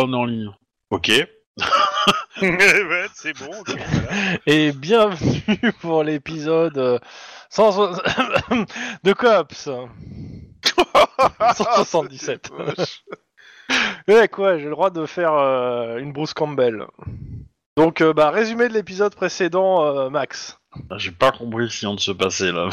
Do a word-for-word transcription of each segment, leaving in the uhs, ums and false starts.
on est en ligne. Ok. Ouais, c'est bon, ok, voilà. Et bienvenue pour l'épisode euh, cent soixante de Cops cent soixante-dix-sept. Ouais, quoi, j'ai le droit de faire euh, une Bruce Campbell. Donc, euh, bah, résumé de l'épisode précédent, euh, Max. Ah, J'ai pas compris ce qui vient de se passer là.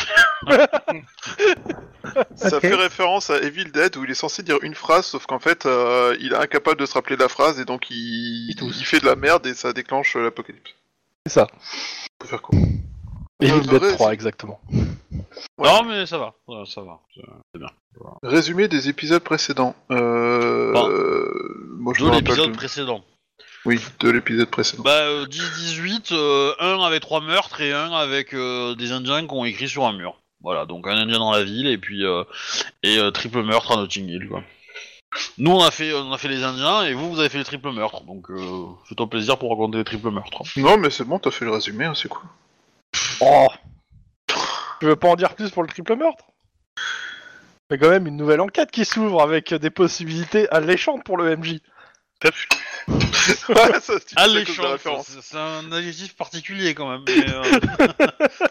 Ça Ok. fait référence à Evil Dead où il est censé dire une phrase, sauf qu'en fait, euh, il est incapable de se rappeler de la phrase et donc il, il fait de la merde et ça déclenche euh, l'apocalypse. C'est ça. Faut faire quoi Evil Euh, Dead rés- trois, exactement. Ouais. Non mais ça va, ça, ça va, c'est c'est bien. Résumé des épisodes précédents. Euh... Bon. euh, Moi, je De me rappelle l'épisode de- précédent. Oui, de l'épisode précédent. Bah euh, dix dix-huit, euh, un avec trois meurtres et un avec euh, des Indiens qui ont écrit sur un mur. Voilà, donc un Indien dans la ville et puis euh, et euh, triple meurtre à Notting Hill quoi. Nous on a fait on a fait les Indiens et vous vous avez fait les triple meurtres, donc euh, fais-toi plaisir pour raconter les triple meurtres. Non, mais c'est bon, t'as fait le résumé, hein, c'est cool. Oh. Tu veux pas en dire plus pour le triple meurtre? C'est quand même une nouvelle enquête qui s'ouvre avec des possibilités alléchantes pour le M J. T'as vu Ouais, ça, tu dis ça à cause de la Alléchant, référence. c'est c'est un adjectif particulier quand même. Mais, euh,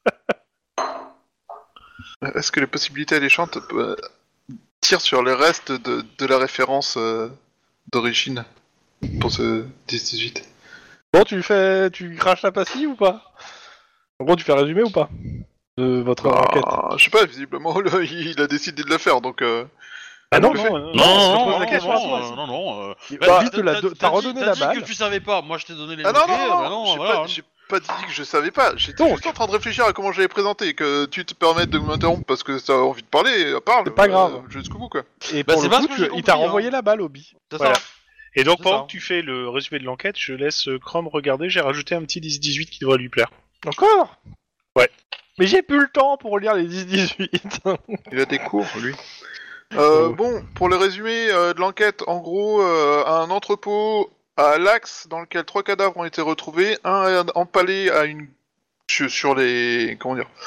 Est-ce que les possibilités alléchantes euh, tirent sur les restes de, de la référence euh, d'origine pour ce dix dix-huit? Bon, tu fais, tu craches la pastille ou pas? En gros, tu fais résumer ou pas de votre enquête? Ah, je sais pas, visiblement, là, il a décidé de le faire, donc... Euh... Ah non, le non, fait. non, Non, je non, pose non, la question à non, toi. non, non, non, euh, Bah, bah, lui, tu l'as do- t'as dit- redonné t'as la dit balle. que tu savais pas, moi je t'ai donné les Ah non, mots-clés, non, non, bah non, j'ai voilà. pas, hein. j'ai pas dit que je savais pas, j'étais Donc. juste en train de réfléchir à comment j'allais présenter, que tu te permettes de m'interrompre parce que t'as envie de parler, parle. C'est pas grave. Jusqu'au bout, quoi. Et Bah, pour c'est le pas coup, ce que tu- j'ai il compris, t'a hein. renvoyé la balle, Obi. C'est Voilà. ça. Et donc, C'est pendant ça. que tu fais le résumé de l'enquête, je laisse euh, Chrome regarder, j'ai rajouté un petit dix dix-huit qui devrait lui plaire. Encore? Ouais. Mais j'ai plus le temps pour lire les dix dix-huit. Il a des cours, lui. Euh, Oh. Bon, pour le résumé euh, de l'enquête, en gros, euh, un entrepôt à Lax dans lequel trois cadavres ont été retrouvés, un empalé à une sur sur les comment dire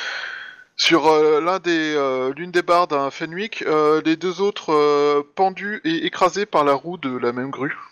sur euh, l'un des euh, l'une des barres d'un Fenwick, euh, les deux autres euh, pendus et écrasés par la roue de la même grue.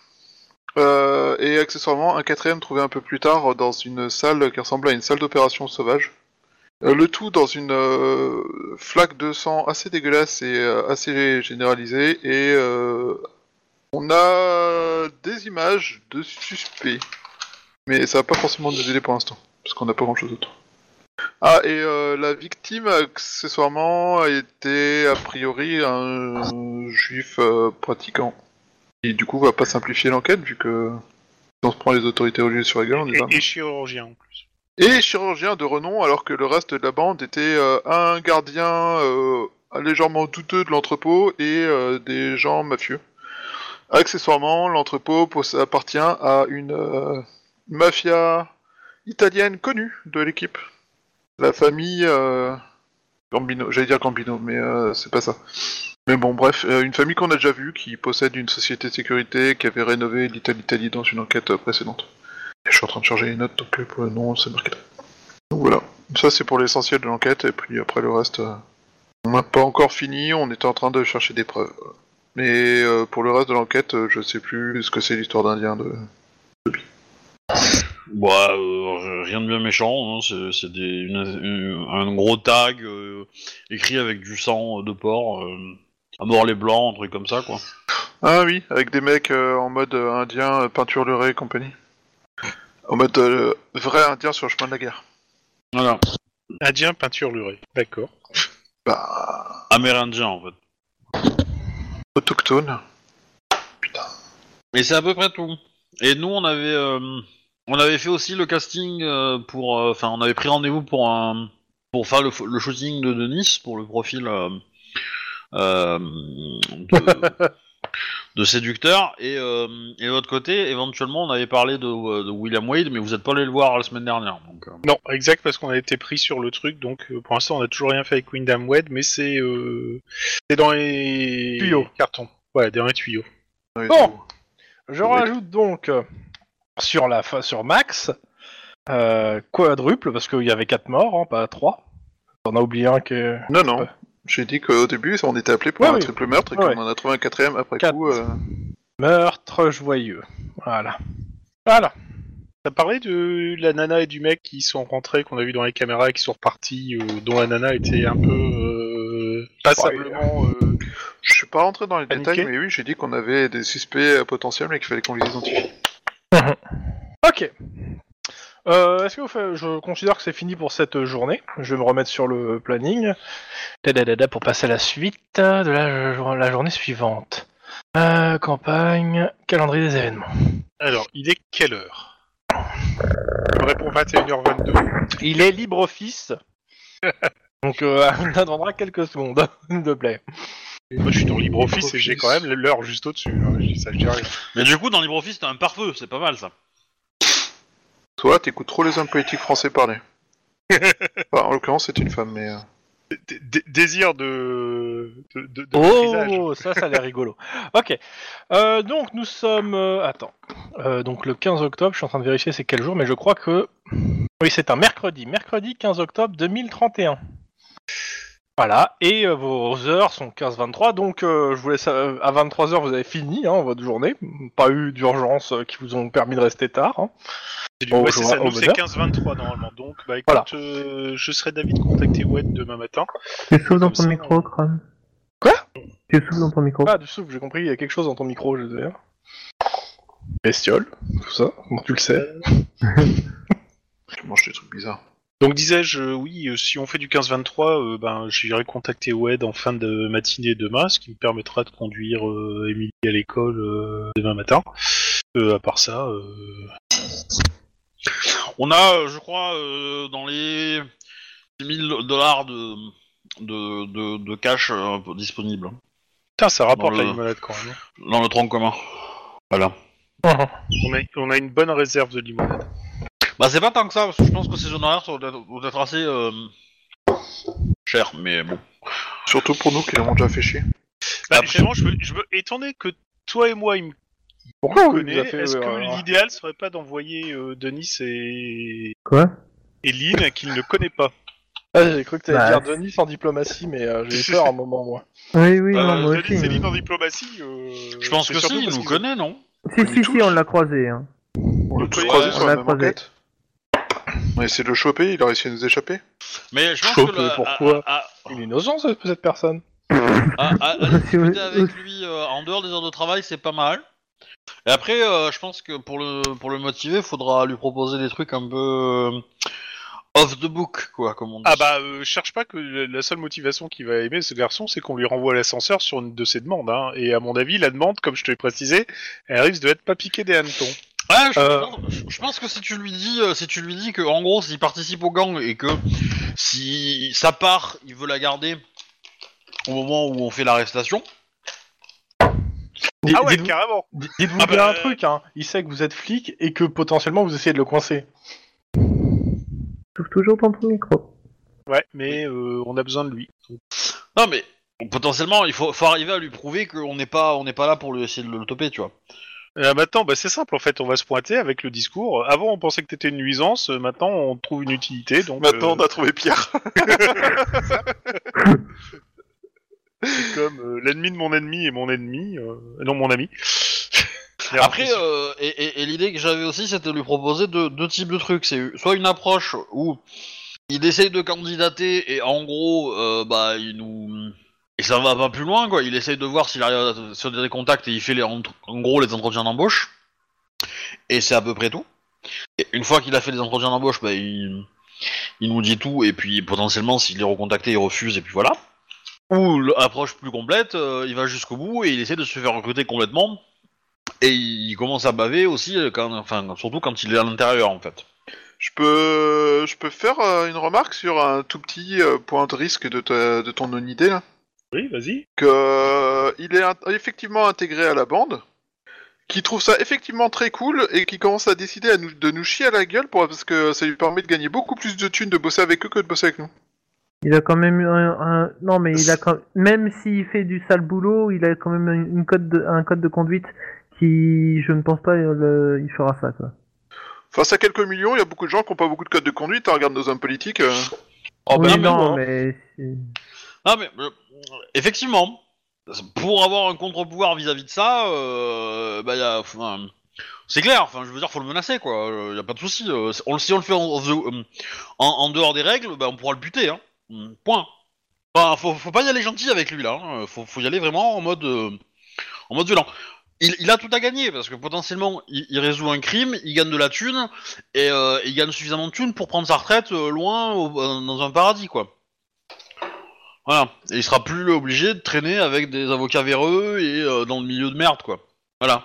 Euh, et accessoirement un quatrième trouvé un peu plus tard dans une salle qui ressemble à une salle d'opération sauvage. Euh, le tout dans une euh, flaque de sang assez dégueulasse et euh, assez généralisée, et euh, on a des images de suspects. Mais ça va pas forcément nous aider pour l'instant, parce qu'on n'a pas grand chose d'autre. Ah, et euh, la victime, accessoirement, était a priori un juif euh, pratiquant. Et du coup, on va pas simplifier l'enquête, vu que si on se prend les autorités religieuses sur la gueule, on est Et, pas... et chirurgien en plus. Et chirurgien de renom, alors que le reste de la bande était euh, un gardien euh, légèrement douteux de l'entrepôt et euh, des gens mafieux. Accessoirement, l'entrepôt pos- appartient à une euh, mafia italienne connue de l'équipe. La famille euh, Gambino, j'allais dire Gambino, mais euh, c'est pas ça. Mais bon, bref, euh, une famille qu'on a déjà vue, qui possède une société de sécurité, qui avait rénové l'Italie Italie dans une enquête euh, précédente. Je suis en train de charger les notes, donc euh, pour le nom, c'est marqué là. Donc voilà, ça c'est pour l'essentiel de l'enquête, et puis après le reste, euh, on n'a pas encore fini, on était en train de chercher des preuves. Mais euh, pour le reste de l'enquête, euh, je sais plus ce que c'est l'histoire d'Indien de... Bah, euh, rien de bien méchant, hein, c'est, c'est des, une- une- un gros tag euh, écrit avec du sang de porc, euh, à mort les blancs, un truc comme ça quoi. Ah oui, avec des mecs euh, en mode euh, indien, euh, peinture lurée et compagnie. En mode euh, vrai indien sur le chemin de la guerre. Voilà, Indien, peinture lurée. D'accord. Bah... amérindien en fait. autochtone. Putain. Et c'est à peu près tout. Et nous on avait, euh, on avait fait aussi le casting euh, pour, enfin on avait pris rendez-vous pour un, pour faire le, le shooting de Denis pour le profil euh, euh, de, de séducteur. Et, euh, et de l'autre côté, éventuellement on avait parlé de, de William Wade, mais vous êtes pas allé le voir la semaine dernière. Donc, euh. Non, exact, parce qu'on a été pris sur le truc, donc euh, pour l'instant on a toujours rien fait avec Windham Wade, mais c'est euh, c'est dans les Tuyaux. cartons. Ouais, dans les tuyaux. Ouais, Bon. tout. Je Oui. rajoute donc euh, sur la fa- sur Max euh, quadruple parce qu'il y avait quatre morts, hein, pas trois. T'en as oublié un que. Non, non. Ouais. J'ai dit qu'au début, on était appelé pour Ouais, un oui. triple meurtre et Ouais. qu'on en a trouvé un quatrième après Quatre. coup. Euh... Meurtre joyeux. Voilà. Voilà. T'as parlé de la nana et du mec qui sont rentrés, qu'on a vu dans les caméras et qui sont repartis, euh, dont la nana était un peu euh, passablement... Euh... Je suis pas rentré dans les Paniqué. détails, mais oui, j'ai dit qu'on avait des suspects potentiels, mais qu'il fallait qu'on les identifie. Ok. Euh, est-ce que vous faites... Je considère que c'est fini pour cette journée. Je vais me remettre sur le planning. Dadadada pour passer à la suite de la, la journée suivante. Euh, campagne, calendrier des événements. Alors, il est quelle heure? Je me réponds vingt et une heures vingt-deux. Il est LibreOffice. Donc, euh, on attendra quelques secondes, s'il te plaît. Moi, je suis dans LibreOffice et j'ai quand même l'heure juste au-dessus. Hein. Je dis ça, je dis rien. Mais du coup, dans LibreOffice, t'as un pare-feu, c'est pas mal ça. Toi, t'écoutes trop les hommes politiques français parler. Enfin, en l'occurrence, c'est une femme, mais... Euh... D- d- désir de... de, de, de maîtrisage. Oh, ça, ça a l'air rigolo. Ok. Euh, donc, nous sommes... euh, attends. Euh, donc, le quinze octobre, je suis en train de vérifier c'est quel jour, mais je crois que... Oui, c'est un mercredi. Mercredi quinze octobre deux mille trente et un. Voilà. Et euh, vos heures sont quinze vingt-trois, donc euh, je vous laisse... euh, à vingt-trois heures, vous avez fini hein, votre journée. Pas eu d'urgence euh, qui vous ont permis de rester tard. Hein. C'est du... Au ouais, c'est jour- ça. au Nous, c'est bonheur. quinze vingt-trois normalement. Donc, bah écoute, Voilà. euh, je serai d'avis de contacter Wed demain matin. Tu souffles dans Comme ton ça, micro, on- Chrome. Quoi? Tu souffles dans ton micro. Ah, du souffle, j'ai compris, il y a quelque chose dans ton micro, je veux dire. Bestiole, tout ça, comment tu le sais? Tu manges des trucs bizarres. Donc disais-je, euh, oui, euh, si on fait du quinze vingt-trois, euh, ben j'irai contacter Wed en fin de matinée demain, ce qui me permettra de conduire euh, Emily à l'école euh, demain matin. Euh, à part ça, euh... On a, euh, je crois, euh, dans les six mille dollars de, de, de, de cash euh, disponible putain, ça rapporte Dans la le- limonade quand même. hein. dans le tronc commun. Voilà. On a, on a une bonne réserve de limonade. Bah c'est pas tant que ça, parce que je pense que ces honoraires doivent être, doivent être assez euh, chers, mais bon. Surtout pour nous qui l'avons déjà fait chier. Bah, Après- finalement, je me, je me, étant donné que toi et moi, il me Pourquoi on connaît, nous a fait... est-ce euh, que euh, l'idéal serait pas d'envoyer euh, Denis et... Quoi? et Lynn qu'il ne connaît pas? Ah, j'ai cru que t'allais Bah, dire Denis en diplomatie, mais euh, j'ai eu peur un moment, moi. Oui, oui, Euh, non, moi Denis aussi. et Lynn hein. en diplomatie, euh, Je pense c'est que surtout si, il parce nous qu'ils- connaît, non? Si, si, tous. si, on l'a croisé. Hein. On l'a tous Ouais, croisé sur on la l'a même croisé. enquête. On a essayé de le choper, il a réussi à nous échapper. Mais je pense Chope, que... le- pourquoi à, à, Il est innocent, cette, cette personne. à, à, à Aussi, discuter oui, avec aussi. lui euh, en dehors des heures de travail, c'est pas mal. Et après, euh, je pense que pour le, pour le motiver, faudra lui proposer des trucs un peu... euh, off the book, quoi, comme on dit. Ah bah, euh, cherche pas que la seule motivation qu'il va aimer ce garçon, c'est qu'on lui renvoie l'ascenseur sur une de ses demandes. Hein. Et à mon avis, la demande, comme je te l'ai précisé, elle risque de être pas piquée des hannetons. Ouais, je, Euh. pense, je- je pense que si tu lui dis, euh, si tu lui dis que en gros, s'il participe au gang et que si ça part, il veut la garder au moment où on fait l'arrestation. Dites- Ah ouais, dites-vous- carrément. dites- Dites-vous Ah bien bah, un truc, hein. Il sait que vous êtes flic et que potentiellement vous essayez de le coincer. Souffle toujours dans ton micro. Ouais, mais euh, on a besoin de lui. Non mais potentiellement, il faut, faut arriver à lui prouver qu'on n'est pas, on n'est pas là pour lui essayer de le toper, tu vois. Euh, maintenant, bah, c'est simple en fait, on va se pointer avec le discours. Avant, on pensait que t'étais une nuisance, euh, maintenant, on trouve une utilité. Donc, Maintenant, euh, on a trouvé Pierre. c'est comme euh, l'ennemi de mon ennemi et mon ennemi, euh, non mon ami. Après, euh, et, et, et l'idée que j'avais aussi, c'était de lui proposer deux, deux types de trucs. C'est soit une approche où il essaye de candidater et en gros, euh, bah, il nous... Et ça va pas plus loin, quoi. Il essaye de voir s'il arrive à se faire des contacts et il fait les, en, en gros les entretiens d'embauche. Et c'est à peu près tout. Et une fois qu'il a fait les entretiens d'embauche, bah, il, il nous dit tout et puis potentiellement, s'il est recontacté, il refuse et puis voilà. Ou l'approche plus complète, euh, il va jusqu'au bout et il essaie de se faire recruter complètement. Et il commence à baver aussi, quand, enfin, surtout quand il est à l'intérieur, en fait. Je peux, je peux faire euh, une remarque sur un tout petit euh, point de risque de, ta- de ton non-idée, là. Oui, vas-y. Que euh, il est int- effectivement intégré à la bande, qui trouve ça effectivement très cool et qui commence à décider à nous, de nous chier à la gueule pour, parce que ça lui permet de gagner beaucoup plus de thunes de bosser avec eux que de bosser avec nous. Il a quand même eu un, un- non mais il a quand même s'il fait du sale boulot, il a quand même une une code de... un code de conduite qui, je ne pense pas, le... il fera ça quoi. Face à quelques millions, il y a beaucoup de gens qui n'ont pas beaucoup de codes de conduite, hein, regarde nos hommes politiques. euh. Oh, oui, bah, non, non, hein. mais c'est- Ah, mais, euh, effectivement, pour avoir un contre-pouvoir vis-à-vis de ça, euh, bah, y a, enfin, c'est clair. Enfin, je veux dire, faut le menacer, quoi. Euh, y a pas de souci. Euh, on, si on le fait en, en, en dehors des règles, bah, on pourra le buter. Hein. Point. Enfin, faut, faut pas y aller gentil avec lui là. Hein. Faut, faut y aller vraiment en mode, euh, en mode violent. Il, il a tout à gagner parce que potentiellement, il, il résout un crime, il gagne de la thune et euh, il gagne suffisamment de thune pour prendre sa retraite euh, loin au, euh, dans un paradis, quoi. Voilà. Et il sera plus obligé de traîner avec des avocats véreux et euh, dans le milieu de merde, quoi. Voilà.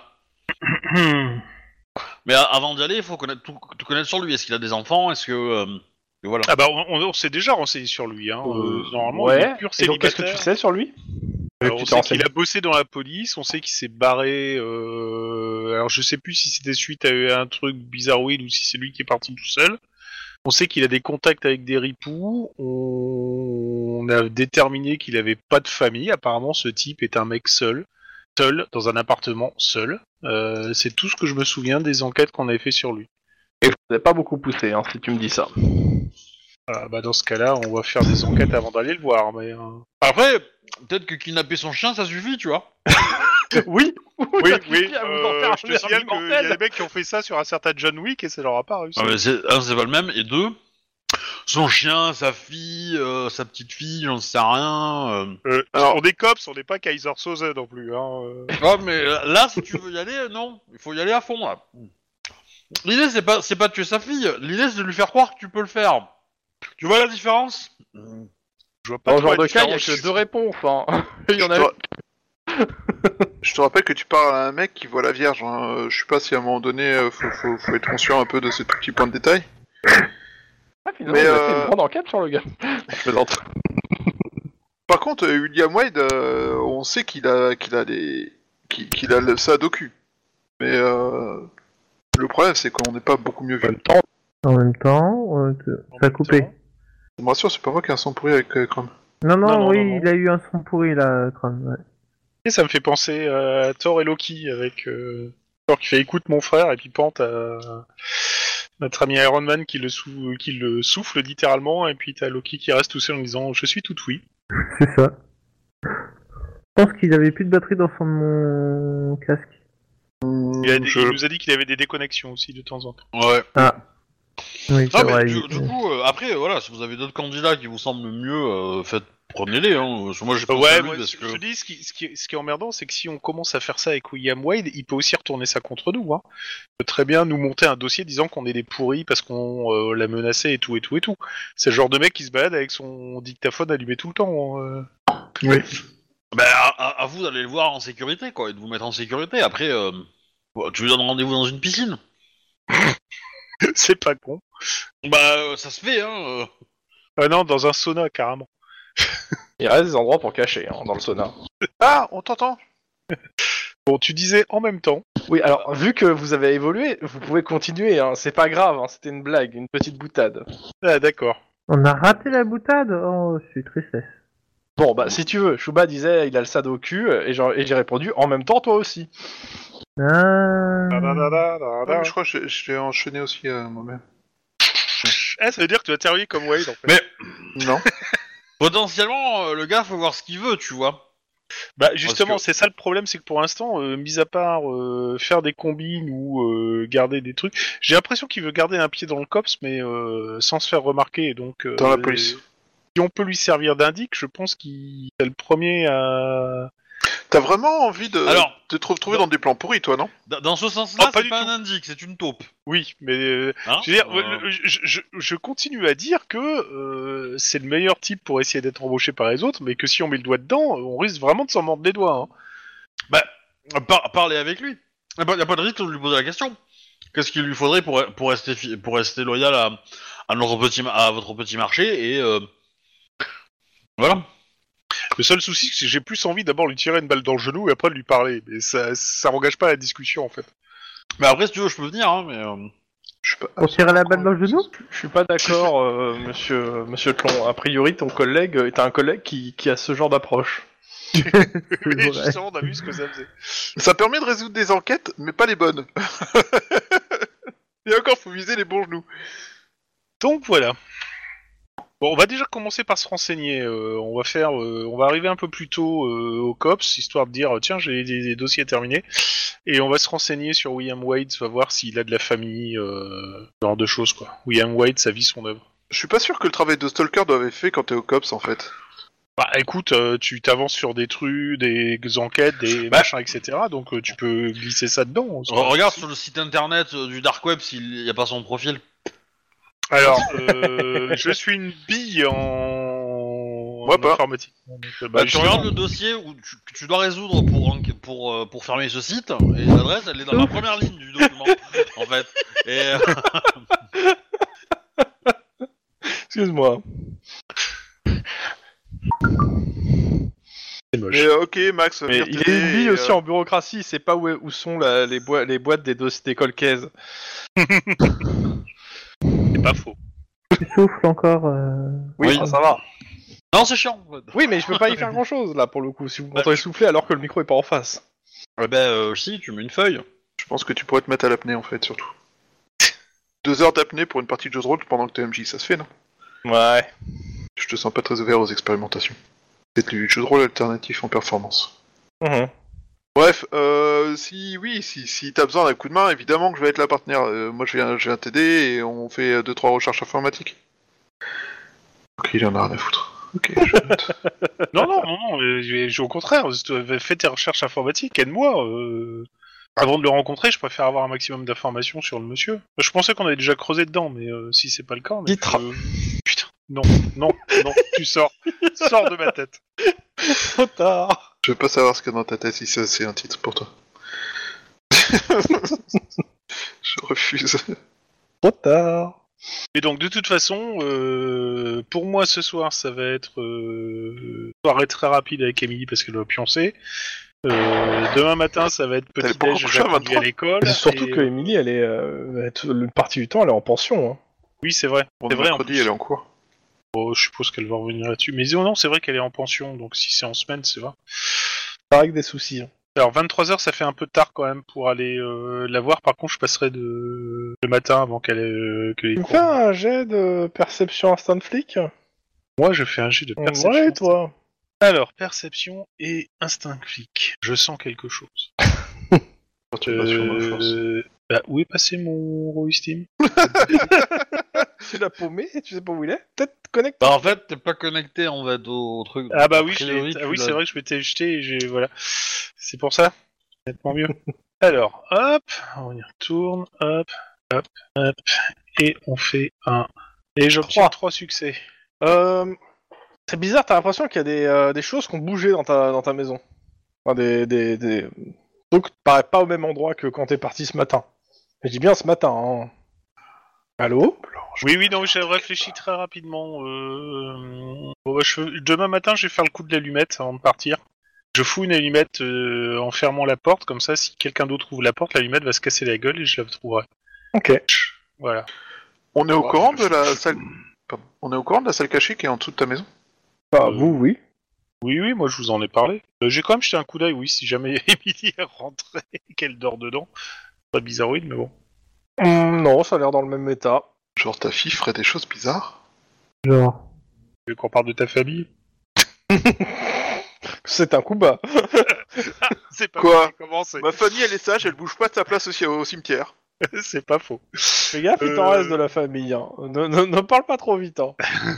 Mais a- avant d'y aller, il faut connaître tout, tout connaître sur lui. Est-ce qu'il a des enfants? Est-ce que euh, et voilà. Ah bah on, on s'est déjà renseigné sur lui. Hein. Euh, normalement, il ouais. est pur Et donc, qu'est-ce que célibataire. tu sais sur lui? Alors, Tu on t'es sait renseigné. qu'il a bossé dans la police, on sait qu'il s'est barré. Euh... Alors je sais plus si c'était suite à un truc bizarroïde ou si c'est lui qui est parti tout seul. On sait qu'il a des contacts avec des ripoux. On, on a déterminé qu'il avait pas de famille. Apparemment, ce type est un mec seul, seul dans un appartement seul. Euh, c'est tout ce que je me souviens des enquêtes qu'on avait fait sur lui. Et vous n'avez pas beaucoup poussé, hein, si tu me dis ça. Ah, bah dans ce cas-là, on va faire des enquêtes avant d'aller le voir. Mais euh... Après, peut-être que kidnapper son chien, ça suffit, tu vois. Oui. oui, Ça oui. suffit à vous en euh, faire je te un signale qu'il y a mortel. des mecs qui ont fait ça sur un certain John Wick et ça leur a pas réussi. Ah, mais c'est, un, c'est pas le même, et deux, son chien, sa fille, euh, sa petite fille, j'en sais rien. Euh... Euh, Alors- on est cops, on n'est pas Kaiser Soze non plus. Hein. euh. Ouais, mais là, si tu veux y aller, euh, non, il faut y aller à fond, là. L'idée, c'est pas, c'est pas de tuer sa fille, l'idée, c'est de lui faire croire que tu peux le faire. Tu vois la différence? Je vois pas Dans ce trop genre la de cas, il y a différence. que deux réponses. Hein. Il y en a Je une. te- Je te rappelle que tu parles à un mec qui voit la Vierge. Hein. Euh, Je sais pas si à un moment donné, euh, faut, faut, faut être conscient un peu de ces tout petits points de détail. Ah, finalement, Mais, il a fait euh, une grande enquête sur le gars. Je plaisante. Par contre, euh, William Wade, euh, on sait qu'il a, qu'il a des, qu'il, qu'il a le, ça docu. Mais euh, le problème, c'est qu'on n'est pas beaucoup mieux En vu. même temps, En même temps, euh, que- En ça a même coupé. temps. Je me rassure, c'est pas moi qui ai un son pourri avec euh, Chrome. Non, non, Non, non, oui, non, non. il a eu un son pourri là, Chrome. Ouais. Et ça me fait penser à Thor et Loki avec euh, Thor qui fait écoute mon frère et puis Pante à notre ami Iron Man qui le, sou... qui le souffle littéralement et puis t'as Loki qui reste tout seul en disant je suis tout oui. C'est ça. Je pense qu'il avait plus de batterie dans son mon casque. Il, a des- Je- il nous a dit qu'il avait des déconnexions aussi de temps en temps. Ouais. Oui, c'est Ah, mais vrai. du, il- du coup, euh, après, euh, voilà, si vous avez d'autres candidats qui vous semblent mieux, euh, faites, prenez-les, hein. Parce que moi, j'ai pas Ouais, lui moi, parce je que... te dis, ce qui, ce, qui, ce qui est emmerdant, c'est que si on commence à faire ça avec William Wade, il peut aussi retourner ça contre nous. Hein. Il peut très bien nous monter un dossier disant qu'on est des pourris parce qu'on euh, l'a menacé et tout et tout et tout. C'est le genre de mec qui se balade avec son dictaphone allumé tout le temps. Hein. Oui. Bah, à, à- à vous d'aller le voir en sécurité, quoi, et de vous mettre en sécurité. Après, euh, bon, tu lui donnes rendez-vous dans une piscine. C'est pas con. Bah, euh, ça se fait, hein. euh. Ah non, dans un sauna carrément. il reste des endroits pour cacher hein, dans le sauna. Ah, on t'entend. Bon, tu disais en même temps. Oui, alors, vu que vous avez évolué, vous pouvez continuer. Hein. C'est pas grave, hein. C'était une blague, une petite boutade. Ah d'accord. On a raté la boutade. Oh, je suis tristesse. Bon, bah, si tu veux, Shuba disait il a le sad au cul, et j'ai et j'ai répondu en même temps, toi aussi. Ah... Ah, mais je crois que je, je l'ai enchaîné aussi euh, moi-même. Ah, ça veut dire que tu vas terminer comme Wade en fait. Mais, Non. potentiellement, euh, le gars, faut voir ce qu'il veut, tu vois. Bah justement, Parce que- c'est ça le problème, c'est que pour l'instant, euh, mis à part euh, faire des combines ou euh, garder des trucs, j'ai l'impression qu'il veut garder un pied dans le cops, mais euh, sans se faire remarquer. Et donc, euh, Dans la police. Si on peut lui servir d'indic, je pense qu'il est le premier à. T'as vraiment envie de, Alors, de te retrouver dans des plans pourris, toi, non? Dans, dans ce sens-là, Oh, pas c'est du pas tout. un indique, c'est une taupe. Oui, mais euh, Hein je veux dire, Euh, euh, je, je- je continue à dire que euh, c'est le meilleur type pour essayer d'être embauché par les autres, mais que si on met le doigt dedans, on risque vraiment de s'en mordre les doigts. Hein. Bah, par- parlez avec lui. Y a pas, y a pas de risque de lui poser la question. Qu'est-ce qu'il lui faudrait pour, pour, rester, fi- pour rester loyal à, à, notre petit, ma- à votre petit marché et... euh, Voilà. Le seul souci, c'est que j'ai plus envie d'abord lui tirer une balle dans le genou et après de lui parler. Mais ça, ça engage pas la discussion en fait. Mais après, si tu veux, je peux venir, hein, mais... euh, Je sais pas. Pour tirer la balle dans le genou? Je suis pas d'accord, euh, monsieur, monsieur Tlon. A priori, ton collègue est un collègue qui, qui a ce genre d'approche. Et vrai. justement, on a vu ce que ça faisait. Ça permet de résoudre des enquêtes, mais pas les bonnes. Et encore, faut viser les bons genoux. Donc voilà. Bon, on va déjà commencer par se renseigner. Euh, on va faire, euh, on va arriver un peu plus tôt euh, au cops, histoire de dire tiens j'ai des, des dossiers à terminer, et on va se renseigner sur William Wade, on va voir s'il a de la famille, euh, ce genre de choses quoi. William Wade, sa vie, son œuvre. Je suis pas sûr que le travail de stalker doit être fait quand t'es au cops en fait. Bah écoute, euh, tu t'avances sur des trucs, des enquêtes, des Bah. machins, et cetera. Donc euh, tu peux glisser ça dedans. c'est pas- Regarde sur le site internet euh, du Dark Web s'il y a pas son profil. Alors, euh, je suis une bille en, Moi en pas. informatique. Donc, euh, Bah, bah, tu justement. regardes le dossier où tu, que tu dois résoudre pour, enque- pour, euh, pour fermer ce site, et l'adresse elle est dans la première ligne du document, en fait. Et euh, Excuse-moi. C'est moche. Mais euh, ok, Max, Mais viens il t'aider est une bille et, aussi euh, en bureaucratie, il sait pas où, est- où sont la- les, boi- les boîtes des dossiers des colcaises. C'est pas faux. Tu souffles encore. euh, Oui, Oui. ah, ça va. non, c'est chiant. En fait. Oui, mais je peux pas y faire grand chose là pour le coup, si vous m'entendez souffler alors que le micro est pas en face. Eh ben euh, si, tu mets une feuille. Je pense que tu pourrais te mettre à l'apnée en fait, surtout. Deux heures d'apnée pour une partie de jeu de rôle pendant que t'es M J, ça se fait, non? Ouais. Je te sens pas très ouvert aux expérimentations. C'est du jeu de rôle alternatif en performance. Mhm. Bref, euh, si oui, si, si t'as besoin d'un coup de main, évidemment que je vais être la partenaire. Euh, moi, je viens, je viens t'aider et on fait deux trois recherches informatiques. Ok, il en a rien à foutre. Ok, je note. Non, non, non, non. euh, je- je- au contraire, je- fais tes recherches informatiques, aide-moi. Euh... Avant de le rencontrer, je préfère avoir un maximum d'informations sur le monsieur. Je pensais qu'on avait déjà creusé dedans, mais euh, si c'est pas le cas, on a Titre. pu, euh, Putain, non, non, non, tu sors, sors de ma tête. Trop tard. Je veux pas savoir ce qu'il y a dans ta tête si ça, c'est un titre pour toi. Je refuse. Trop tard. Et donc de toute façon, euh, pour moi ce soir, ça va être euh, soirée très rapide avec Emily parce qu'elle va pioncer. Euh, demain matin, ça va être Elle est petit pas déj, encore je couchée à la conduis à l'école. C'est surtout et, que euh, Emily, elle est euh, elle est- une partie du temps, elle est en pension. Hein. Oui, c'est vrai. Bon, C'est vrai. En mercredi, plus. elle est en cours. Bon, je suppose qu'elle va revenir là-dessus. Mais non, non, c'est vrai qu'elle est en pension, donc si c'est en semaine, c'est vrai. Pas avec des soucis. Hein. Alors vingt-trois heures, ça fait un peu tard quand même pour aller euh, la voir. Par contre, je passerai de le matin avant qu'elle ait, euh, que les Tu me cours. fais un jet de perception instant flic? Moi, je fais un jet de perception. Ouais, toi. Alors, perception et instinct flic. Je sens quelque chose. Perturbation de la force. Euh... Bah, où est passé mon Roy Steam? Tu l'as paumé, tu sais pas où il est? Peut-être connecté. Bah en fait, t'es pas connecté en fait au, au truc. Ah bah A oui, je priori, l'ai- tu ah oui l'as- c'est vrai que je m'étais jeté et j'ai... Voilà. C'est pour ça. Nettement mieux. Alors, hop, on y retourne, hop, hop, hop, et on fait un... Et j'obtiens Trois. trois succès. Euh, c'est bizarre, t'as l'impression qu'il y a des, euh, des choses qui ont bougé dans ta, dans ta maison. Enfin, des, des, des... Donc, pareil, pas au même endroit que quand t'es parti ce matin. Je dis bien ce matin, hein. Allô? Oui, oui, donc j'ai réfléchi très rapidement. Euh... Bon, bah, je... Demain matin, je vais faire le coup de l'allumette avant de partir. Je fous une allumette euh, en fermant la porte, comme ça, si quelqu'un d'autre ouvre la porte, l'allumette va se casser la gueule et je la trouverai. Ok. Voilà. On est au Ouais, courant je- de la salle. Pardon. On est au courant de la salle cachée qui est en dessous de ta maison. Bah, Euh, vous, oui. Oui, oui, moi je vous en ai parlé. Euh, j'ai quand même jeté un coup d'œil, oui, si jamais Emily est rentrée et qu'elle dort dedans. Pas bizarroïde, mais bon. Hum, non, ça a l'air dans le même état. Genre ta fille ferait des choses bizarres. Genre. Tu veux qu'on parle de ta famille? C'est un coup bas. C'est pas Quoi faux, comment c'est Ma famille, elle est sage, elle bouge pas de sa place aussi au cimetière. C'est pas faux. Fais gaffe, il t'en Euh. reste de la famille. Hein. Ne, ne, ne parle pas trop vite. Hein.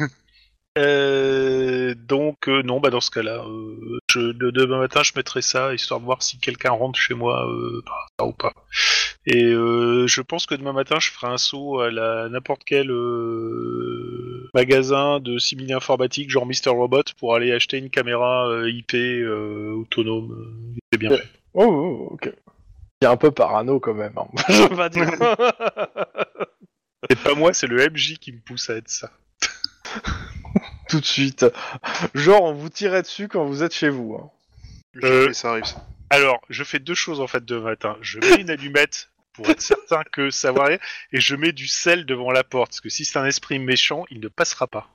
Euh, donc, euh, non, bah dans ce cas-là, euh, je, de, demain matin, je mettrai ça, histoire de voir si quelqu'un rentre chez moi euh, par hasard ou pas. Et euh, je pense que demain matin, je ferai un saut à la n'importe quel euh, magasin de simili informatique, genre mister Robot, pour aller acheter une caméra euh, I P euh, autonome. Euh, C'est bien fait. Oh, oh, ok. Il est un peu parano quand même. Hein. Je veux pas dire. C'est pas moi, c'est le M J qui me pousse à être ça. Tout de suite. Genre, on vous tirait dessus quand vous êtes chez vous. Hein. Euh. Jamais ça arrive, ça. Alors, je fais deux choses en fait demain matin. Je mets une allumette pour être certain que ça va aller, et je mets du sel devant la porte, parce que si c'est un esprit méchant, il ne passera pas.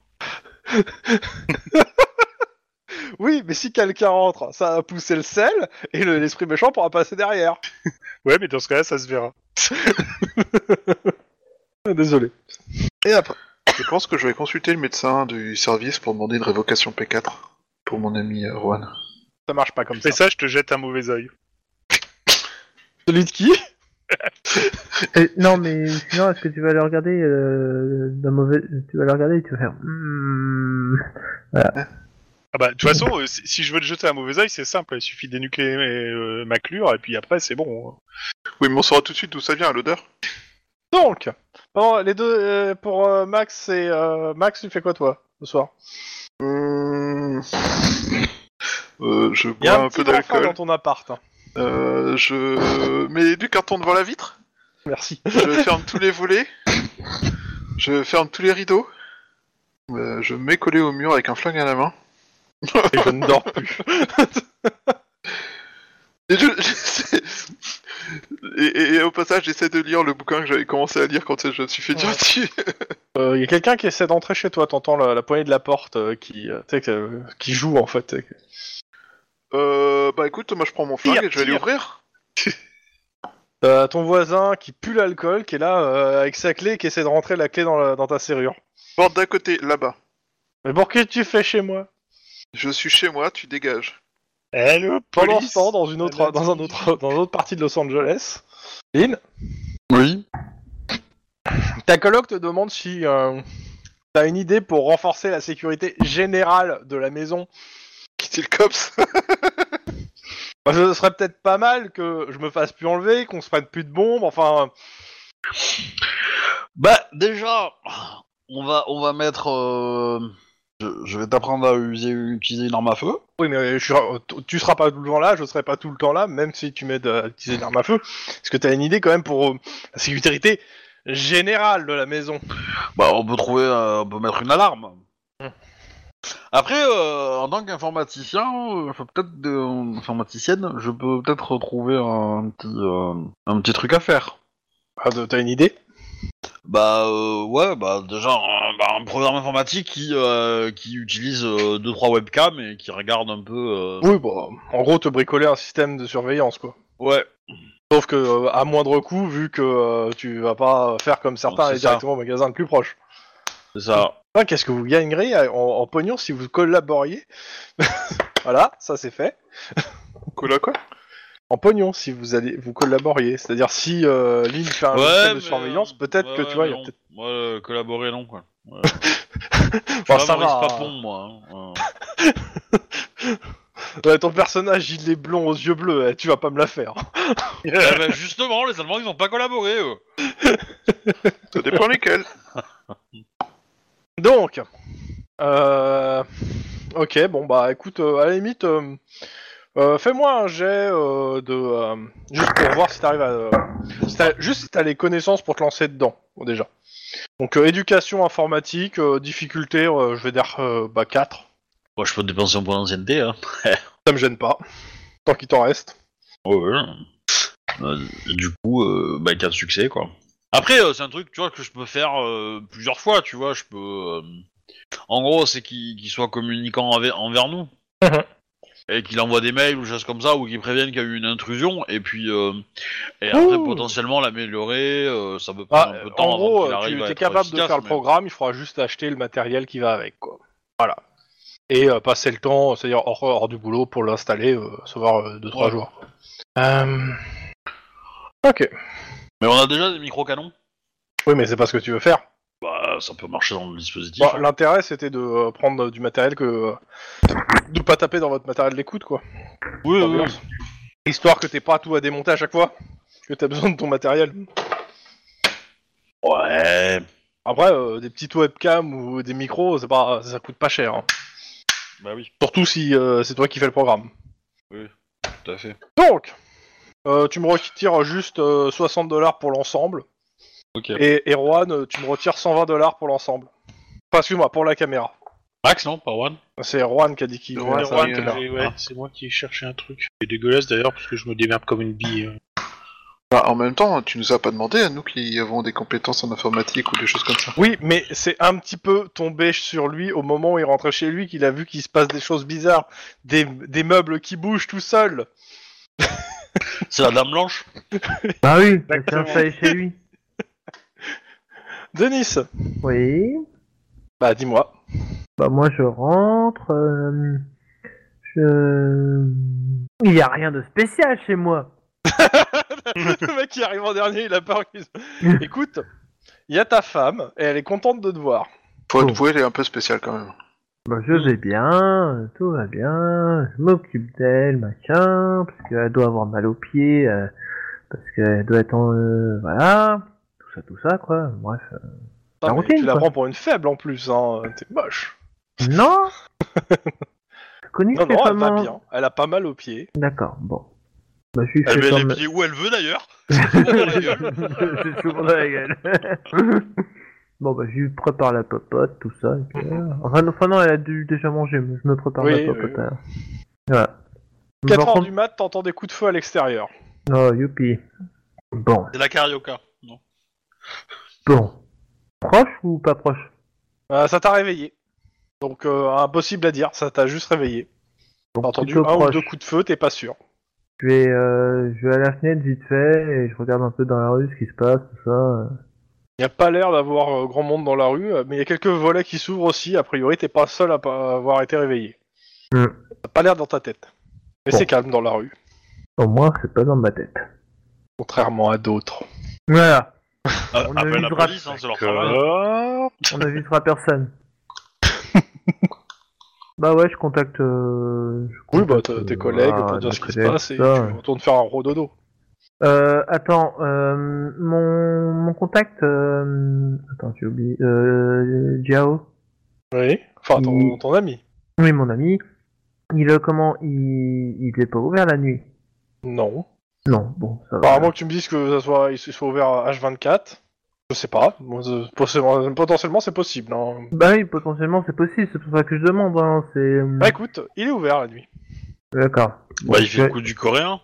Oui, mais si quelqu'un rentre, ça va pousser le sel, et le- l'esprit méchant pourra passer derrière. Ouais, mais dans ce cas-là, ça se verra. Désolé. Et après Je pense que je vais consulter le médecin du service pour demander une révocation P quatre pour mon ami euh, Rohan. Ça marche pas comme Fais ça. ça, je te jette un mauvais œil. Celui de qui? Euh, non, mais sinon, est-ce que tu vas aller regarder euh, d'un mauvais... Tu vas aller regarder et tu vas faire... Hmm. Ah bah, de toute façon, euh, si si je veux te jeter un mauvais œil, c'est simple, il suffit d'énucléer euh, ma clure, et puis après, c'est bon. Oui, mais on saura tout de suite d'où ça vient, à l'odeur. Donc, bon, les deux, euh, pour euh, Max et... Euh, Max, tu fais quoi, toi, ce soir? Hum... Euh, je Il y a bois un, un, petit peu grand feu d'alcool. dans ton appart. hein. Euh, je mets du carton devant la vitre. Merci. Je ferme tous les volets. Je ferme tous les rideaux. Euh, je me mets collé au mur avec un flingue à la main. Et je ne dors plus. Et, je, j'essaie- et, et- et au passage, j'essaie de lire le bouquin que j'avais commencé à lire quand je me suis fait dire dessus. Il euh, y a quelqu'un qui essaie d'entrer chez toi, t'entends la, la poignée de la porte euh, qui, euh, tu sais, que- qui joue en fait. Euh, bah écoute, moi je prends mon flingue Tire, et je vais aller tire. ouvrir. T'as ton voisin qui pue l'alcool, qui est là euh, avec sa clé et qui essaie de rentrer la clé dans, la- dans ta serrure. Porte d'à côté, là-bas. Mais pour que tu fais chez moi? Je suis chez moi, tu dégages. Hello, Pendant police. ce temps, dans une autre, Elle a dans un dit- autre, dans une autre partie de Los Angeles, Lynn, Oui. ta coloc te demande si euh, t'as une idée pour renforcer la sécurité générale de la maison. Quitter le cops. Bah, ce serait peut-être pas mal que je me fasse plus enlever, qu'on se prenne plus de bombes, enfin... Bah déjà, on va on va mettre. euh, Je, je vais t'apprendre à user, utiliser une arme à feu. Oui, mais je suis- tu seras pas tout le temps là, je serai pas tout le temps là, même si tu m'aides à utiliser une arme à feu. Est-ce que t'as une idée quand même pour euh, la sécurité générale de la maison? Bah on peut trouver, euh, on peut mettre une alarme. Hmm. Après, euh, en tant qu'informaticien, euh, je peux peut-être de- informaticienne, je peux peut-être retrouver un petit euh, un petit truc à faire. Ah, de- T'as une idée? Bah euh, ouais, bah déjà un, bah, un programme informatique qui euh, qui utilise euh, deux trois webcams et qui regarde un peu. euh, Oui, bah, en gros, te bricoler un système de surveillance, quoi. Ouais. Sauf que, euh, à moindre coût, vu que euh, tu vas pas faire comme certains, C'est aller ça. directement au magasin le plus proche. C'est ça. Ah, qu'est-ce que vous gagneriez en, en pognon si vous collaboriez? Voilà, ça c'est fait. Cola quoi? En pognon, si vous allez vous collaboriez. C'est-à-dire si euh, Lynn fait un Ouais, système de mais, surveillance, euh, peut-être ouais, que ouais, tu vois, mais il y a non. peut-être... Moi, euh, collaborer non quoi. Ouais. Bon, Je ça favorise va, pas hein. Pont, moi. hein. Ouais. Ouais, ton personnage, il est blond aux yeux bleus, eh, tu vas pas me la faire. Eh ben, justement, les Allemands ils ont pas collaboré eux. Ça dépend lesquels. Donc, euh... ok, bon bah écoute, euh, à la limite, euh, euh, fais-moi un jet euh, de... euh, juste pour voir si t'arrives à... euh, si t'as- juste si t'as les connaissances pour te lancer dedans, bon, déjà. Donc, euh, éducation informatique, euh, difficulté, euh, je vais dire euh, bah quatre. Moi je peux te dépenser un point d'ancienneté. Hein. Ça me gêne pas, tant qu'il t'en reste. Ouais, ouais. Euh, du coup, euh, bah quatre succès quoi. Après, euh, c'est un truc, tu vois, que je peux faire euh, plusieurs fois, tu vois, je peux... euh, En gros, c'est qu'il qu'il soit communicant envers, envers nous. Mhm. Et qu'il envoie des mails ou des choses comme ça, ou qu'il prévienne qu'il y a eu une intrusion, et puis... euh, Et après, Ouh. potentiellement, l'améliorer, euh, ça peut prendre Ah, un peu de temps en avant gros, qu'il euh, arrive tu à es être capable efficace, de faire le mais- programme, il faudra juste acheter le matériel qui va avec, quoi. Voilà. Et euh, passer le temps, c'est-à-dire hors, hors du boulot, pour l'installer, euh, savoir deux trois Ouais. jours. Euh... Ok. Mais on a déjà des micro-canons. Oui, mais c'est pas ce que tu veux faire. Bah, ça peut marcher dans le dispositif. Bon, hein. l'intérêt, c'était de euh, prendre du matériel que... euh, de pas taper dans votre matériel d'écoute, quoi. Oui, oui, oui. Ambiance. Histoire que t'aies pas tout à démonter à chaque fois. Que t'as besoin de ton matériel. Ouais. Après, euh, des petites webcams ou des micros, c'est pas, ça coûte pas cher. Hein. Bah oui, Surtout si euh, c'est toi qui fais le programme. tout à fait. Donc, euh, tu me retires juste euh, soixante dollars pour l'ensemble. Ok. Et Erwan, euh, tu me retires cent vingt dollars pour l'ensemble. Enfin, excuse-moi, pour la caméra. Max, non, pas One. C'est Erwan qui a dit qu'il Erwan, voulait ça ça, y est, la caméra. Et ouais, c'est moi qui ai cherché un truc. C'est dégueulasse d'ailleurs parce que je me démerde comme une bille. euh. Bah, en même temps, tu nous as pas demandé à nous qui avons des compétences en informatique ou des choses comme ça. Oui, mais c'est un petit peu tombé sur lui au moment où il rentrait chez lui qu'il a vu qu'il se passe des choses bizarres. Des, des meubles qui bougent tout seuls. C'est la Dame Blanche. Bah oui, c'est Exactement. installé chez lui. Denis, Oui. Bah, dis-moi. Bah moi je rentre. euh, je... Il y a rien de spécial chez moi. Le mec qui arrive en dernier, il a peur qu'il... Écoute, il y a ta femme, et elle est contente de te voir. Faut Bon. avouer, elle est un peu spéciale quand même. Bah je vais bien, tout va bien, je m'occupe d'elle, machin, parce qu'elle doit avoir mal aux pieds, euh, parce qu'elle doit être en... euh, voilà, tout ça, tout ça, quoi, bref. euh, Ah, La mais routine, tu la quoi. prends pour une faible en plus, hein. T'es moche. Non. J'ai connu Non, que les non, elle va femmes en- bien. Elle a pas mal aux pieds. D'accord, bon. Bah je lui Elle fais met quand les même... pieds où elle veut d'ailleurs. C'est dans la gueule. Je suis dans la gueule. Bon bah je lui prépare la popote, tout ça, et puis voilà. Enfin, non, enfin non, elle a dû déjà manger, mais je me prépare Oui, la popote. oui, oui. alors. Voilà. quatre Par heures contre- du mat, t'entends des coups de feu à l'extérieur. Oh, youpi. Bon, C'est la carioca. Non. bon. Proche ou pas proche? Euh, ça t'a réveillé. Donc, euh, impossible à dire, ça t'a juste réveillé. Bon, T'as entendu plutôt un proche. ou deux coups de feu, t'es pas sûr. Je vais, euh, je vais à la fenêtre vite fait et je regarde un peu dans la rue ce qui se passe, tout ça. euh. Y a pas l'air d'avoir euh, grand monde dans la rue, euh, mais il y a quelques volets qui s'ouvrent aussi. A priori, t'es pas seul à pas avoir été réveillé. Hmm. T'as pas l'air dans ta tête. Mais Bon. c'est calme dans la rue, Au moins, c'est pas dans ma tête. contrairement à d'autres. Voilà. Ah, On appelle la avisera- police, hein, c'est leur travail. D'accord. On n'invitera personne. Bah ouais, je contacte. Euh, je Oui, bah contacte, t'as euh, tes collègues voilà, pour dire mes ce qui se collègues, passe et tout ça, tu ouais. retournes faire un rododo. Euh, attends, euh, mon, mon contact, euh, attends, j'ai oublié, euh, Jiao, Oui. Enfin, ton, Il- ton ami. oui, mon ami, il, euh, comment, il, il est pas ouvert la nuit? Non. Non, bon, ça va. Apparemment que tu me dises que ça soit, il soit ouvert à H vingt-quatre. Je sais pas. Moi, euh, potentiellement, potentiellement, c'est possible. Hein. Bah oui, potentiellement c'est possible, c'est pour ça que je demande, hein, c'est... euh, Bah écoute, il est ouvert la nuit. D'accord. Bon, Bah, il je, fait le coup du coréen.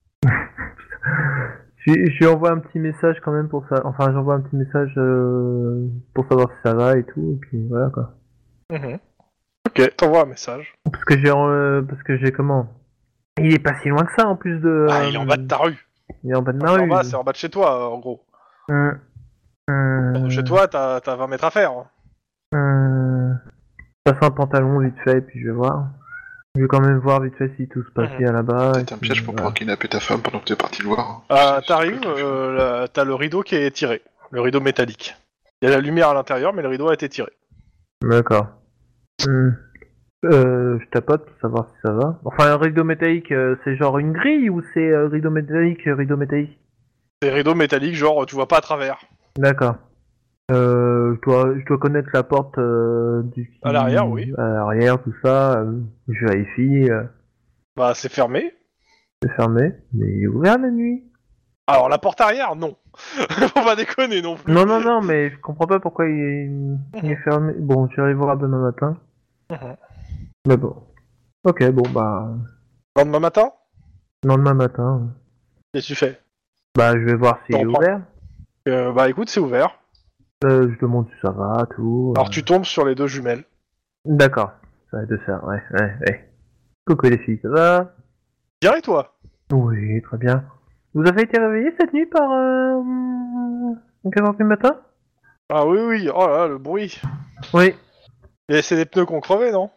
je, je lui envoie un petit message quand même pour ça, enfin j'envoie un petit message euh, pour savoir si ça va et tout, et puis voilà quoi. Mhm. Ok, t'envoies un message. Parce que j'ai, euh, parce que j'ai comment? Il est pas si loin que ça en plus de... Ah, il est en bas de ta rue. Il est en bas de ma Enfin, en rue. bas, c'est en bas de chez toi, euh, en gros. Hum, hum, Chez toi, t'as t'as vingt mètres à faire. hein. hum, je passe un pantalon vite fait et puis je vais voir. Je vais quand même voir vite fait si tout se passe Mhm. bien là-bas. C'est et un puis, piège pour voilà. pouvoir kidnapper ta femme pendant que t'es parti le voir. Euh, C'est- T'arrives, c'est- euh, là, t'as le rideau qui est tiré. Le rideau métallique. Il y a la lumière à l'intérieur, mais le rideau a été tiré. D'accord. Hum. Euh, je tapote pour savoir si ça va. Enfin, un rideau métallique, euh, c'est genre une grille ou c'est euh, rideau métallique, euh, rideau métallique? C'est rideau métallique, genre tu vois pas à travers. D'accord. Euh, je dois, je dois connaître la porte euh, du. À l'arrière, oui. À l'arrière, tout ça. euh, je vérifie. euh, Bah c'est fermé. c'est fermé, mais il est ouvert la nuit. Alors la porte arrière, non. Faut pas déconner non plus. Non, non, non, mais je comprends pas pourquoi il est, il est fermé. Bon, j'irai voir demain matin. Mhm. Mais bon. Ok, bon, bah. Lendemain matin, Lendemain matin. qu'est-ce que tu fais? Bah, je vais voir s'il T'en est prends. ouvert. euh, Bah écoute, c'est ouvert. Euh, je demande si ça va, tout. Alors euh. tu tombes sur les deux jumelles. D'accord. Ça va être ça, ouais, ouais, ouais. Coucou les filles, ça va? Bien et toi? Oui, très bien. Vous avez été réveillé cette nuit par euh, quatre heures du matin? Ah oui oui, oh là là, le bruit. Oui. Et c'est des pneus qu'on crevait, non?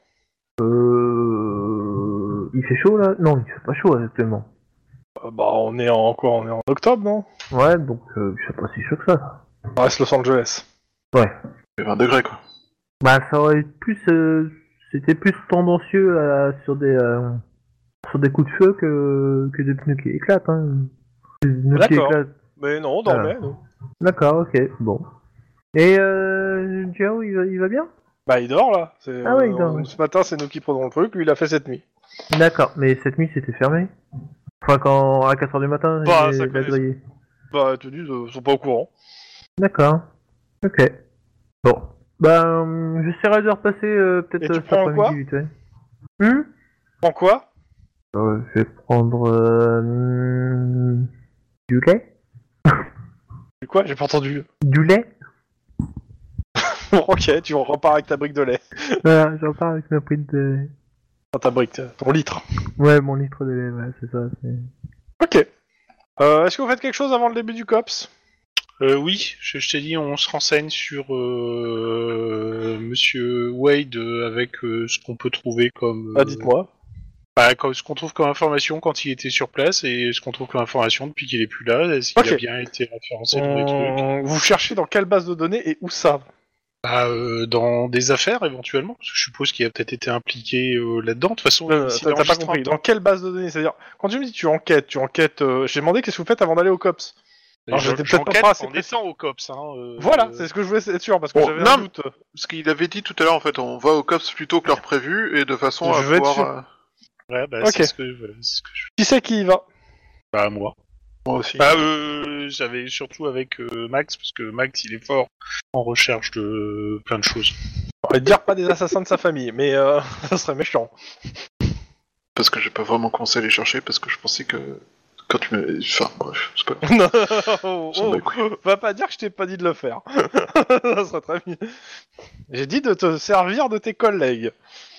Euh... Il fait chaud là? Non, il fait pas chaud actuellement. Euh, Bah on est en quoi? On est en octobre, non? Ouais, donc euh, je sais pas si chaud que ça. Ça reste Los Angeles. Ouais. Il fait vingt degrés quoi. Bah ça aurait plus... euh, C'était plus tendancieux euh, sur des... euh, sur des coups de feu que, que des pneus qui éclatent. Hein. Des pneus qui D'accord. éclatent. Mais non, on dormait, nous. D'accord, ok, bon. Et euh... Jiao, il va, il va bien? Bah il dort là. C'est, Ah ouais, il euh, dort, on- ouais. Ce matin c'est nous qui prenons le truc, lui il a fait cette nuit. D'accord, mais cette nuit c'était fermé? Enfin, quand à quatre heures du matin, Bah, il ça est connaît- grillé. Bah ils te disent, euh, ils sont pas au courant. D'accord. Ok. Bon. Ben, j'essaierai de repasser euh, peut-être Et tu euh, cet prends après-midi quoi vite fait. Hum En quoi? Euh, Je vais prendre euh, hum, du lait. Du quoi? J'ai pas entendu. Du lait. Ok, tu repars avec ta brique de lait. Voilà, j'en parle avec ma prise de... Enfin, ta brique, ton litre. Ouais, mon litre de lait, ouais, c'est ça. c'est- Ok. Euh, est-ce que vous faites quelque chose avant le début du COPS? Euh, oui, je, je t'ai dit, on se renseigne sur euh, Monsieur Wade euh, avec euh, ce qu'on peut trouver comme... Ah, euh, dites-moi. Bah, comme, ce qu'on trouve comme information quand il était sur place et ce qu'on trouve comme information depuis qu'il est plus là. Est-ce qu'il Ok. a bien été référencé dans les trucs Hum, Vous cherchez dans quelle base de données et où ça? bah, euh, dans des affaires éventuellement. Parce que je suppose qu'il a peut-être été impliqué euh, là-dedans. De toute façon, Euh, s'il T'as t'as pas enregistre compris. un Dans temps- quelle base de données? C'est-à-dire, quand tu me dis tu enquêtes, tu enquêtes... euh, J'ai demandé qu'est-ce que vous faites avant d'aller au COPS. Alors, Je- j'étais peut-être pas j'enquête assez en précis. étant au COPS. Hein, euh, Voilà, c'est ce que je voulais être sûr, parce que Bon, j'avais non, un doute. Ce qu'il avait dit tout à l'heure, en fait, on va au COPS plutôt que l'heure prévue, et de façon Je à veux être pouvoir... sûr. euh, Ouais, bah, Ok. c'est ce que, voilà, c'est ce que je... Qui c'est qui y va? Bah, moi. Moi aussi. Bah, euh, j'avais surtout avec euh, Max, parce que Max, il est fort en recherche de plein de choses. On va dire pas des assassins de sa famille, mais euh, ça serait méchant. Parce que j'ai pas vraiment commencé à les chercher, parce que je pensais que... Quand tu me... Enfin, bref, c'est pas... Non, oh, Ça me bat les oh, va pas dire que je t'ai pas dit de le faire. Ça serait très bien. J'ai dit de te servir de tes collègues.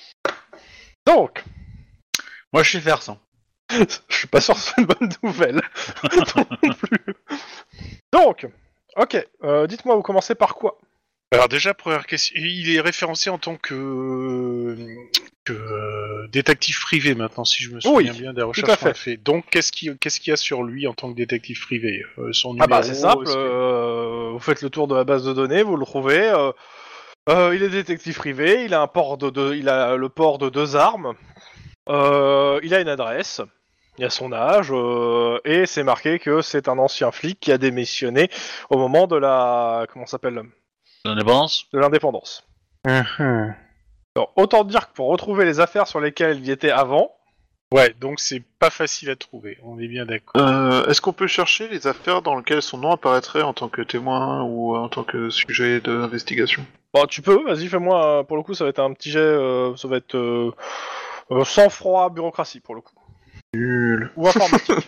Donc, Moi, je sais faire ça. je suis pas sûr que ce soit une bonne nouvelle. Non plus. Donc, ok, euh, dites-moi, vous commencez par quoi? Alors déjà, première question, il est référencé en tant que, que euh, détective privé maintenant, si je me souviens Oui, bien des à recherches qu'on fait. a fait. Donc, qu'est-ce qu'il qu'est-ce qu'il y a sur lui en tant que détective privé euh, Son Ah numéro bah c'est simple, est-ce que- euh, vous faites le tour de la base de données, vous le trouvez. euh, euh, il est détective privé, il a un port de, de- il a le port de deux armes, euh, il a une adresse, il a son âge, euh, et c'est marqué que c'est un ancien flic qui a démissionné au moment de la, comment ça s'appelle, L'indépendance. de l'indépendance. Mhm. Alors, autant dire que pour retrouver les affaires sur lesquelles il y était avant, Ouais, donc c'est pas facile à trouver, on est bien d'accord. Euh, Est-ce qu'on peut chercher les affaires dans lesquelles son nom apparaîtrait en tant que témoin ou en tant que sujet d'investigation? bon, tu peux, vas-y, fais-moi, euh, pour le coup, ça va être un petit jet, euh, ça va être euh, euh, sang-froid, bureaucratie, pour le coup. Nul. Ou informatique.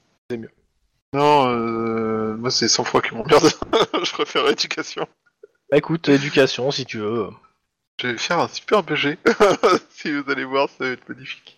Non, euh, moi c'est cent fois qui m'emmerde. Je préfère éducation. Bah, écoute, éducation, si tu veux. Je vais faire un super B G. Si vous allez voir, ça va être magnifique.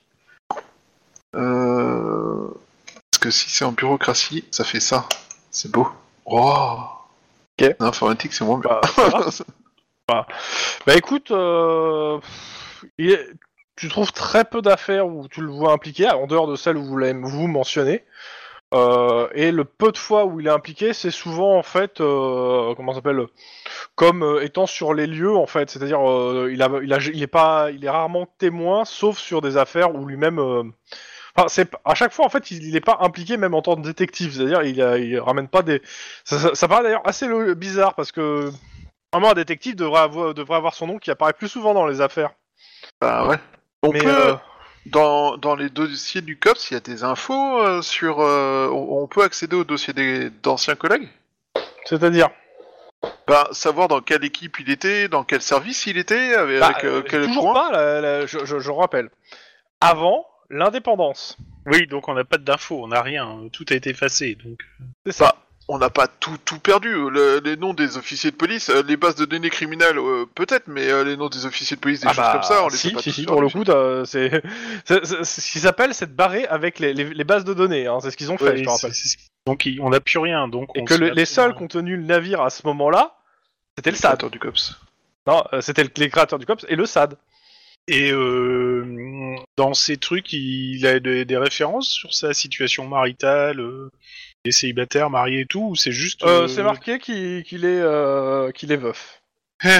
Euh... Parce que si c'est en bureaucratie, ça fait ça. C'est beau. Oh. Ok. En informatique, c'est moins bien. Bah, ça va. Bah écoute, euh, il est- tu trouves très peu d'affaires où tu le vois impliqué, en dehors de celles où vous l'avez vous mentionnez. Euh, et le peu de fois où il est impliqué, c'est souvent en fait, euh, comment ça s'appelle, comme euh, étant sur les lieux en fait. C'est-à-dire, euh, il a, il a, il est pas, il est rarement témoin, sauf sur des affaires où lui-même. euh, Enfin, c'est à chaque fois en fait, il, il est pas impliqué même en tant que détective. C'est-à-dire, il, a- il ramène pas des. Ça, ça, ça paraît d'ailleurs assez le- bizarre parce que vraiment un détective devrait avoir, devrait avoir son nom qui apparaît plus souvent dans les affaires. Bah ouais. On Mais, peut... euh, Dans, dans les dossiers du COPS, il y a des infos euh, sur... euh, on, on peut accéder aux dossiers des- d'anciens collègues? c'est-à-dire. Bah, savoir dans quelle équipe il était, dans quel service il était, avec, Bah, avec, euh, euh, quel toujours point. pas. la- la- je, je, je rappelle. Avant l'indépendance. Oui, donc on n'a pas d'infos, on n'a rien, tout a été effacé, donc... C'est ça. Bah, on n'a pas tout, tout perdu. Le- les noms des officiers de police, euh, les bases de données criminelles, euh, peut-être, mais euh, les noms des officiers de police, des Ah choses bah, comme ça, on les si, a pas si, tous si, pour le perdus. coup, t'as- c'est c'est- c'est- ce qui s'appelle c'est de barrer avec les, les, les bases de données. Hein, c'est ce qu'ils ont fait, Ouais, je te rappelle. c'est- c'est- Donc il- on n'a plus rien, donc Et on que se le- met les à- seuls qui ont tenu le navire à ce moment-là, c'était le S A D. Créateur du COPS. Non, euh, c'était le- les créateurs du COPS et le S A D. Et euh, dans ces trucs, il a des, des références sur sa situation maritale, euh, les célibataires, mariés et tout, ou c'est juste... Euh, euh, C'est marqué qu'il qu'il est, euh, qu'il est veuf. Eh.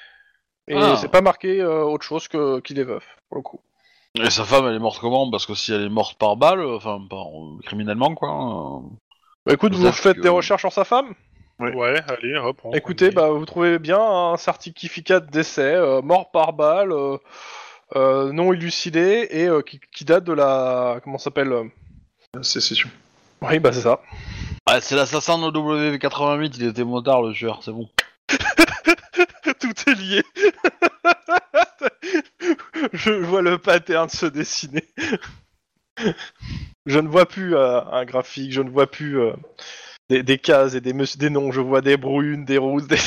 Et Ah. c'est pas marqué euh, autre chose que qu'il est veuf, pour le coup. Et sa femme, elle est morte comment? Parce que si elle est morte par balle, euh, enfin, par, euh, criminellement, quoi. euh, Bah, écoute, vous Peut-être faites que- des recherches sur sa femme. Ouais. Ouais, allez, hop. on- Écoutez, on- bah, vous trouvez bien un certificat de décès, euh, mort par balle, euh, euh, non élucidé, et euh, qui, qui date de la... Comment ça s'appelle euh, Sécession. Oui, bah c'est ça. Ah, c'est l'assassin de W quatre-vingt-huit, il était motard, le tueur, c'est bon. Tout est lié. Je vois le pattern se dessiner. Je ne vois plus euh, un graphique, je ne vois plus euh, des, des cases et des, mus- des noms, je vois des brunes, des roses, des...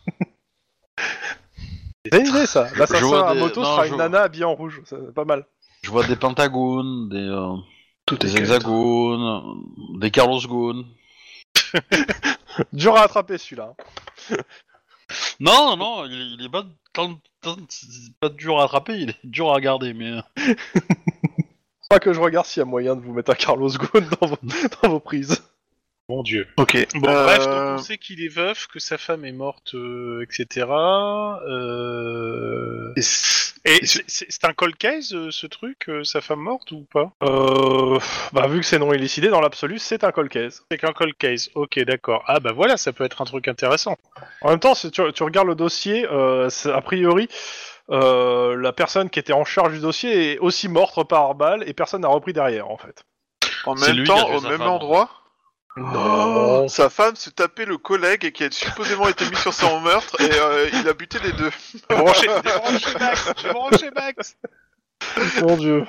C'est une idée ça. L'assassin vois à des- moto non, sera je une vois- nana habillée en rouge, c'est pas mal. Je vois des pentagones, des, euh, Tout des est hexagones, euh, des Carlos Ghosn. Dur à attraper celui-là. Non, non, il, il est pas, tant- tant- c'est pas dur à attraper, il est dur à garder, mais... Pas que je regarde s'il y a moyen de vous mettre un Carlos Ghosn dans vos, dans vos prises. Mon Dieu. Ok. Bon, Euh, bref, donc on sait qu'il est veuf, que sa femme est morte, euh, et cetera. Euh... et c- Et et c'est- c'est c'est un cold case, euh, ce truc, euh, sa femme morte ou pas? Euh, bah vu que c'est non élucidé, dans l'absolu, c'est un cold case. C'est qu'un cold case, ok, d'accord. Ah bah voilà, ça peut être un truc intéressant. En même temps, si tu, tu regardes le dossier, euh, c'est- a priori, euh, la personne qui était en charge du dossier est aussi morte par balle et personne n'a repris derrière, en fait. en C'est même lui qui a temps, tué au sa même femme. endroit, Non. sa femme se tapait le collègue et qui a supposément été mis sur son meurtre et euh, il a buté les deux. Débranché, débranché Max, débranché Max. Mon Dieu.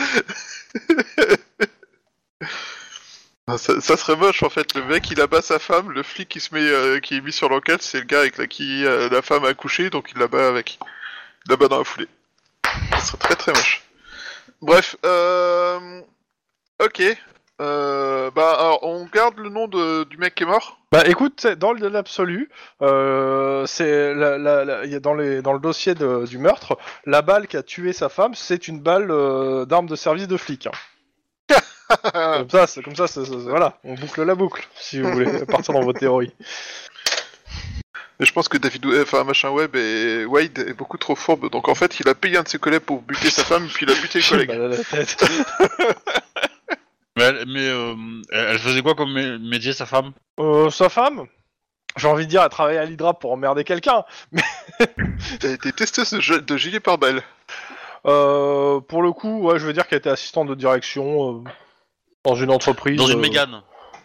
Ah, Ça, ça serait moche en fait, le mec il abat sa femme, le flic qui se met, euh, qui est mis sur l'enquête, c'est le gars avec la, qui euh, la femme a couché, donc il l'abat avec, il l'abat dans la foulée. Ça serait très très moche. Bref, euh... ok, euh... bah alors on garde le nom de, du mec qui est mort. Bah écoute, c'est- dans le- l'absolu, euh, c'est la, la, la- y a dans, les, dans le dossier de- du meurtre, la balle qui a tué sa femme, c'est une balle euh, d'arme de service de flic. Hein. Comme ça, c'est comme ça, c'est- c'est- voilà, on boucle la boucle, si vous voulez partir dans vos théories. Mais je pense que David, Webb- enfin machin Webb et Wade est beaucoup trop fourbe, donc en fait il a payé un de ses collègues pour buter sa femme, puis il a buté le J'ai collègue. mal à la tête. Mais, elle, mais euh, elle elle faisait quoi comme mé- métier, sa femme? Euh, sa femme, j'ai envie de dire, elle travaille à l'Hydra pour emmerder quelqu'un. Elle a été testeuse de, gi- de gilet pare-balles. Euh, pour le coup, ouais, je veux dire qu'elle était assistante de direction euh, dans une entreprise. Dans une euh, Mégane.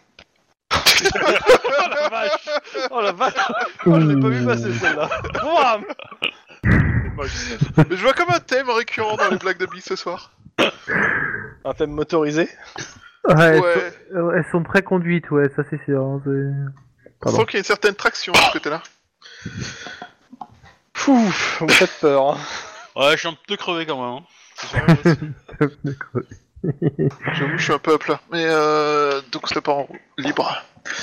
Oh la vache! Oh la vache! Oh, je l'ai pas vu passer celle-là. Bouam. Mais je vois comme un thème récurrent dans les blagues de Billy ce soir. Un thème motorisé. Ouais, elles, Ouais. sont, euh, elles sont très conduites, ouais, ça c'est sûr. hein, c'est- On Pardon. sent qu'il y a une certaine traction de ce côté-là. Pouf, vous me faites peur. Hein. Ouais, je suis un peu crevé quand même. Hein. J'avoue, je suis un peu à plat. Mais euh, donc c'était pas en roue libre.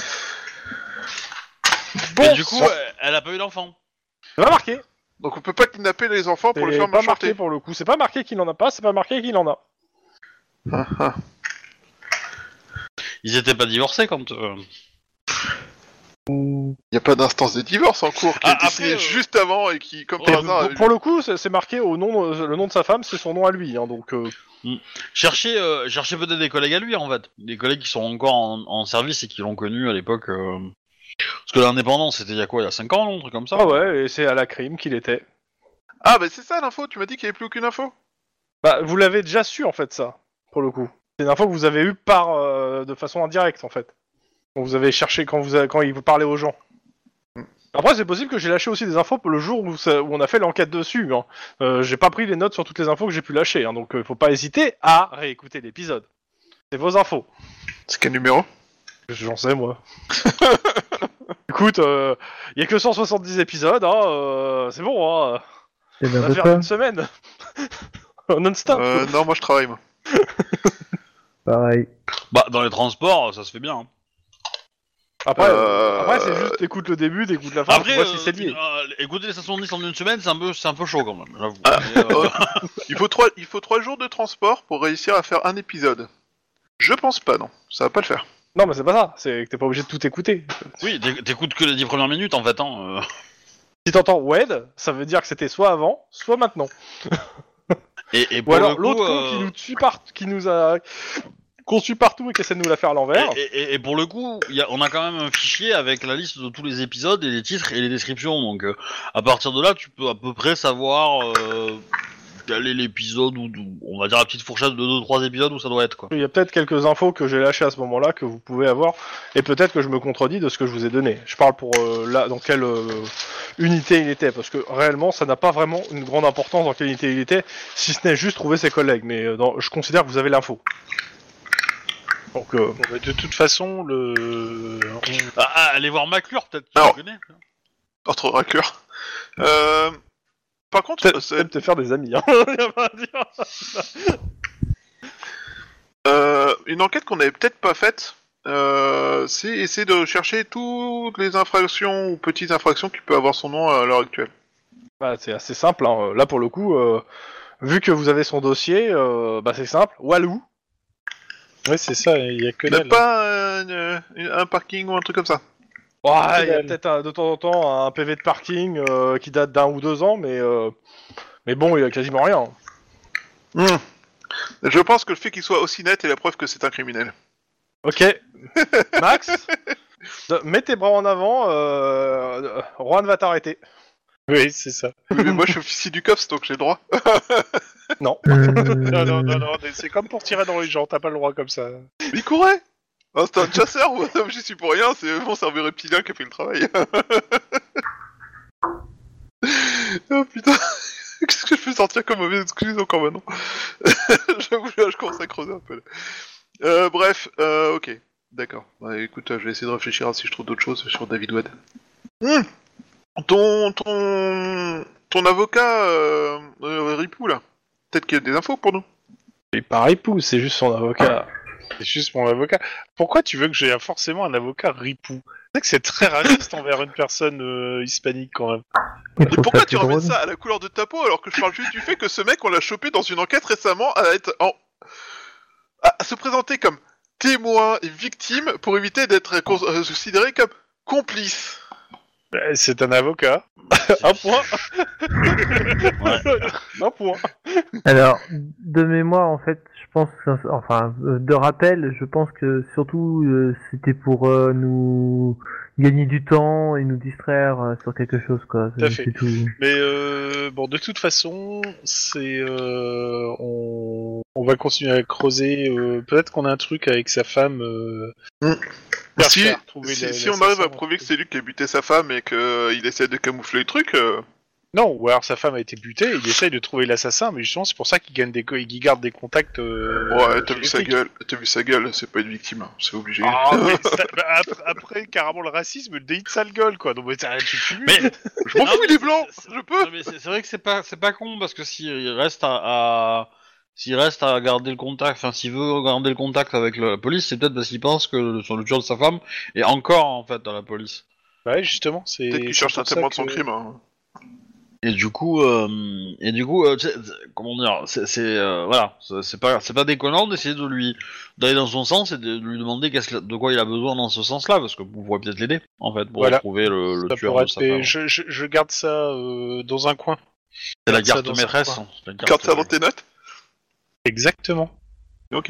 Mais du coup, elle, elle a pas eu d'enfant. C'est pas marqué. Donc on peut pas kidnapper les enfants pour les C'est faire pas marqué m'enchanter. pour le coup. C'est pas marqué qu'il en a pas. C'est pas marqué qu'il en a. Ah, ah. Ils étaient pas divorcés quand... euh, Il n'y a pas d'instance de divorce en cours qui Ah, a été après, signée euh, juste avant et qui, comme Oh, par Et hasard, a pour, eu- pour le coup, c'est c'est marqué au nom, euh, le nom de sa femme, c'est son nom à lui. Hein, donc. Euh... Chercher, euh, chercher peut-être des collègues à lui en fait. Des collègues qui sont encore en, en service et qui l'ont connu à l'époque. euh, Parce que l'indépendance c'était il y a quoi? Il y a cinq ans, non, un truc comme ça? Ah ouais, et c'est à la crime qu'il était. Ah bah c'est ça l'info, tu m'as dit qu'il n'y avait plus aucune info. Bah, vous l'avez déjà su en fait ça, pour le coup. C'est une info que vous avez eue par, euh, de façon indirecte en fait. Quand vous avez cherché, quand vous avez, quand il vous parlait aux gens. Après, c'est possible que j'ai lâché aussi des infos pour le jour où, ça- où on a fait l'enquête dessus. Hein. Euh, j'ai pas pris les notes sur toutes les infos que j'ai pu lâcher, hein, donc euh, faut pas hésiter à réécouter l'épisode. C'est vos infos. C'est quel numéro? J'en sais moi. Écoute, il euh, y a que cent soixante-dix épisodes, hein, euh, c'est bon. Hein. C'est On va n'importe faire quoi. une semaine. Non-stop. euh, Non, moi je travaille moi. Pareil. Bah dans les transports, ça se fait bien. Hein. Après, Euh, après c'est juste t'écoutes le début, t'écoutes la fin, tu Après, vois si euh, c'est lié. euh, écouter les stations de dix en une semaine, c'est un peu, c'est un peu chaud quand même. J'avoue. Ah, Mais, euh, il faut trois, il faut trois jours de transport pour réussir à faire un épisode. Je pense pas, non, ça va pas le faire. Non, mais c'est pas ça, c'est que t'es pas obligé de tout écouter. oui, t'éc- t'écoutes que les dix premières minutes en fait. Hein. euh. Si t'entends Wed, ça veut dire que c'était soit avant, soit maintenant. Et, et Ou pour alors le coup, l'autre con euh, qui nous suit part, qui nous a qu'on suit partout et qui essaie de nous la faire à l'envers. Et, et- et pour le coup, y a, on a quand même un fichier avec la liste de tous les épisodes et les titres et les descriptions. Donc, euh, à partir de là, tu peux à peu près savoir euh, quel est l'épisode ou on va dire la petite fourchette de deux trois épisodes où ça doit être quoi. Il y a peut-être quelques infos que j'ai lâchées à ce moment-là que vous pouvez avoir, et peut-être que je me contredis de ce que je vous ai donné. Je parle pour euh, là dans quelle euh, unité il était, parce que réellement ça n'a pas vraiment une grande importance dans quelle unité il était, si ce n'est juste trouver ses collègues. Mais euh, dans, je considère que vous avez l'info. Donc, euh, Bon, bah, de toute façon, le. on- Ah, ah, allez voir McClure peut-être. Tu Alors. le connais. Entre racleurs. Euh... Par contre, peut-être c'est- peut-être te faire des amis. Hein. Y a pas à dire. euh, une enquête qu'on avait peut-être pas faite, euh, c'est essayer de chercher toutes les infractions ou petites infractions qui peuvent avoir son nom à l'heure actuelle. Bah, c'est assez simple. Hein. Là, pour le coup, euh, vu que vous avez son dossier, euh, bah, c'est simple. Walou. Ouais, c'est ça, il y a que Même dalle. pas euh, une- un parking ou un truc comme ça. Ouais, il y a dalle. peut-être un- de temps en temps un P V de parking euh, qui date d'un ou deux ans, mais euh, mais bon, il y a quasiment rien. Hmm. Je pense que le fait qu'il soit aussi net est la preuve que c'est un criminel. Ok. Max, de- mets tes bras en avant. Euh, Juan va t'arrêter. Oui, c'est ça. Oui, mais moi je suis officier du C O P S donc j'ai le droit. Non. Non, non, non, non, c'est comme pour tirer dans les gens, t'as pas le droit comme ça. Il courait. Oh, c'était un chasseur ou j'y suis pour rien, c'est mon cerveau reptilien qui a fait le travail. Oh putain, qu'est-ce que je peux sortir comme mauvaise excuse encore maintenant? J'avoue, là, je commence à creuser un peu. Là. Euh, bref, euh, ok, d'accord. Bah, écoute, je vais essayer de réfléchir à si je trouve d'autres choses sur David Wade. Hmm. Ton, ton, ton avocat, euh, euh, Ripou là, peut-être qu'il y a des infos pour nous. C'est pas Ripou, c'est juste son avocat. C'est juste mon avocat. Pourquoi tu veux que j'ai forcément un avocat ripou? C'est que c'est très raciste envers une personne euh, hispanique quand même. Il Et trouve pourquoi ça tu plus ramènes drôle. ça à la couleur de ta peau alors que je parle juste du fait que ce mec on l'a chopé dans une enquête récemment à être en... à se présenter comme témoin et victime pour éviter d'être cons- euh, considéré comme complice. Bah, c'est un avocat. Un point. Un point. Alors, de mémoire, en fait, je pense, que- enfin, euh, de rappel, je pense que surtout euh, c'était pour euh, nous gagner du temps et nous distraire euh, sur quelque chose, quoi. Tout à C'est fait. tout. Mais euh, bon, de toute façon, c'est euh, on... on va continuer à creuser. Euh, Peut-être qu'on a un truc avec sa femme. Euh... Mm. faire Si, faire, trouver si, la- si on l'assassin. arrive à prouver que c'est lui qui a buté sa femme et qu'il essaie de camoufler le truc, euh, Non, ou alors sa femme a été butée, il essaye de trouver l'assassin, mais justement c'est pour ça qu'il gagne des co- qu'il garde des contacts. Euh, ouais, t'as chez vu les sa flics. gueule, t'as vu sa gueule, c'est pas une victime, hein, c'est obligé. Ah, mais ça- bah, après, après, carrément le racisme, le délit de sale gueule quoi. Donc mais ça, tu te fumes. Mais Je m'en Non, fous, mais il est c'est- blanc, c'est- je peux. non, mais c'est c'est vrai que c'est pas c'est pas con parce que s'il reste à, à- s'il reste à garder le contact, enfin s'il veut garder le contact avec la police, c'est peut-être parce qu'il pense que sur le tueur de sa femme est encore en fait dans la police. Ouais, justement, c'est. Peut-être qu'il c'est cherche un pour ça témoin de son que- crime. Hein. Et du coup, euh, et du coup, euh, tu sais, c'est- comment dire, c'est, c'est euh, voilà, c'est c'est pas, c'est pas déconnant d'essayer de lui, d'aller dans son sens et de lui demander qu'est-ce que- de quoi il a besoin dans ce sens-là, parce que vous pourrez peut-être l'aider, en fait, pour Voilà. retrouver le, le Ça tueur pourrait de être- sa mais femme. je, je, je garde ça euh, dans un coin. C'est la garde ça carte dans un maîtresse. coin. c'est la Garde ça dans tes notes. Exactement. Ok.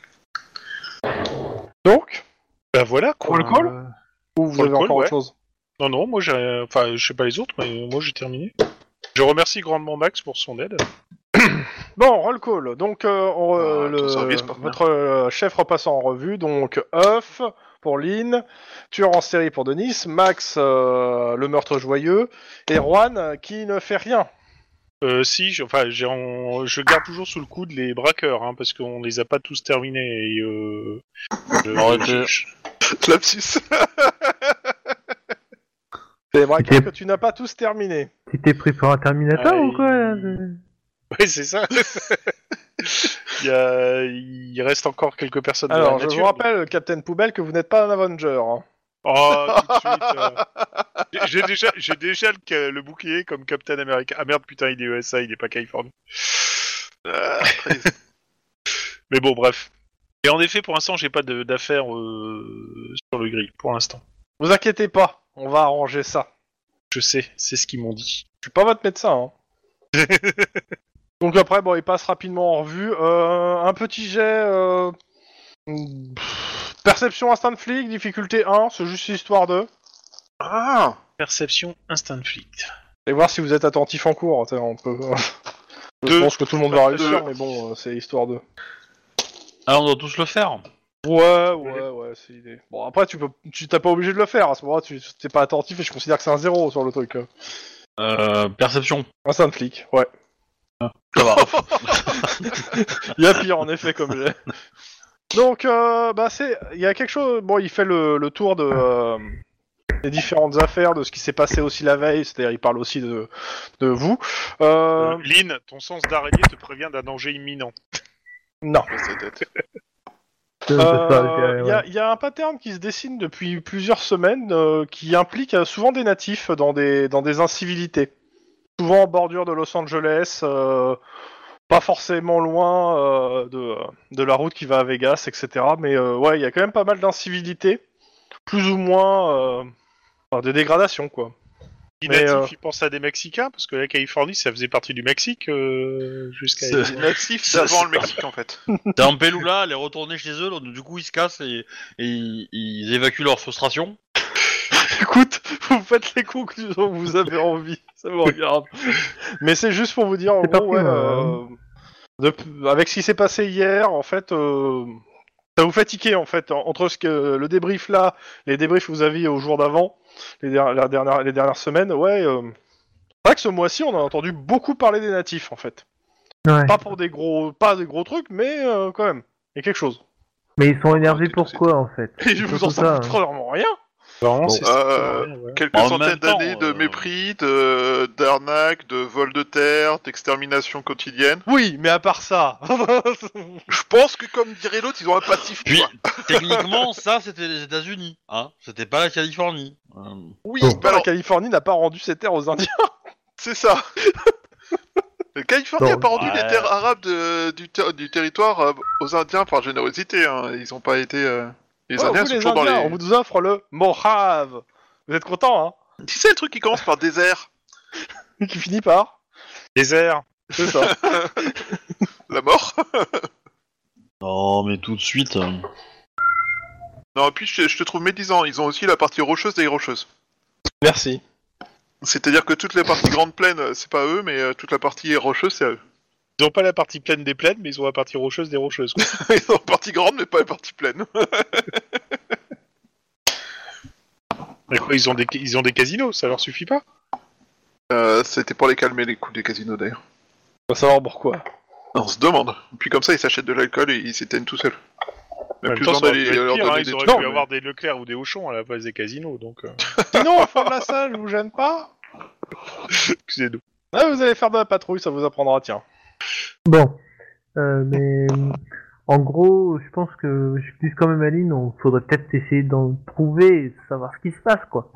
Donc, Bah voilà quoi. Roll call Euh, ou vous Roll avez call, encore ouais. autre chose? Non non, moi j'ai, enfin je sais pas les autres, mais moi j'ai terminé. Je remercie grandement Max pour son aide. Bon, roll call. Donc, euh, on, euh, Ah, le- ton service, partner. votre euh, chef repasse en revue. Donc, Huff pour Lynn, tueur en série pour Denis, Max, euh, le meurtre joyeux, et Juan euh, qui ne fait rien. Euh, si, je, enfin, j'ai en- je garde toujours sous le coude les braqueurs, hein, parce qu'on les a pas tous terminés. Et, euh, je- Arrêtez. je- Lapsus. C'est vrai Ok. que tu n'as pas tous terminé. Tu t'es pris pour un Terminator Ah, ou quoi là il- Ouais, c'est ça. il, y a- il reste encore quelques personnes. de Alors, la je nature. vous rappelle, Captain Poubelle, que vous n'êtes pas un Avenger. hein. Oh, tout de suite. euh. J'ai- J'ai déjà, j'ai déjà le, ca- le bouclier comme Captain America. Ah merde, putain, il est U S A, il est pas Californie. Ah, très- Mais bon, bref. Et en effet, pour l'instant, j'ai pas de- d'affaires euh, sur le gris, pour l'instant. Vous inquiétez pas, on va arranger ça. Je sais, c'est ce qu'ils m'ont dit. Je suis pas votre médecin. Hein. Donc après, bon, il passe rapidement en revue. Euh, un petit jet... Euh... pff, Perception instant flic, difficulté un, c'est juste histoire de... Ah. Perception instant flic. Et voir si vous êtes attentif en cours. t'sais, On peut... Je Deux. pense que tout le monde va réussir, Deux. mais bon, euh, c'est histoire de... Alors on doit tous le faire. Ouais, ouais, ouais, c'est l'idée. Bon, après, tu peux, tu t'es pas obligé de le faire. À ce moment-là, tu t'es pas attentif et je considère que c'est un zéro sur le truc. euh. Euh, perception. Instant flic, ouais. Ça va. Il y a pire en effet comme jet. Donc, euh, bah c'est, il y a quelque chose. Bon, il fait le, le tour de euh, des différentes affaires, de ce qui s'est passé aussi la veille. C'est-à-dire, il parle aussi de de vous. Euh, Euh, Lynn, ton sens d'araignée te prévient d'un danger imminent. non. Dans sa tête. Ça, ça, ça, je dirais, Il ouais. y, a- y a un pattern qui se dessine depuis plusieurs semaines euh, qui implique euh, souvent des natifs dans des, dans des incivilités. Souvent en bordure de Los Angeles, euh, pas forcément loin euh, de, de la route qui va à Vegas, et cetera. Mais euh, ouais, il y a quand même pas mal d'incivilités, plus ou moins euh, enfin, des dégradations, quoi. Les Mais, natifs, euh, ils pensent à des Mexicains, parce que la Californie, ça faisait partie du Mexique euh, jusqu'à... C'est- Les natifs Ça, d'avant c'est- le Mexique en fait. T'es en Pelula, elle est retournée chez eux, donc du coup ils se cassent et, et ils, ils évacuent leur frustration. Écoute, vous faites les conclusions que vous avez envie, ça me regarde. Mais c'est juste pour vous dire, en C'est gros, parti, ouais, moi, euh, de- avec ce qui s'est passé hier, en fait, euh, ça vous fatigue en fait en- entre ce que le débrief là, les débriefs que vous aviez au jour d'avant, les, der- la dernière, les dernières semaines, ouais. Euh, c'est vrai que ce mois-ci, on a entendu beaucoup parler des natifs, en fait. Ouais. Pas pour des gros, pas des gros trucs, mais euh, quand même, il y a quelque chose. Mais ils sont énervés tout de pourquoi en fait? Et je vous en Surtout ça, sais hein. vraiment rien. Vraiment, Bon, c'est euh, ça, ouais. Quelques En centaines même temps, d'années de euh, mépris, de d'arnaque, de vol de terre, d'extermination quotidienne. Oui, mais à part ça. Je pense que comme dirait l'autre, ils ont un passif. Puis quoi. techniquement ça c'était les États-Unis, hein, c'était pas la Californie. Euh, Oui, Bon. bah la alors, Californie n'a pas rendu ses terres aux Indiens. c'est ça. La Californie Bon, a pas rendu ouais. les terres arabes de- du, ter- du territoire euh, aux Indiens par générosité. Hein. Ils ont pas été. euh, Les Ouais, Indiens vous, sont les toujours Indiens, dans on les. vous offre le Mojave. Vous êtes contents, Tu sais le truc qui commence par désert, hein. Qui finit par. Désert. C'est ça. la mort. Non mais tout de suite. euh, Non, et puis je, je te trouve médisant. Ils ont aussi la partie rocheuse des rocheuses. Merci. C'est-à-dire que toute la partie grande plaine, euh, c'est pas eux, mais euh, toute la partie rocheuse, c'est à eux. Ils ont pas la partie pleine des plaines, mais ils ont la partie rocheuse des rocheuses. quoi. Ils ont la partie grande, mais pas la partie pleine. Mais quoi, ils ont des, ils ont des casinos, ça leur suffit pas? Euh, C'était pour les calmer les coups des casinos d'ailleurs. On va savoir pourquoi. On se demande. Puis comme ça, ils s'achètent de l'alcool et ils s'éteignent tout seuls. En Même même plus temps, besoin ça aurait d'aller pu être leur pire, hein, donner ils des auraient trucs. pu avoir des Leclerc ou des Auchan à la place des casinos, donc... Euh... Sinon, à fin de la salle, je vous gêne pas. Excusez-nous. Ah, vous allez faire de la patrouille, ça vous apprendra, tiens. Bon, euh, mais en gros, je pense que je dis quand même à Lynn, on faudrait peut-être essayer d'en trouver et de savoir ce qui se passe, quoi.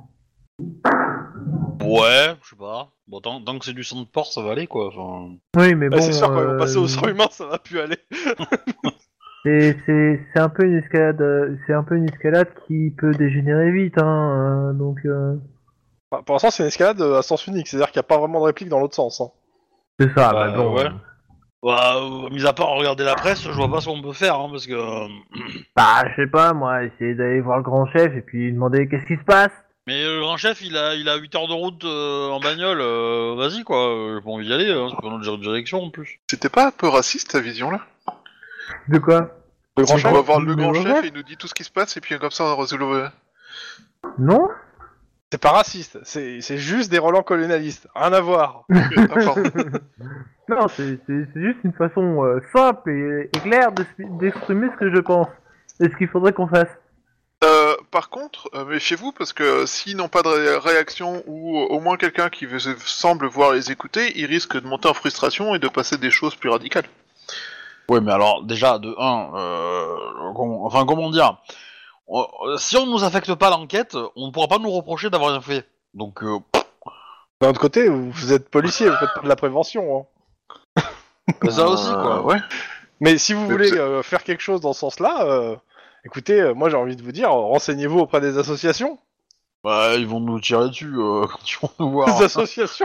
Ouais, je sais pas. Bon tant, tant que c'est du sang de porc ça va aller quoi. Enfin... Oui, mais Bah, bon. c'est sûr, quand ils vont euh, passer au sang humain, ça va plus aller. c'est c'est c'est un peu une escalade, euh, c'est un peu une escalade qui peut dégénérer vite, hein. euh, donc euh, Enfin, pour l'instant, c'est une escalade euh, à sens unique, c'est-à-dire qu'il n'y a pas vraiment de réplique dans l'autre sens. Hein. c'est ça. Bah, mais bon, ouais. euh, Bah, euh, mis à part regarder la presse, je vois pas ce qu'on peut faire hein, parce que. euh, bah, je sais pas, moi, essayer d'aller voir le grand chef et puis lui demander qu'est-ce qui se passe. Mais euh, le grand chef il a il a huit heures de route euh, en bagnole, euh, vas-y quoi, euh, j'ai pas envie d'y aller, hein, c'est pas notre direction en plus. C'était pas un peu raciste ta vision là? De quoi? Le grand C'est chef On va voir le Mais grand ouais. chef et il nous dit tout ce qui se passe et puis comme ça on résout le. Non? C'est pas raciste, c'est c'est juste des relents colonialistes. Rien à voir. Ah, pardon. Non, c'est c'est c'est juste une façon euh, simple et, et claire de- d'exprimer ce que je pense et ce qu'il faudrait qu'on fasse. Euh, par contre, euh, méfiez-vous parce que s'ils n'ont pas de ré- réaction ou au moins quelqu'un qui veut- semble voir les écouter, ils risquent de monter en frustration et de passer des choses plus radicales. Ouais mais alors déjà de un, euh, comment- enfin comment dire, euh, si on nous affecte pas l'enquête, on ne pourra pas nous reprocher d'avoir rien fait. Donc euh, D'un autre côté, vous, vous êtes policier, vous faites pas de la prévention. Hein. ça aussi quoi. Euh, ouais. Mais si vous Mais voulez vous- euh, faire quelque chose dans ce sens-là, euh, écoutez, euh, moi j'ai envie de vous dire, euh, renseignez-vous auprès des associations. Bah ils vont nous tirer dessus euh, quand ils vont nous voir. Des associations.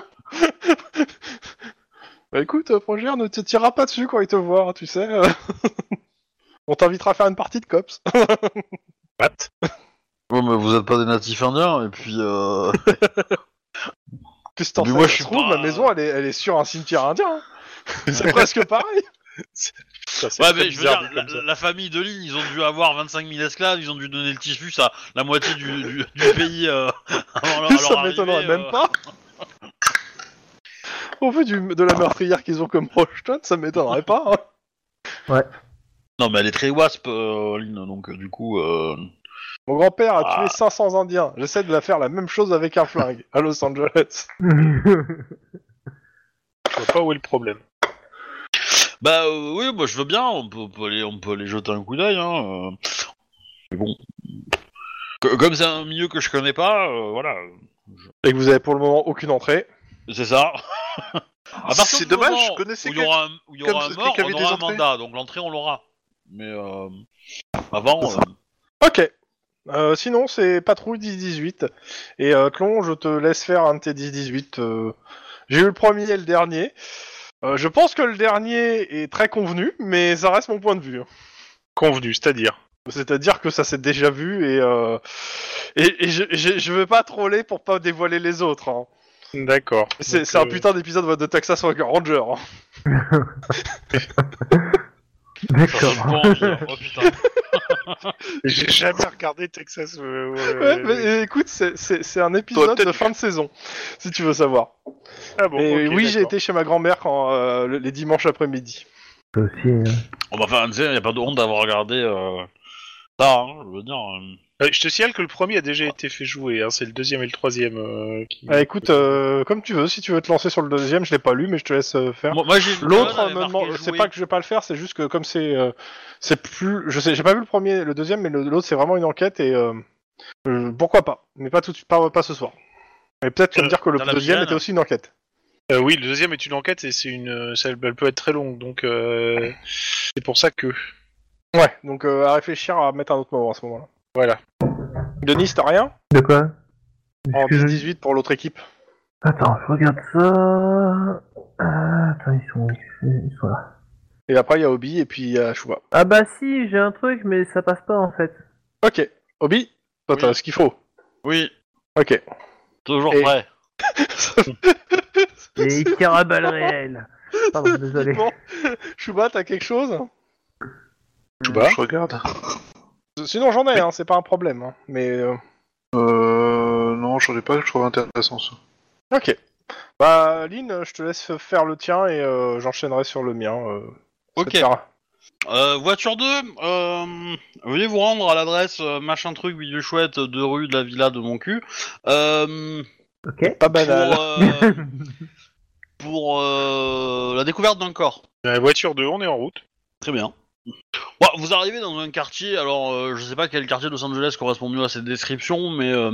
Bah écoute, euh, Progère ne te tirera pas dessus quand il te voit, tu sais. euh. On t'invitera à faire une partie de cops. What? Ouais mais vous êtes pas des natifs indiens et puis euh... Plus tant Mais ça, moi, ça je se suis trouve, pas- ma maison elle est, elle est sur un cimetière indien. hein. C'est presque pareil. Ça, c'est Ouais, très mais je veux bizarre dire, dit la, comme ça. la famille de Lynn, ils ont dû avoir vingt-cinq mille esclaves, ils ont dû donner le typhus à la moitié du, du, du pays euh, avant leur, Ça leur m'étonnerait arrivée, même euh. pas. Au vu du, de la meurtrière qu'ils ont comme projeton, ça m'étonnerait pas. hein. Non, mais elle est très wasp, euh, Lynn, donc euh, du coup. Euh... Mon grand-père a Ah. tué cinq cents Indiens. J'essaie de la faire la même chose avec un flingue à Los Angeles. Je vois pas où est le problème. Bah euh, oui, bah, je veux bien, on peut, on peut aller, on peut aller jeter un coup d'œil. Hein, euh. Mais bon, Co- comme c'est un milieu que je connais pas, euh, voilà, Et que vous avez pour le moment aucune entrée. c'est ça. À partir C'est du dommage, moment je connaissais où il y aura un, où il y aura un quelqu'un mort, qui avait on des aura un entrées. mandat, donc l'entrée on l'aura. Mais euh, avant, C'est ça. euh, Ok. Euh, sinon, c'est patrouille dix dix-huit. Et euh, Tlon, je te laisse faire un de tes dix dix-huit. Euh... J'ai eu le premier et le dernier. Euh, je pense que le dernier est très convenu, mais ça reste mon point de vue. Convenu, c'est-à-dire. C'est-à-dire que ça s'est déjà vu et, euh, et, et je, je, je veux pas troller pour pas dévoiler les autres. Hein. D'accord. C'est, Donc, c'est un euh, putain d'épisode de Texas Ranger. Hein. ça D'accord. fait pas envie, hein. Oh putain. J'ai jamais regardé Texas. Euh, ouais, Ouais, mais écoute, c'est, c'est, c'est un épisode peut-être de fin de saison, si tu veux savoir. Ah bon, Et ok, oui, j'ai d'accord. été chez ma grand-mère quand, euh, le- les dimanches après-midi. Toi aussi. Hein. On va faire un, tu sais, y a pas de honte d'avoir regardé euh, ça, hein, je veux dire. euh. Euh, je te signale que le premier a déjà été fait jouer, hein, c'est le deuxième et le troisième euh, qui... Ah, écoute, euh, comme tu veux, si tu veux te lancer sur le deuxième, je l'ai pas lu, mais je te laisse euh, faire. Moi, moi, j'ai L'autre, avait me marqué demande- c'est jouer. pas que je vais pas le faire, c'est juste que comme c'est, euh, c'est plus, je sais, j'ai pas vu le premier, le deuxième, mais le- l'autre c'est vraiment une enquête et euh, euh, pourquoi pas, mais pas tout de suite, pas, pas ce soir. Et peut-être tu vas me Euh, dire que le dans la deuxième piscine. était aussi une enquête. Euh, oui, le deuxième est une enquête et c'est une, ça, elle peut être très longue, donc euh, c'est pour ça que... Ouais, donc euh, à réfléchir à mettre un autre moment à ce moment-là. Voilà. Denis, t'as rien De quoi en Est-ce que je- dix dix-huit pour l'autre équipe? Attends, je regarde ça. Ah, attends, ils sont, ils sont là. Et après il y a Obi et puis il y a Chouba. Ah bah si, j'ai un truc, mais ça passe pas en fait. Ok, Obi, toi Oui. t'as ce qu'il faut. Oui, Ok. toujours Et- prêt. Et il tire à balles réelles. Pardon, désolé. Bon, Chouba, t'as quelque chose? Chouba. Je regarde. Sinon j'en ai, hein, c'est pas un problème. Hein, mais euh, Euh... Non, j'en ai pas que je trouve intéressant ça. ok. Bah Lynn, je te laisse faire le tien et euh, j'enchaînerai sur le mien. Euh, Ok. ça te fera- Euh, voiture deux, euh, veuillez vous rendre à l'adresse euh, machin truc bidule chouette de rue de la villa de mon cul. Euh, Ok. Pas banal. pour euh, pour euh, la découverte d'un corps. La voiture deux, on est en route. Très bien. Bon, vous arrivez dans un quartier, alors euh, je sais pas quel quartier de Los Angeles correspond mieux à cette description, mais euh,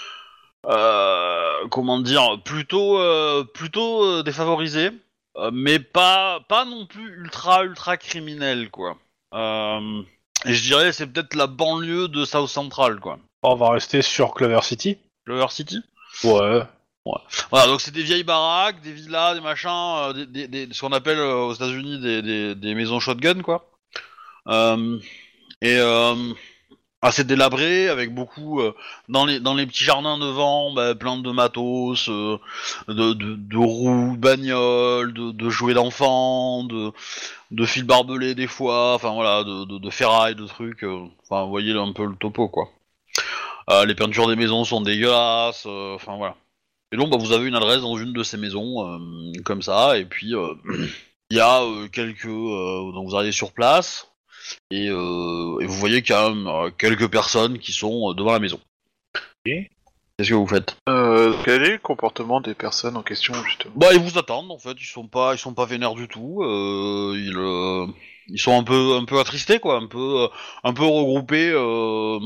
euh, comment dire, plutôt euh, plutôt euh, défavorisé, euh, mais pas pas non plus ultra ultra criminel quoi. Euh, et je dirais c'est peut-être la banlieue de South Central quoi. On va rester sur Clover City. Clover City. Ouais. Voilà, donc c'est des vieilles baraques, des villas, des machins, euh, des, des, des- ce qu'on appelle euh, aux États-Unis des, des, des maisons shotgun, quoi. Euh, et euh, assez délabrées, avec beaucoup euh, dans les dans les petits jardins devant, bah, plein de matos, euh, de, de, de roues, de bagnoles, de, de jouets d'enfants, de de fils barbelés des fois, enfin voilà, de, de, de ferraille, de trucs. euh, Enfin, vous voyez un peu le topo, quoi. Euh, les peintures des maisons sont dégueulasses, euh, enfin voilà. Et donc, bah, vous avez une adresse dans une de ces maisons, euh, comme ça, et puis euh, il y a euh, quelques... Euh, donc vous arrivez sur place, et, euh, et vous voyez qu'il y a euh, quelques personnes qui sont euh, devant la maison. Et Qu'est-ce que vous faites? Euh, quel est le comportement des personnes en question, justement? Bah, ils vous attendent, en fait, ils sont pas, ils sont pas vénères du tout, euh, ils, euh, ils sont un peu, un peu attristés, quoi, un peu, euh, un peu regroupés... Euh,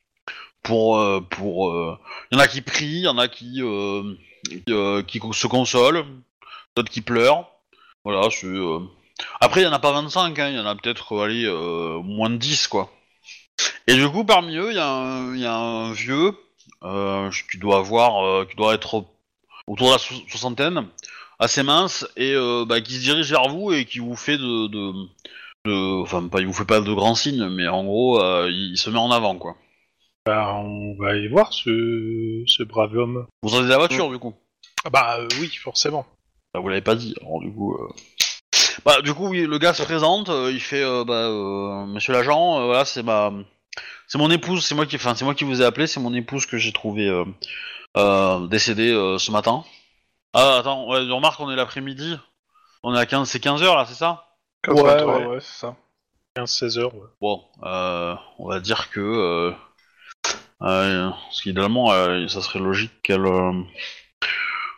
pour euh, pour euh, il y en a qui prient, il y en a qui euh, qui, euh, qui se consolent, d'autres qui pleurent. Voilà, c'est euh... après il y en a pas vingt-cinq, hein, il y en a peut-être euh, allez euh, moins de dix quoi. Et du coup parmi eux, il y a un il y a un vieux euh, qui doit avoir euh, qui doit être autour de la so- soixantaine, assez mince et euh, bah, qui se dirige vers vous et qui vous fait de, de, de enfin pas il vous fait pas de grands signes mais en gros euh, il se met en avant quoi. bah, on va aller voir ce, ce brave homme. Vous sortez de la voiture, du coup? Ah bah euh, oui, forcément. Bah, vous l'avez pas dit, alors du coup... Euh... Bah, du coup, oui, le gars se présente, euh, il fait, euh, bah, euh, monsieur l'agent, euh, voilà, c'est ma... C'est mon épouse, c'est moi qui... Enfin, c'est moi qui vous ai appelé, c'est mon épouse que j'ai trouvé euh, euh, décédée euh, ce matin. Ah, attends, ouais, remarque, on est l'après-midi. On est à quinze... C'est quinze heures, là, c'est ça? Ouais, quatre-vingt-trois. ouais, ouais, c'est ça. quinze seize heures, ouais. Bon, euh, on va dire que... Euh, euh, parce qu'idéalement, euh, ça serait logique qu'elle... Euh...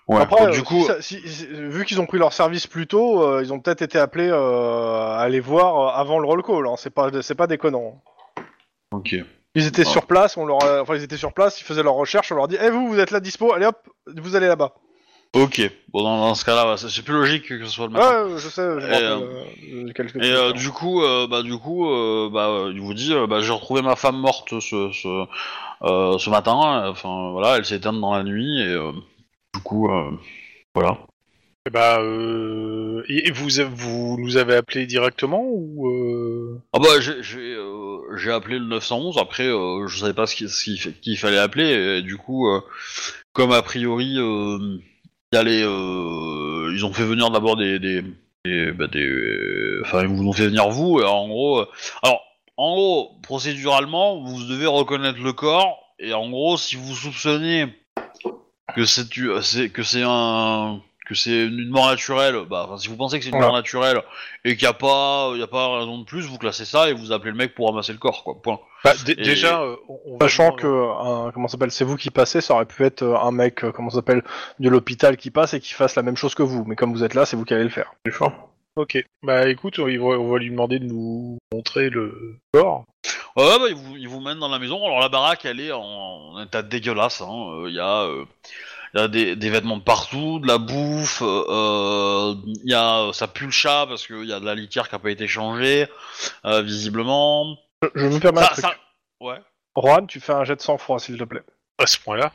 Ouais. Après, Donc, du euh, coup, si ça- si- si- vu qu'ils ont pris leur service plus tôt, euh, ils ont peut-être été appelés euh, à aller voir euh, avant le roll call. Hein. C'est pas, c'est pas déconnant. ok. Ils étaient Ah. sur place, on leur, a- enfin ils étaient sur place, ils faisaient leur recherche, on leur dit, eh vous, vous êtes là dispo, allez hop, vous allez là-bas. Ok. Bon, dans, dans ce cas-là, ouais, c'est c'est plus logique que ce soit le Ouais, matin. ouais, je sais, je me Et, rappelle euh, euh, quelques Et trucs, euh, hein. du coup, euh, bah du coup, euh, bah euh, il vous dit, euh, bah j'ai retrouvé ma femme morte ce ce, euh, ce matin. Enfin voilà, elle s'est éteinte dans la nuit et euh, du coup, euh, voilà. Eh bah, euh... et et vous, vous nous avez appelé directement ou euh... Ah bah j'ai j'ai euh, j'ai appelé le neuf cent onze. Après, euh, je savais pas ce qu'il ce qu'il fa- qu'il fallait appeler. Et du coup, euh, comme a priori, euh, il y a les, euh, ils ont fait venir d'abord des des des, bah, des euh, enfin ils vous ont fait venir vous. Et en gros, euh, alors en gros, procéduralement, vous devez reconnaître le corps. Et en gros, si vous soupçonnez que c'est tu- c'est que c'est un que c'est une mort naturelle, bah enfin, si vous pensez que c'est une Voilà. mort naturelle et qu'il n'y a pas il y a pas raison de plus, vous classez ça et vous appelez le mec pour ramasser le corps, quoi. Point. bah, d- Et- déjà, euh, on, on va Sachant demander- que, euh, comment ça s'appelle, c'est vous qui passez, ça aurait pu être euh, un mec, euh, comment ça s'appelle, de l'hôpital qui passe et qui fasse la même chose que vous. Mais comme vous êtes là, c'est vous qui allez le faire. Ok. Bah écoute, on va, on va lui demander de nous montrer le corps. Ouais, ouais, bah, ils vous, ils vous mènent dans la maison. Alors la baraque, elle est en, en état dégueulasse. Hein. Euh, Il y a, euh, il y a des, des vêtements de partout, de la bouffe. euh, Il y a, ça pue le chat parce qu'il y a de la litière qui a pas été changée, euh, visiblement. Je, je me permets un Ça, truc. ça... Ouais. Juan, tu fais un jet de sang-froid, s'il te plaît. À ce point-là.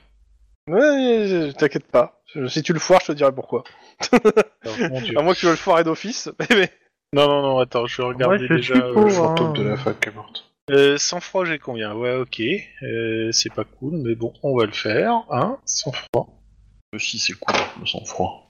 Ouais, t'inquiète pas. Je- Si tu le foires, je te dirai pourquoi. Oh, mon Dieu. À moins que tu veux le foirer d'office. mais- Non, non, non, attends, je vais regarder Moi, je déjà. suis euh, pour, le hein. fantôme De la fac qui est morte. Euh, sans froid, j'ai combien? Ouais, ok. Euh, c'est pas cool, mais bon, on va le faire. Hein, sans froid. Si c'est cool, le sang-froid.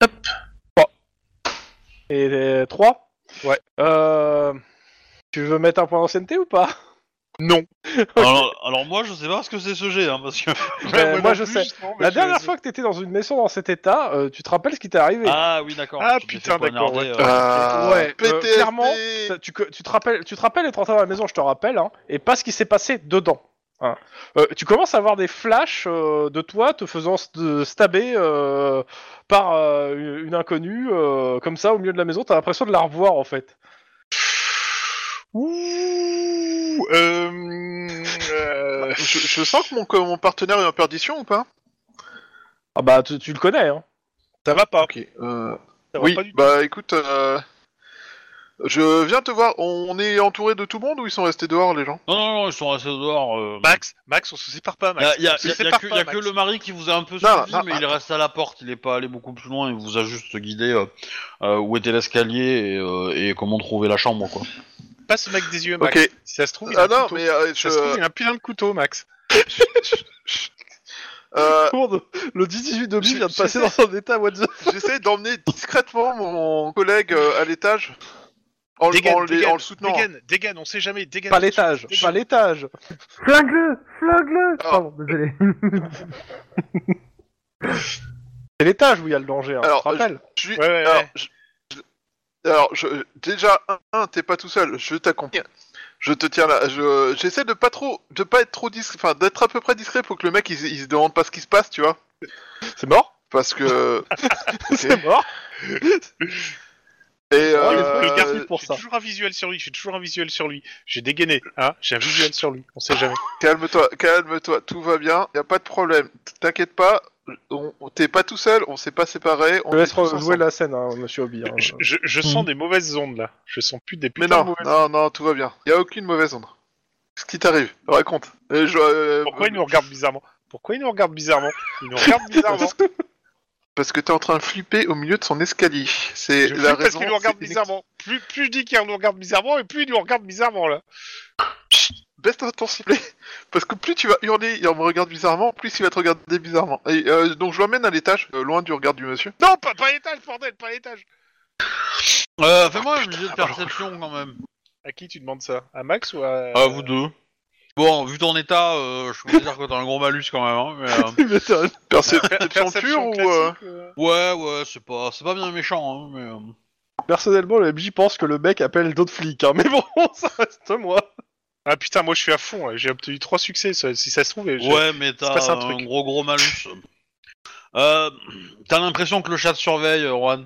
Et les trois Ouais. Euh... Tu veux mettre un point d'ancienneté ou pas? Non. Alors, alors moi, je sais pas ce que c'est ce jet, hein, parce que. Ben, moi, non je plus, sais. justement, mais La je- dernière je- fois que t'étais dans une maison dans cet état, euh, tu te rappelles ce qui t'est arrivé? Ah oui, d'accord. Ah, Tu t'es putain, fait d'accord, poignarder, ouais. euh, Ah, Ouais, euh, P T S D. clairement, ça- tu, co- tu te rappelles, tu te rappelles être rentré dans la maison, je te rappelle, hein, et pas ce qui s'est passé dedans. Hein. Euh, tu commences à avoir des flashs euh, de toi te faisant st- de stabber euh, par euh, une inconnue, euh, comme ça, au milieu de la maison, t'as l'impression de la revoir, en fait. Ouh. Euh, euh, Je, je sens que mon, que mon partenaire est en perdition ou pas? Ah bah, tu, tu le connais, hein. Ça va pas. Ok. Euh... Ça va Oui, pas du tout. bah écoute, euh... je viens te voir. On est entouré de tout le monde ou ils sont restés dehors les gens? Non, non, non, ils sont restés dehors. Euh... Max, Max, on se sépare pas, Il y a, Max. y a- On se y a- y a sépare que, pas, y a que Max. le mari qui vous a un peu Non, suivi, non, mais il est attends. resté à la porte, il est pas allé beaucoup plus loin, il vous a juste guidé euh, euh, où était l'escalier et, euh, et comment trouver la chambre, quoi. Passe le mec des yeux, Max. Ok. Si ça se trouve, il a Ah un non, couteau. mais euh, Si je... ça se trouve, il a un putain de couteau, Max. euh, Le dix-huit de J'ai- vient de passer j'essaie- dans un état what the... j'essaie d'emmener discrètement mon collègue euh, à l'étage en, le- Dégaine, en, le- dégaine, en le soutenant. dégaine, dégaine, on sait jamais, dégaine. Pas l'étage, Dégaine. pas l'étage. Flingue-le Flingue-le Alors- Pardon, désolé. C'est l'étage où il y a le danger, hein, Alors, tu te rappelles? Je suis- Ouais, ouais, alors, ouais. je- je- alors, je- déjà, un, un, t'es pas tout seul, je t'accompagne. Je te tiens là. Je, j'essaie de pas trop, de pas être trop discret, enfin d'être à peu près discret pour que le mec il, il se demande pas ce qui se passe, tu vois. C'est mort? Parce que. C'est mort? Et Oh, il est euh, trop expressif pour J'ai ça. toujours un visuel sur lui, j'ai toujours un visuel sur lui. J'ai dégainé, hein, j'ai un visuel sur lui, on sait jamais. calme-toi, calme-toi, tout va bien, y a pas de problème. T'inquiète pas, on, on- t'es pas tout seul, on s'est pas séparés. On Je est laisse tous jouer ensemble. la scène, hein, monsieur Obi. hein. Je, je- je sens des mauvaises ondes là, je sens plus des Mais putains de non, mauvaises non, non, tout va bien. Y a aucune mauvaise onde. Ce qui t'arrive, raconte. Et je, euh, Pourquoi il nous regarde bizarrement Pourquoi il nous regarde bizarrement Il nous regarde bizarrement. Parce que t'es en train de flipper au milieu de son escalier. C'est Je la flippe parce raison. qu'il nous regarde c'est- bizarrement. Plus, plus je dis qu'il nous regarde bizarrement, et plus il nous regarde bizarrement là. Baisse ton sifflet, parce que plus tu vas hurler et on me regarde bizarrement, plus il va te regarder bizarrement. Et euh, donc je l'emmène à l'étage, euh, loin du regard du monsieur. Non, pas, pas l'étage, bordel, pas l'étage. Euh, fais-moi un jet de perception quand même. À qui tu demandes ça À Max ou à... À vous deux. Bon, vu ton état, euh, je peux dire que t'as un gros malus quand même. Hein, mais, euh, Tu m'étonnes. Perception Perception pure ou euh... classique, euh, ouais, ouais, c'est pas, c'est pas bien méchant. Hein, mais, euh, Personnellement, le M J pense que le mec appelle d'autres flics, hein, mais bon, ça reste moi. Ah putain, moi je suis à fond, là. J'ai obtenu trois succès, ça- si ça se trouve. et je- Ouais, mais se passe t'as un un, truc. gros gros malus. Euh, T'as l'impression que le chat te surveille, euh, Juan.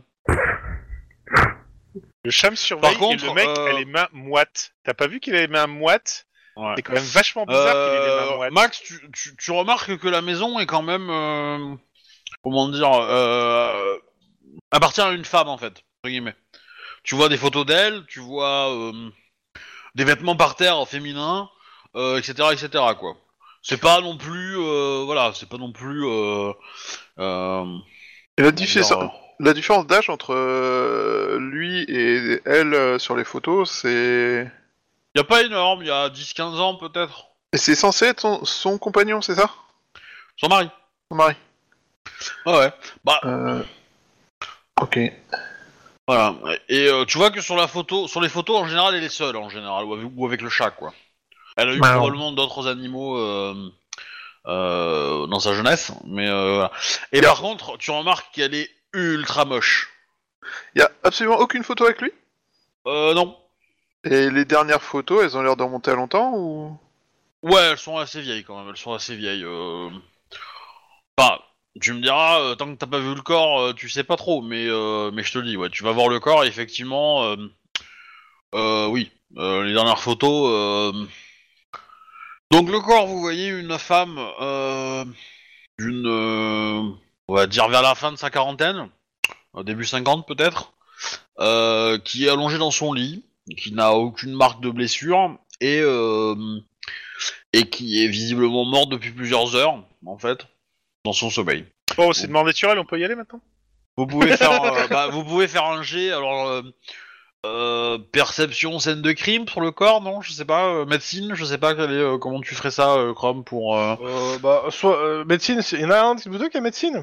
Le chat me surveille Par contre, et le mec euh, a les mains moites. T'as pas vu qu'il a les mains moites? Ouais. C'est quand même vachement bizarre qu'il ait les mains Euh, moites. Max, tu, tu, tu remarques que la maison est quand même, euh, comment dire, euh, appartient à une femme en fait, entre guillemets. Tu vois des photos d'elle, tu vois euh, des vêtements par terre féminins, euh, et cetera, et cetera quoi. C'est pas non plus, euh, voilà, c'est pas non plus. Euh, euh, Et la, comment diffé- dire, euh, la différence d'âge entre euh, lui et elle euh, sur les photos, c'est... y a pas énorme, y a dix quinze ans peut-être. Et c'est censé être son, son compagnon, c'est ça? Son mari. Son mari. Ouais, ouais. Bah, Euh... Ok. voilà. Et euh, tu vois que sur la photo, sur les photos en général, elle est seule en général, ou avec, ou avec le chat quoi. Elle a eu Bah, probablement d'autres animaux euh, euh, dans sa jeunesse, mais euh, voilà. Et Bien. par contre, tu remarques qu'elle est ultra moche. Y a absolument aucune photo avec lui? Euh, non. Et les dernières photos, elles ont l'air de remonter à longtemps ou... Ouais, elles sont assez vieilles quand même, elles sont assez vieilles. Euh... Enfin, tu me diras, euh, tant que t'as pas vu le corps, euh, tu sais pas trop, mais, euh, mais je te le dis, ouais, tu vas voir le corps, et effectivement, euh, euh, oui, euh, les dernières photos... Euh... Donc le corps, vous voyez une femme euh, d'une... Euh, on va dire vers la fin de sa quarantaine, au début cinquante peut-être, euh, qui est allongée dans son lit, qui n'a aucune marque de blessure, et, euh, et qui est visiblement morte depuis plusieurs heures, en fait, dans son sommeil. Bon, c'est de mort naturelle, on peut y aller maintenant? Vous pouvez faire, euh, bah, vous pouvez faire un jet, alors... Euh, Euh, perception, scène de crime sur le corps, non? Je sais pas. Euh, médecine, je sais pas quel est, euh, comment tu ferais ça, euh, Chrome, pour. Euh... Euh, bah, soit euh, médecine, il y en a un de vous deux qui a médecine?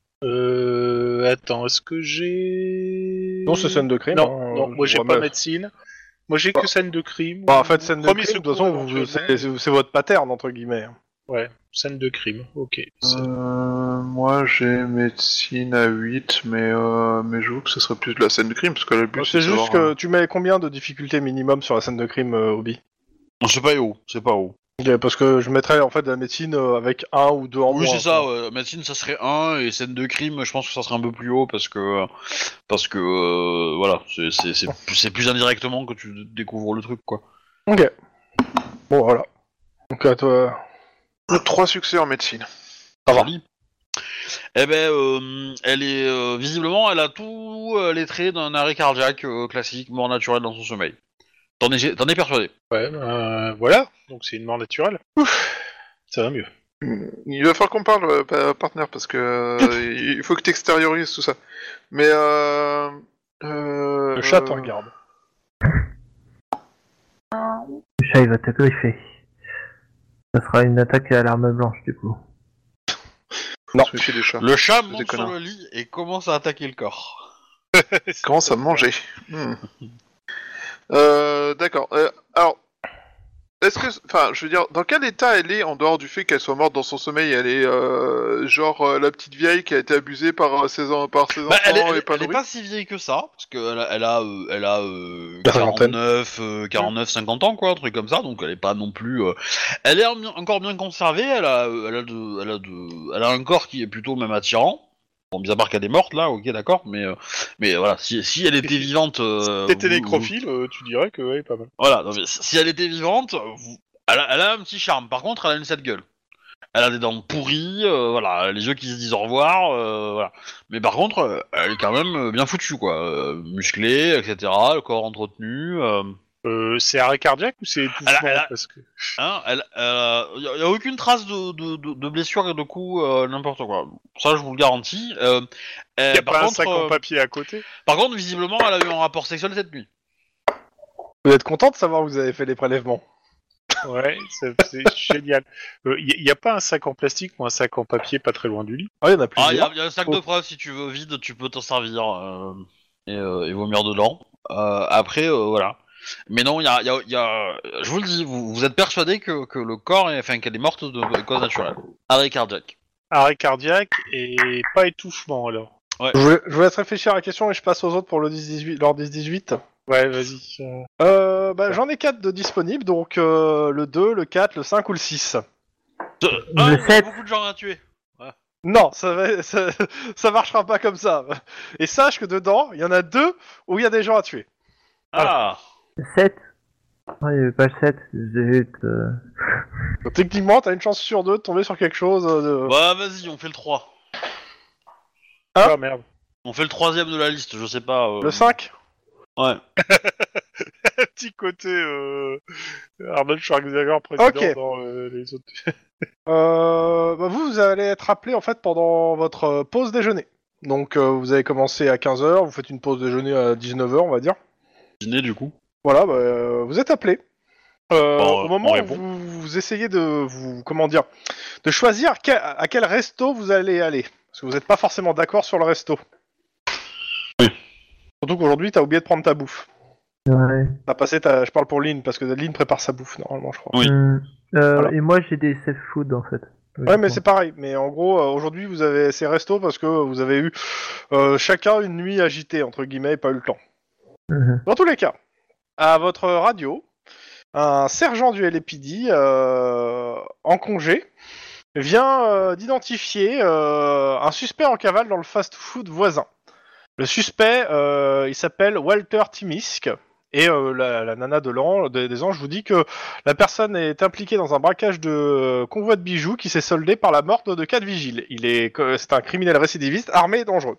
Euh... Attends, est-ce que j'ai... Non, c'est scène de crime. Non, hein, non, je moi j'ai vois pas même- médecine. Moi j'ai Bah. que scène de crime. Bah, en fait, scène de Premier crime, de toute secours, façon, vous- c'est éventuellement. c'est- c'est votre pattern, entre guillemets. Ouais, scène de crime, ok. C'est- Euh, moi j'ai médecine à huit, mais, euh, mais je trouve que ce serait plus de la scène de crime, parce que là, le but C'est de juste savoir, que euh, tu mets combien de difficultés minimum sur la scène de crime, euh, Obi? C'est pas haut, c'est pas haut. Ok, parce que je mettrais en fait de la médecine euh, avec un ou deux en Oui, moins. c'est ça. quoi. Ouais. Médecine, ça serait un, et scène de crime, je pense que ça serait un peu plus haut parce que parce que euh, voilà, c'est c'est c'est plus- c'est plus indirectement que tu découvres le truc, quoi. Ok. Bon, voilà. Donc à toi. trois succès en médecine. Ça va. Joli. Eh ben, euh, elle est euh, visiblement, elle a tous euh, les traits d'un arrêt cardiaque euh, classique, mort naturelle dans son sommeil. T'en es, t'en es persuadé. Ouais, euh, voilà, donc c'est une mort naturelle. Ouf, ça va mieux. Il va falloir qu'on parle, euh, pa- partenaire, parce que euh, il faut que tu extériorises tout ça. Mais euh... euh Le chat te euh, regarde. Le chat il va te griffer. Ça sera une attaque à l'arme blanche du coup. Non. se méfier des chats. Le chat Des monte sur connards. le lit et commence à attaquer le corps. Commence à manger. Hmm. Euh, D'accord. Euh, alors, est-ce que, enfin, je veux dire, dans quel état elle est en dehors du fait qu'elle soit morte dans son sommeil? Elle est euh, genre euh, la petite vieille qui a été abusée par euh, ses, en- par ses Bah, enfants elle, est, elle, et est- pas elle est nourrie. pas si vieille que ça, parce qu'elle a, elle a, euh, elle a euh, La cinquantaine. quarante-neuf, euh, quarante-neuf, cinquante ans, quoi, un truc comme ça, donc elle est pas non plus... euh, Elle est en- encore bien conservée, elle a, euh, elle, a de, elle, a de, elle a un corps qui est plutôt même attirant. Bon, mis à part qu'elle est morte, là, ok, d'accord, mais, euh, mais voilà, si, si elle était vivante... Euh, Si t'étais vous- nécrophile, euh, tu dirais que ouais, pas mal. Voilà, non, mais si elle était vivante, vous- elle, a, elle a un petit charme. Par contre, elle a une sale gueule. Elle a des dents pourries, euh, voilà, elle a les yeux qui se disent au revoir, euh, voilà. Mais par contre, euh, elle est quand même euh, bien foutue, quoi. Euh, musclée, et cetera. Le corps entretenu. Euh, Euh, c'est arrêt cardiaque ou c'est étouffement? Elle a- elle a- Parce que... hein, elle, il y, a- y a aucune trace de, de, de, de blessure et de coup, euh, n'importe quoi. Ça, je vous le garantis. Euh, euh, Y a par pas un contre, sac en euh, papier à côté? par contre, visiblement, elle a eu un rapport sexuel cette nuit. Vous êtes content de savoir que vous avez fait les prélèvements? Ouais, c'est c'est génial. Euh, y, y a pas un sac en plastique ou un sac en papier pas très loin du lit? Ah, il y en a Ah, il y, plusieurs. a- y a un sac Oh. de preuve, si tu veux vide, tu peux t'en servir euh, et, euh, et vomir dedans. Euh, après, euh, voilà. Mais non, il y a, y a- y a- je vous le dis, vous, vous êtes persuadé que, que le corps, est, enfin, qu'elle est morte de, de cause naturelle. Arrêt cardiaque. Arrêt cardiaque et pas étouffement alors. Je vous, je vous laisse réfléchir à la question et je passe aux autres pour le dix dix-huit, leur dix dix-huit. Ouais, vas-y. euh, Euh, bah, j'en ai quatre de disponibles, donc euh, le deux, le quatre, le cinq ou le six. Euh, Le ah, on a sept. beaucoup de gens à tuer. Non, ça, va, ça, ça marchera pas comme ça. Et sache que dedans, il y en a deux où il y a des gens à tuer. Ah sept. Ah, il n'y avait pas le sept. Zut. euh. Donc, techniquement, t'as une chance sur deux de tomber sur quelque chose de... Bah vas-y, on fait le trois. Hein Ah merde. On fait le troisième de la liste, je sais pas. euh, Le cinq. Ouais. Petit côté euh, Arnold Schwarzenegger président Ok. dans euh, les autres. Euh, bah vous, vous allez être appelé en fait pendant votre euh, pause déjeuner. Donc euh, vous avez commencé à quinze heures, vous faites une pause déjeuner à dix-neuf heures, on va dire. Dîner du coup. Voilà, bah, euh, vous êtes appelé. Euh, Bon, au on moment où répond. vous, vous essayez de vous comment dire de choisir quel- à quel resto vous allez aller, parce que vous n'êtes pas forcément d'accord sur le resto. Oui. Surtout qu'aujourd'hui, t'as oublié de prendre ta bouffe. Ouais. T'as passé ta... Je parle pour Lynn, parce que Lynn prépare sa bouffe, normalement, je crois. Oui. Hmm. Euh, Voilà. Et moi, j'ai des safe food en fait. Ouais, mais c'est pareil. Mais en gros, euh, aujourd'hui, vous avez ces restos parce que vous avez eu euh, chacun une nuit agitée, entre guillemets, et pas eu le temps. Mhm. Dans tous les cas, à votre radio, un sergent du L A P D euh, en congé vient euh, d'identifier euh, un suspect en cavale dans le fast-food voisin. Le suspect, euh, il s'appelle Walter Timisk. Et euh, la, la nana de l'an, des, des anges vous dit que la personne est impliquée dans un braquage de euh, convoi de bijoux qui s'est soldé par la mort de quatre vigiles. Il est, que- c'est un criminel récidiviste, armé et dangereux.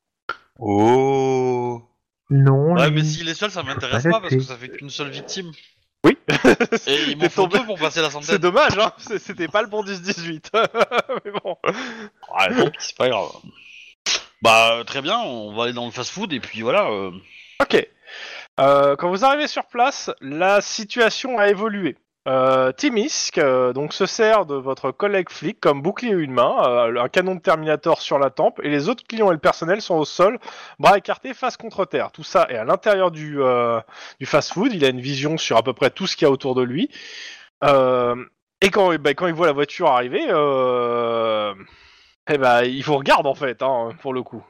Oh. Non. Ouais, lui- mais s'il est seul, ça m'intéresse Faut pas pas parce que laisser. ça fait qu'une seule victime. Oui. Et il m'en T'es faut tombé- deux pour passer la C'est centaine. dommage, hein. C'est- C'était pas le bon dix dix-huit. Mais bon. Ouais, tant pis, c'est pas grave. Bah très bien, on va aller dans le fast-food et puis voilà. euh. Ok. Euh, quand vous arrivez sur place, la situation a évolué. Euh, Timisk euh, donc se sert de votre collègue flic comme bouclier une main, euh, un canon de Terminator sur la tempe, et les autres clients et le personnel sont au sol, bras écartés face contre terre. Tout ça est à l'intérieur du, euh, du fast-food. Il a une vision sur à peu près tout ce qu'il y a autour de lui. Euh, et quand, bah, quand il voit la voiture arriver, euh, eh ben, il vous regarde en fait, hein, pour le coup.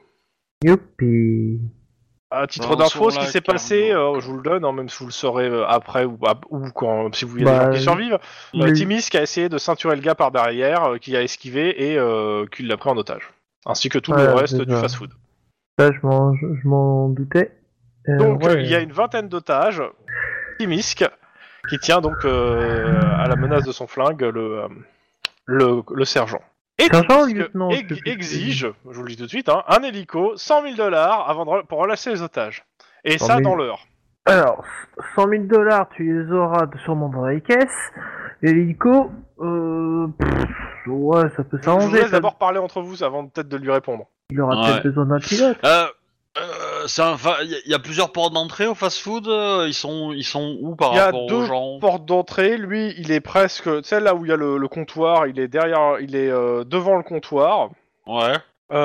Youpi. À titre Dans d'info, ce sur qui la s'est passé, carte. euh, je vous le donne, hein, même si vous le saurez euh, après ou, ou quand, si vous y a des Bah, gens qui survivent. Euh, lui- Timisk a essayé de ceinturer le gars par derrière, euh, qui a esquivé et euh, qui l'a pris en otage, ainsi que tout le Voilà, reste c'est du ça. fast-food. Ça, je m'en, je, je m'en doutais. Euh, Donc, ouais. euh, il y a une vingtaine d'otages. Timisk, qui tient donc euh, à la menace de son flingue le, euh, le, le sergent. Et Sergent ou Timisk lieutenant, je sais ex- plus ce que exige, je vous le dis tout de suite, hein, un hélico, cent mille dollars avant de re- pour relâcher les otages. Et cent ça mille. dans l'heure. Alors, cent mille dollars, tu les auras sûrement dans les caisses. Et l'hélico, euh, pff, ouais, ça peut Je, je vous s'arranger. laisse ça- d'abord parler entre vous avant peut-être de lui répondre. Il aura Ouais. peut-être besoin d'un pilote. Euh, euh, c'est un fa- y, a- y a plusieurs portes d'entrée au fast-food. euh, Ils sont, ils sont où par Il y a rapport aux deux gens? portes d'entrée. Lui, il est presque, tu sais là où il y a le, le comptoir, il est derrière, il est euh, devant le comptoir. Ouais.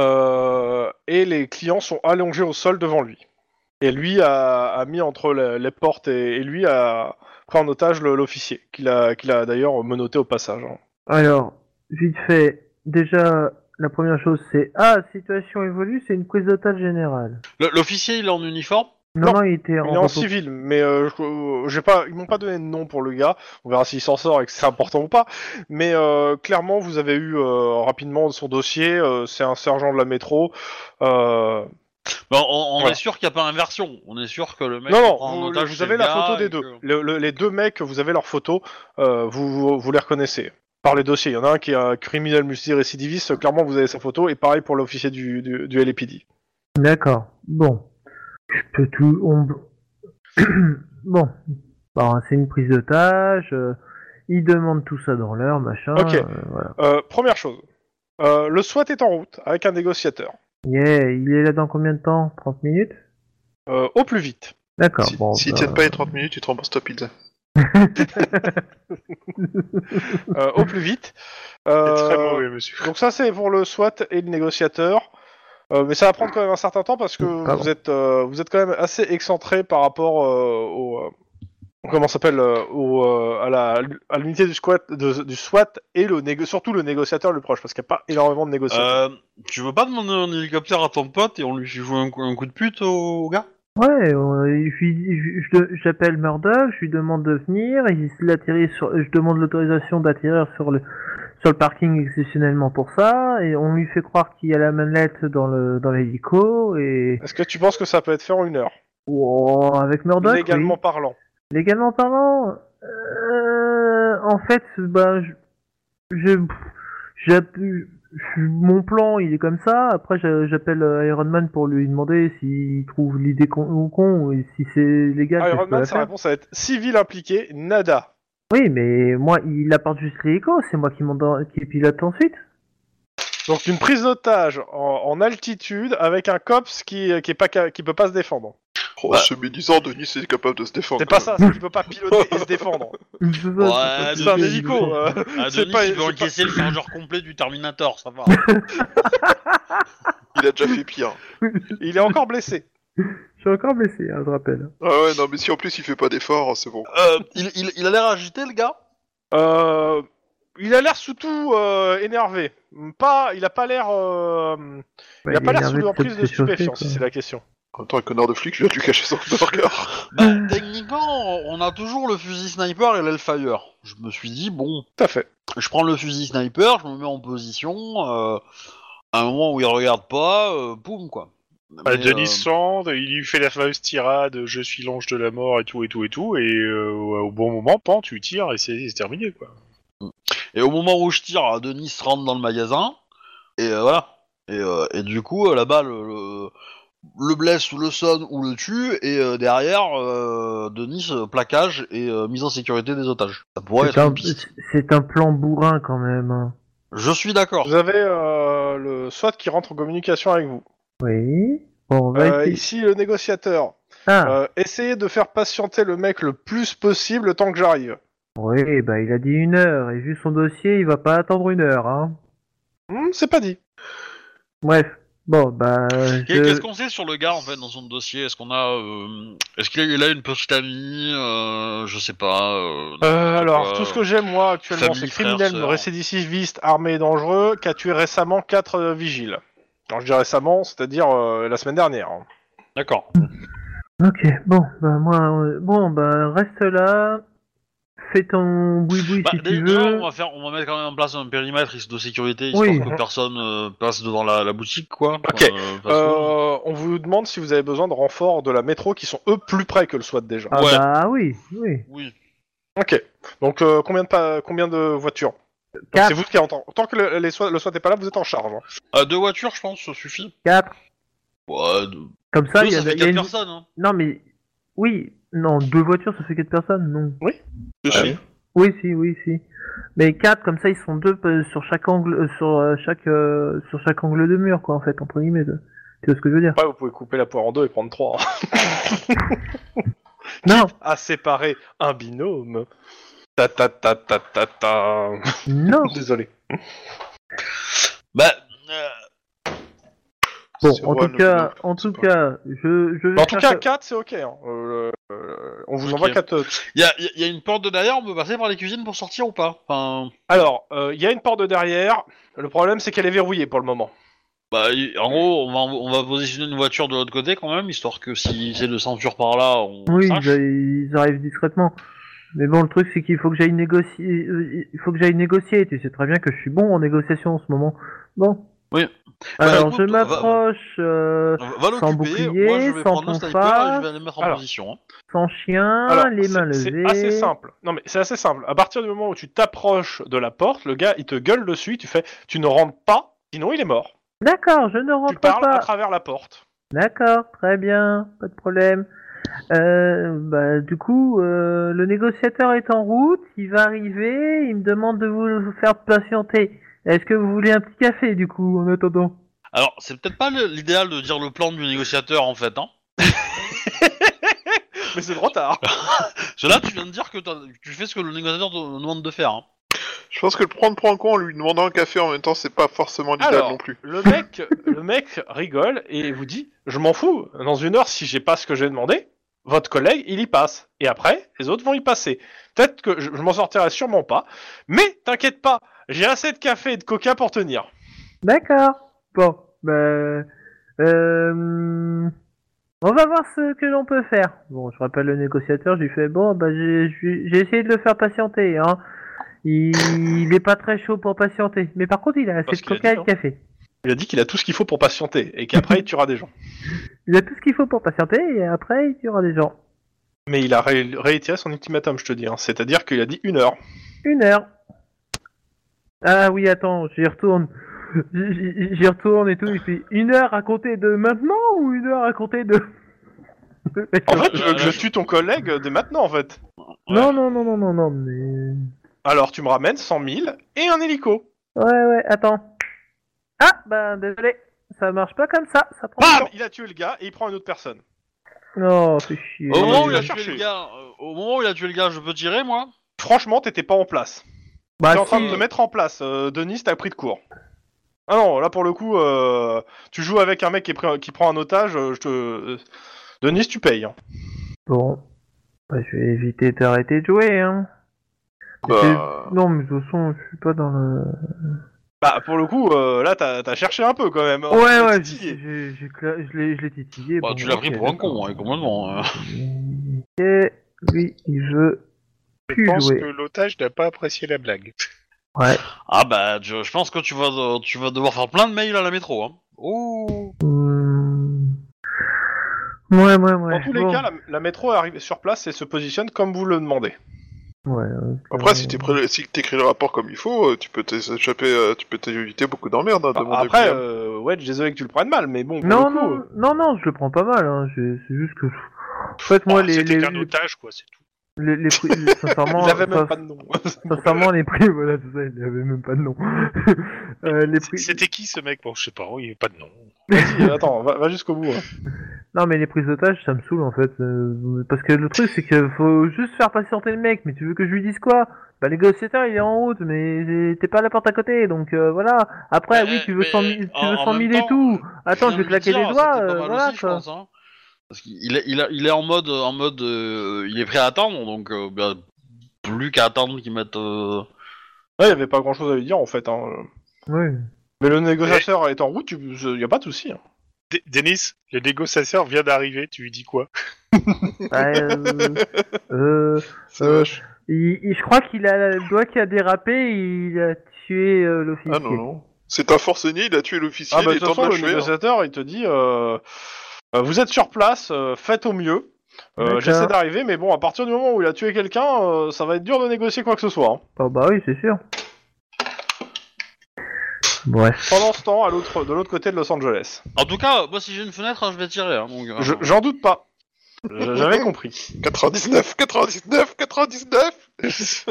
Euh, et les clients sont allongés au sol devant lui. Et lui a, a mis entre les, les portes et, et lui a pris en otage le- l'officier, qu'il a, qu'il a d'ailleurs menotté au passage. hein. Alors, vite fait, déjà, la première chose c'est ah, situation évolue, c'est une prise d'otage générale. Le- L'officier, il est en uniforme? Non, Non, non, il était Il en est en repos. civil, mais euh, je- j'ai pas, ils m'ont pas donné de nom pour le gars. On verra s'il s'en sort et que c'est important ou pas. Mais euh, clairement, vous avez eu euh, rapidement son dossier. euh, c'est un sergent de la métro. Euh, Bah, on on Voilà. est sûr qu'il n'y a pas inversion. On est sûr que le mec non, qui non, prend en vous, otage, vous c'est avez le la gars photo des et deux. que- Le- le- les deux mecs, vous avez leur photo. euh, vous, vous, vous les reconnaissez par les dossiers. Il y en a un qui est un criminel multirécidiviste. Clairement, vous avez sa photo. Et pareil pour l'officier du, du, du L A P D. D'accord. Bon, je peux tout. On... bon, bon, c'est une prise d'otage. euh, Ils demandent tout ça dans l'heure, machin. Ok. euh, voilà. Euh, première chose. Euh, le SWAT est en route avec un négociateur. Yeah, il est là dans combien de temps? trente minutes? Euh, au plus vite. D'accord. Si, bon, si bah, tiennent pas les trente minutes, tu te rembourses ta pizza. Euh, au plus vite. C'est Euh, très mauvais, monsieur. Donc ça c'est pour le SWAT et le négociateur. Euh, mais ça va prendre quand même un certain temps parce que Pardon. vous êtes euh, vous êtes quand même assez excentré par rapport euh, au euh, comment ça s'appelle euh, au euh, à la à l'unité du squat de- du SWAT et le négo- surtout le négociateur le proche parce qu'il n'y a pas énormément de négociateurs. Euh, tu veux pas demander un hélicoptère à ton pote et on lui fait jouer un coup, un coup de pute au, au gars? Ouais, euh, je lui- je- je- j'appelle Murdoch, je lui demande de venir, il, il atterrit sur, je demande l'autorisation d'atterrir sur le sur le parking exceptionnellement pour ça, et on lui fait croire qu'il y a la manette dans le dans l'hélico, et Est-ce que tu penses que ça peut être fait en une heure, oh, avec Murdoch, légalement oui. parlant? Légalement parlant, euh, en fait, bah, je, je, j'ai- je- mon plan, il est comme ça. Après, j'a- j'appelle euh, Iron Man pour lui demander s'il trouve l'idée con ou con, et si c'est légal, que je Iron peux Man, la sa faire. réponse va être civil impliqué, nada. Oui, mais moi, il apporte juste l'hélico, c'est moi qui, monte dans- qui pilote ensuite. Donc une prise d'otage en, en altitude avec un cops qui qui est pas ca- qui peut pas se défendre. Oh, Bah. ce médisant, Denis est capable de se défendre. C'est quand pas ça, c'est qu'il peut pas piloter et se défendre. Je peux Ouais, pas- C'est un Denis, hélico. euh, Ah, c'est Denis, pas. il peut c'est encaisser le chargeur complet du Terminator, ça va. Il a déjà fait pire. pas- Il est encore blessé. Je suis encore blessé, hein, je rappelle. Ah ouais, non, mais si en plus il fait pas d'efforts, c'est bon. Euh, il, il, il a l'air agité, le gars. Euh, il a l'air surtout euh, énervé. Pas, il a pas l'air. euh, Bah, il a pas est l'air sous énervé de l'emprise se de chauffer, stupéfiants, quoi. si c'est la question. En même temps, un connard de flic, je viens de lui cacher son burger. Bah, techniquement, on a toujours le fusil sniper et l'Hellfire. Je me suis dit, bon, Tout à fait. je prends le fusil sniper, je me mets en position, euh, à un moment où il regarde pas, euh, boum, quoi. Bah, Mais, Denis euh, Sand, il lui fait la fameuse tirade, je suis l'ange de la mort et tout et tout et tout, et euh, au bon moment, pan, tu tires et c'est c'est terminé quoi. Et au moment où je tire, Denis rentre dans le magasin, et euh, voilà. Et, euh, et du coup, euh, la balle le, le blesse ou le sonne ou le tue, et euh, derrière, euh, Denis, euh, plaquage et euh, mise en sécurité des otages. Ça pourrait C'est être un, une piste. c'est un plan bourrin quand même. hein. Je suis d'accord. Vous avez euh, le SWAT qui rentre en communication avec vous. Oui. Bon, on va Euh, essayer. ici, le négociateur. Ah, Euh, essayez de faire patienter le mec le plus possible le temps que j'arrive. oui, bah il a dit une heure, et vu son dossier, il va pas attendre une heure, hein. Hmm, c'est pas dit. Bref. Bon, bah. Qu'est- Je... Qu'est-ce qu'on sait sur le gars en fait dans son dossier? Est-ce qu'on a, euh, est-ce qu'il a, il a une petite amie, euh, je sais pas. Euh, Euh, alors, quoi, tout ce que j'ai moi actuellement, famille, c'est frère, criminel, sœur. récidiviste, armé et dangereux, qui a tué récemment quatre euh, vigiles. Alors je dis récemment, c'est-à-dire euh, la semaine dernière. hein. D'accord. Ok, bon, bah moi. euh, Bon, bah reste là. Fais ton boui-boui Bah, si dé- tu déjà, veux. on va faire, on va mettre quand même en place un périmètre de sécurité Oui. histoire que personne euh, passe devant la, la boutique, quoi. Ok. Euh, parce que- Euh, on vous demande si vous avez besoin de renforts de la métro qui sont eux plus près que le SWAT déjà. Ah Ouais. bah oui, oui. Oui. Ok. Donc euh, combien de pa- combien de voitures? Donc, Quatre. c'est vous qui en tant que le, les SWAT, le SWAT n'est pas là, vous êtes en charge. hein. Euh, deux voitures, je pense, ça suffit. Quatre. Ouais, deux, Comme ça, deux, il y ça a, fait il y a quatre une... personnes. Hein. Non mais. Oui. Non, deux voitures, ça fait quatre personnes, non. Je Ah suis. oui. Oui, si, oui, si. Mais quatre, comme ça, ils sont deux euh, sur chaque angle, euh, sur euh, chaque, euh, sur chaque angle de mur, quoi, en fait, entre guillemets. de- Tu vois ce que je veux dire? Après, vous pouvez couper la poire en deux et prendre trois. hein. Non, À séparer un binôme. Ta ta ta ta ta ta. non. Désolé. Bah, euh, Bon, C'est en Juan tout le cas, binôme, en c'est tout pas- cas, je, je vais En tout faire cas, ça- quatre, c'est ok. hein. Euh, euh, on vous Ok. envoie quatre. y a, y, y a une porte de derrière, on peut passer par les cuisines pour sortir ou pas? Enfin, Alors, il y a une porte de derrière. Le problème, c'est qu'elle est verrouillée pour le moment. bah, y- en gros, on va, on va positionner une voiture de l'autre côté quand même, histoire que si c'est de ceinture par là, on Oui, sache. ils, ils arrivent discrètement. Mais bon, le truc, c'est qu'il faut que j'aille négocier, euh, il faut que j'aille négocier. Tu sais très bien que je suis bon en négociation en ce moment. Bon. Oui. Alors, Bah, je écoute, va- m'approche, euh, Va sans l'occuper, bouclier, moi je vais sans prendre le sniper tonfa. et je vais aller me mettre en Alors. position. Hein. sans chien, Alors, les mains c'est- levées. c'est assez simple. Non, mais c'est assez simple. À partir du moment où tu t'approches de la porte, le gars, il te gueule dessus. Tu fais, tu ne rentres pas, sinon il est mort. D'accord, je ne Tu rentre parles à pas. travers la porte. D'accord, très bien, pas de problème. Euh, bah, du coup, euh, le négociateur est en route, il va arriver, il me demande de vous faire patienter. Est-ce que vous voulez un petit café, du coup, en attendant? Alors, c'est peut-être pas le- l'idéal de dire le plan du négociateur en fait, hein. Mais c'est trop tard. Parce que là, tu viens de dire que t'as- tu fais ce que le négociateur te demande de faire. Hein. Je pense que le prendre pour un con en lui demandant un café en même temps, c'est pas forcément l'idéal Alors, non plus. le mec, le mec rigole et vous dit, je m'en fous. Dans une heure, si j'ai pas ce que j'ai demandé, votre collègue, il y passe. Et après, les autres vont y passer. Peut-être que je, je m'en sortirai sûrement pas. Mais t'inquiète pas, j'ai assez de café et de coca pour tenir. D'accord. Bon, bah, euh, on va voir ce que l'on peut faire. Bon, je rappelle le négociateur, je lui fais, bon, bah, j'ai j'ai- j'ai essayé de le faire patienter, hein. Il... il est pas très chaud pour patienter. Mais par contre, il a assez Parce de qu'il a coca et dit, de café. Il a dit qu'il a tout ce qu'il faut pour patienter et qu'après il tuera des gens. Il a tout ce qu'il faut pour patienter et après, il y aura des gens. Mais il a ré- réitéré son ultimatum, je te dis. Hein. C'est-à-dire qu'il a dit une heure. Une heure. Ah oui, attends, j'y retourne. J'y j'y retourne et tout. Il fait une heure à compter de maintenant ou une heure à compter de... En fait, tu veux que je tue ton collègue dès maintenant, en fait. Non, non, non, non, non, non, mais... Alors, tu me ramènes cent mille et un hélico. Ouais, ouais, attends. Ah, bah, désolé. Ça marche pas comme ça, ça prend du Bam temps. Il a tué le gars et il prend une autre personne. Non, fais chier. Au moment où il va a tué chercher. le gars, euh, au moment où il a tué le gars, je peux tirer moi? Franchement, t'étais pas en place. Bah, T'es en train si. de te mettre en place. Euh, Denis, t'as pris de court. Ah non, là pour le coup, euh, tu joues avec un mec qui, est pris- qui prend un otage. euh, je te... euh, Denis, tu payes. Hein. Bon. Bah, je vais éviter d'arrêter de jouer, hein. Bah, C'est- Non, mais de toute façon, je suis pas dans le... Bah pour le coup, euh, là t'as t'as cherché un peu quand même. hein. Ouais, T'as ouais, titillé. j'ai, j'ai, j'ai cla- je l'ai, je l'ai titillé. Bah bon, tu l'as ok, pris pour un d'accord. con, ouais, complètement. euh. Et lui, il veut Je plus pense jouer. que l'otage n'a pas apprécié la blague. Ouais. Ah bah je, je pense que tu vas, de- tu vas devoir faire plein de mails à la métro. Hein. Oh. Hmm. Ouais, ouais, ouais. Dans tous les bon. cas, la, la métro est arrivée sur place et se positionne comme vous le demandez. Ouais, euh, après, si t'écris si t'écris le rapport comme il faut, euh, tu peux t'échapper, euh, tu peux t'éviter beaucoup d'emmerdes. Hein, de mon Après, avis, hein. euh, ouais, désolé que tu le prennes mal, mais bon, pour Non, le coup, non, euh, non, non, je le prends pas mal. Hein. j'ai- C'est juste que... En fait, moi, Ah, les, C'était les, qu'un les, otage, quoi, c'est tout. les, les prix... les- sincèrement, il avait même sin- pas de nom. sincèrement, les prix... Voilà, c'est ça, il avait même pas de nom. euh, les prix... C'était qui ce mec? Bon, je sais pas, il n'y a pas de nom. Vas-y, euh, attends, va, va jusqu'au bout. hein. Non, mais les prises d'otages, ça me saoule, en fait. euh, parce que le truc, c'est qu'il faut juste faire patienter le mec. Mais tu veux que je lui dise quoi? Bah, le négociateur, il est en route, mais t'es pas à la porte à côté, donc euh, voilà. Après, Mais- oui, tu veux mais cent mille, tu en- veux en cent même mille et temps, tout. Attends, Viens je vais de claquer lui les dire, doigts, c'était pas euh, mal voilà, aussi, je quoi. pense, hein. Parce qu'il est, il, a- il est en mode, en mode, euh, il est prêt à attendre, donc euh, bah, plus qu'à attendre qu'il mette. euh, Ouais, il y avait pas grand chose à lui dire en fait. Hein. Oui. Mais le négociateur est en route, tu... y a pas de souci. Hein. D- Denis, le négociateur vient d'arriver, tu lui dis quoi? Bah, euh, euh, C'est euh, vache. il- il- je crois qu'il a le doigt qui a dérapé, il a tué euh, l'officier. Ah non, non. C'est un forcené, il a tué l'officier, Ah bah il de est toute temps de façon, le le tuer. hein. négociateur, il te dit, euh, euh, vous êtes sur place, euh, faites au mieux. Euh, D'accord. J'essaie d'arriver, mais bon, à partir du moment où il a tué quelqu'un, euh, ça va être dur de négocier quoi que ce soit. Hein. Oh, bah oui, c'est sûr. Bref. Pendant ce temps, à l'autre, de l'autre côté de Los Angeles. En tout cas, moi si j'ai une fenêtre, hein, je vais tirer. Hein, donc, euh, Je- J'en doute pas. J- J'avais compris. quatre-vingt-dix-neuf, quatre-vingt-dix-neuf, quatre-vingt-dix-neuf.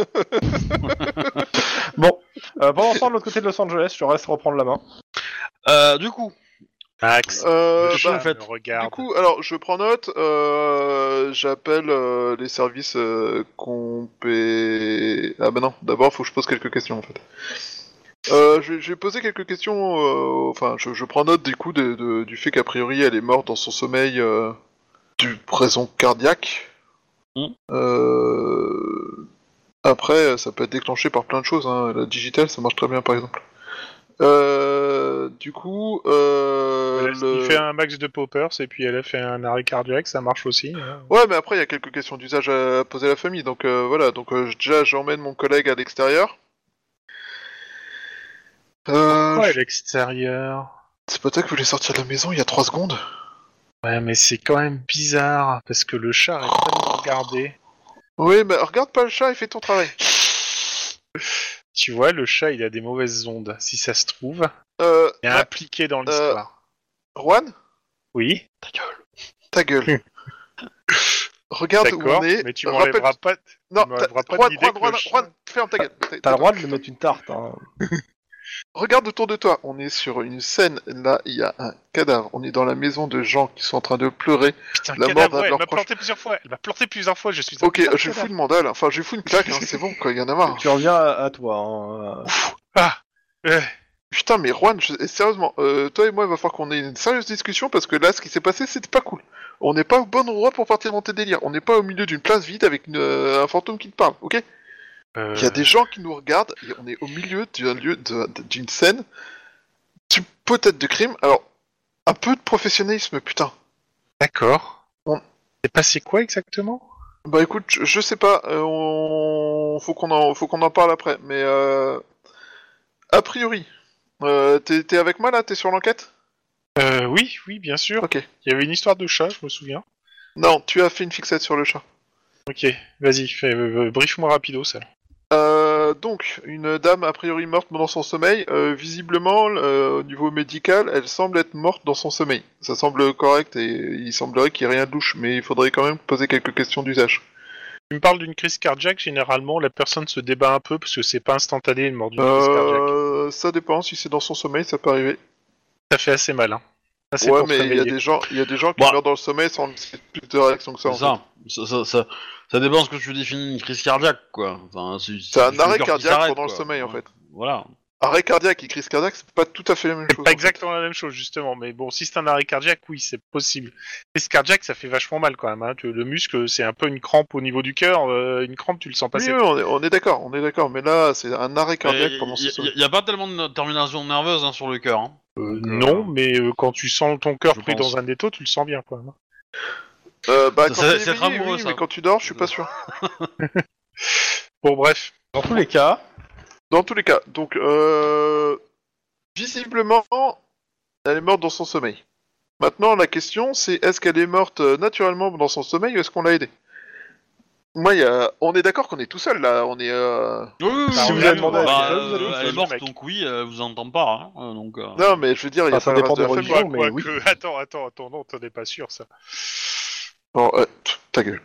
Bon, euh, pendant ce temps, de l'autre côté de Los Angeles, je te reste reprendre la main. euh, du coup, Max, Euh, Je bah, en fait. me regarde. Du coup, alors je prends note, euh, j'appelle euh, les services euh, compé... Ah bah non, d'abord faut que je pose quelques questions en fait. Euh, je, vais- je vais poser quelques questions, euh, enfin je, je prends note du coup de, de- du fait qu'a priori elle est morte dans son sommeil euh, du raison cardiaque. Mm. Euh, Après ça peut être déclenché par plein de choses, hein. La digitale ça marche très bien par exemple. Euh, du coup, euh, Elle- le... Il fait un max de poppers et puis elle a fait un arrêt cardiaque, ça marche aussi. hein. Ouais, mais après, il y a quelques questions d'usage à poser à la famille. Donc euh, voilà, donc euh, déjà, j'emmène mon collègue à l'extérieur. Euh, Pourquoi à je- l'extérieur? C'est pas toi qui voulais sortir de la maison il y a trois secondes? Ouais, mais c'est quand même bizarre, parce que le chat arrête pas de me regarder. Oui, mais regarde pas le chat et fais ton travail. Tu vois, le chat, il a des mauvaises ondes. Si ça se trouve, Euh, il est Ma- impliqué dans l'histoire. Juan, Oui, ta gueule. Regarde où d'accord, on est. mais tu rappelle- m'enlèveras pas, Non, tu m'enlèveras t'as- pas Juan, de l'idée Juan, que Juan, le chat- Juan, ferme ta gueule. T'as le droit de lui mettre une tarte. Hein. Regarde autour de toi, on est sur une scène, là il y a un cadavre, on est dans la maison de gens qui sont en train de pleurer. Putain, la cadavre, mort d'un de ouais, elle leurs m'a proches. planté plusieurs fois, elle m'a planté plusieurs fois, je suis un Ok, putain de je lui fous cadavre. une mandale, enfin je lui fous une claque, hein, c'est bon quoi, il y en a marre. Tu reviens à, à toi. Hein. Ah, ouais. Putain, mais Juan, je- sérieusement, euh, toi et moi, il va falloir qu'on ait une sérieuse discussion parce que là, ce qui s'est passé, c'était pas cool. On n'est pas au bon endroit pour partir dans tes délires. On n'est pas au milieu d'une place vide avec une, euh, un fantôme qui te parle, ok? Euh, Il y a des gens qui nous regardent et on est au milieu d'un lieu, de- de- d'une scène, du- peut-être de crime. Alors, un peu de professionnalisme, putain. D'accord. On- C'est passé quoi exactement? Bah écoute, je, je sais pas, euh, on... faut qu'on en, faut qu'on en parle après, mais euh... a priori, euh, t'es, t'es avec moi là, t'es sur l'enquête? Euh, oui, oui, bien sûr. Ok. Il y avait une histoire de chat, je me souviens. Non, tu as fait une fixette sur le chat. Ok, vas-y, fais, euh, brief-moi rapido ça. Euh, donc, une dame a priori morte dans son sommeil. Euh, visiblement, euh, au niveau médical, elle semble être morte dans son sommeil. Ça semble correct et il semblerait qu'il n'y ait rien de louche, mais il faudrait quand même poser quelques questions d'usage. Tu me parles d'une crise cardiaque, généralement la personne se débat un peu parce que c'est pas instantané une mort d'une crise cardiaque. Euh, ça dépend, si c'est dans son sommeil, ça peut arriver. Ça fait assez mal, hein. Ça, c'est Ouais, pour se mais il y a réveiller. des gens, il y a des gens qui Bah. meurent dans le sommeil sans plus de réaction que ça. C'est En fait. ça. Ça, ça, ça. ça dépend ce que tu définis une crise cardiaque, quoi. Enfin, c'est C'est un juste le arrêt cœur qui cardiaque s'arrête, pendant le quoi. sommeil, en fait. Voilà. Arrêt cardiaque et crise cardiaque, c'est pas tout à fait la même chose. Pas en exactement la même chose, justement, mais bon, si c'est un arrêt cardiaque, oui, c'est possible. Crise cardiaque, ça fait vachement mal quand même, hein. Tu- Le muscle, c'est un peu une crampe au niveau du cœur, euh, une crampe, tu le sens fait. passer. Oui, oui, on est, on est d'accord, on est d'accord, mais là, c'est un arrêt cardiaque Il pendant ce sommeil. n'y a, pas tellement de termination nerveuse hein, sur le cœur. Hein. Euh, Donc, euh, non, mais euh, quand tu sens ton cœur je pris pense. dans un étau, tu le sens bien, quoi. Euh, bah, Ça, quand c'est- t'es c'est éveillé, amoureux, oui, ça. mais quand tu dors, je suis pas sûr. Bon, bref. Dans tous les cas, Dans tous les cas, donc, euh... visiblement, elle est morte dans son sommeil. Maintenant, la question, c'est est-ce qu'elle est morte euh, naturellement dans son sommeil ou est-ce qu'on l'a aidée? Moi, y a... on est d'accord qu'on est tout seul, là, on est... Euh... Oui, oui, Si oui, vous oui, avez demandé à bah, quelqu'un, vous allez euh, tout elle seul, est morte, mec. donc oui, elle vous entend pas. Hein, donc, euh... Non, mais je veux dire, il y a Enfin, ça pas le dépend reste de des la famille. religions. Quoi, mais quoi oui. que... Attends, attends, attends, non, t'en es pas sûr, ça. Bon, euh, pff, ta gueule.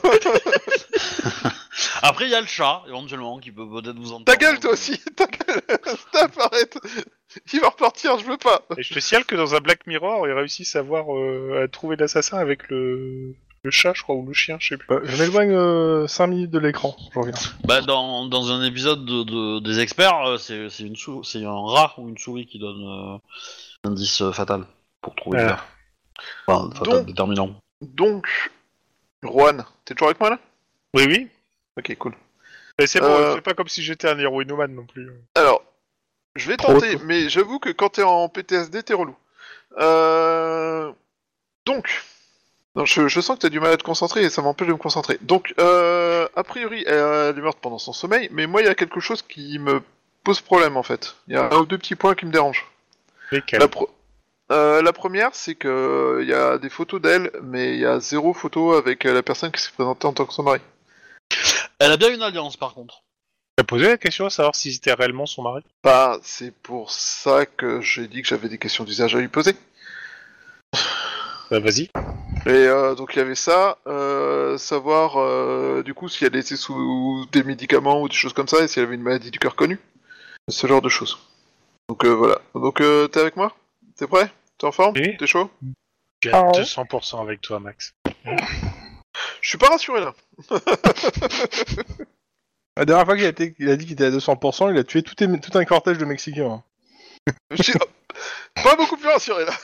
Après, il y a le chat, éventuellement, qui peut peut-être vous entendre. Ta gueule, toi aussi. Ta gueule. Stop, arrête. Il va repartir, je veux pas. Et je te signale que dans un Black Mirror, ils réussissent à, voir, euh, à trouver l'assassin avec le... le chat, je crois, ou le chien, je sais plus. euh, je m'éloigne cinq minutes de l'écran, je reviens. Bah, dans, dans un épisode de, de- des experts, euh, c'est c'est une sou- c'est un rat ou une souris qui donne euh, l'indice euh, fatal pour trouver le Ah. verre. Enfin, fatal, Donc- déterminant. Donc, Juan, t'es toujours avec moi, là? Oui, oui. Ok, cool. Mais c'est bon, Euh. c'est pas comme si j'étais un héroïnomane non plus. Alors, je vais Trop tenter, tôt. mais j'avoue que quand t'es en P T S D, t'es relou. Euh... Donc, non, je, je sens que t'as du mal à te concentrer et ça m'empêche de me concentrer. Donc, euh, a priori, elle est morte pendant son sommeil, mais moi, il y a quelque chose qui me pose problème, en fait. Il y a un ou deux petits points qui me dérangent. Lesquels La, pro- euh, la première, c'est que il y a des photos d'elle, mais il y a zéro photo avec euh, la personne qui s'est présentée en tant que son mari. Elle a bien une alliance, par contre. T'as posé la question à savoir si c'était réellement son mari? Bah, c'est pour ça que j'ai dit que j'avais des questions d'usage à lui poser. Bah vas-y. Et euh, donc il y avait ça, euh, savoir euh, du coup si elle était sous des médicaments ou des choses comme ça, et si elle avait une maladie du cœur connue. Ce genre de choses. Donc euh, voilà. Donc euh, t'es avec moi? T'es prêt? T'es en forme? Oui. T'es chaud? J'ai Ah ouais. deux cents pour cent avec toi, Max. Je suis pas rassuré là. La dernière fois qu'il a, été, il a dit qu'il était à deux cents pour cent, il a tué tout, les- tout un cortège de Mexicains. hein. Je suis pas beaucoup plus rassuré là.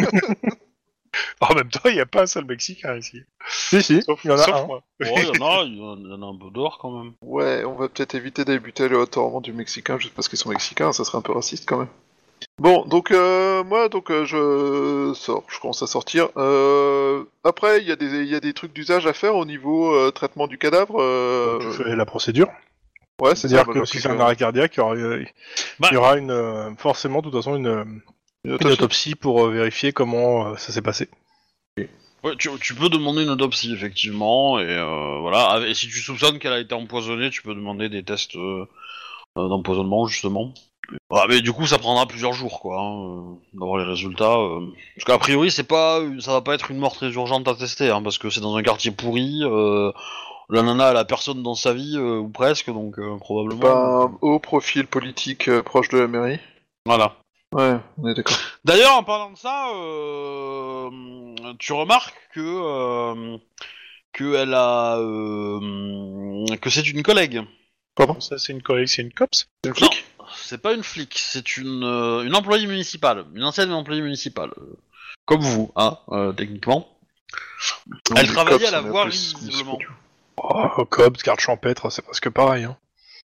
En même temps, il n'y a pas un seul Mexicain ici. Si, si, Sauf, il y en a sauf un. moi. Oh, il y en a, il y en a- il y en a un peu dehors quand même. Ouais, on va peut-être éviter d'ébuter le haut du Mexicain juste parce qu'ils sont Mexicains, ça serait un peu raciste quand même. Bon, donc euh, moi, donc euh, je sors, je commence à sortir. Euh, après, il y a des, il y a des trucs d'usage à faire au niveau euh, traitement du cadavre. Euh, Tu fais la procédure. Ouais, c'est C'est-à-dire ça, que bah, si donc, c'est un euh, arrêt cardiaque, il y aura, il Bah. y aura une, euh, forcément, de toute façon, une, euh, une une autopsie. autopsie pour euh, vérifier comment euh, ça s'est passé. Ouais, tu, tu peux demander une autopsie, effectivement, et euh, voilà. Et si tu soupçonnes qu'elle a été empoisonnée, tu peux demander des tests euh, euh, d'empoisonnement, justement. Voilà, mais du coup, ça prendra plusieurs jours, quoi, hein, euh, d'avoir les résultats. euh. Parce qu'a priori, c'est pas, ça va pas être une mort très urgente à tester, hein, parce que c'est dans un quartier pourri. Euh, la nana, elle a personne dans sa vie, euh, ou presque, donc euh, probablement. Pas un haut profil politique euh, proche de la mairie. Voilà. Ouais, on est d'accord. D'ailleurs, en parlant de ça, euh, tu remarques que euh, que elle a euh, que c'est une collègue. Pardon? Ça, c'est une collègue, c'est une copse. C'est une flic? C'est pas une flic, c'est une euh, une employée municipale, une ancienne employée municipale, euh, comme vous, hein, euh, techniquement. Elle Les travaillait cops, à la on est voirie, plus- visiblement. Oh, Cops, garde champêtre, c'est presque pareil. Hein.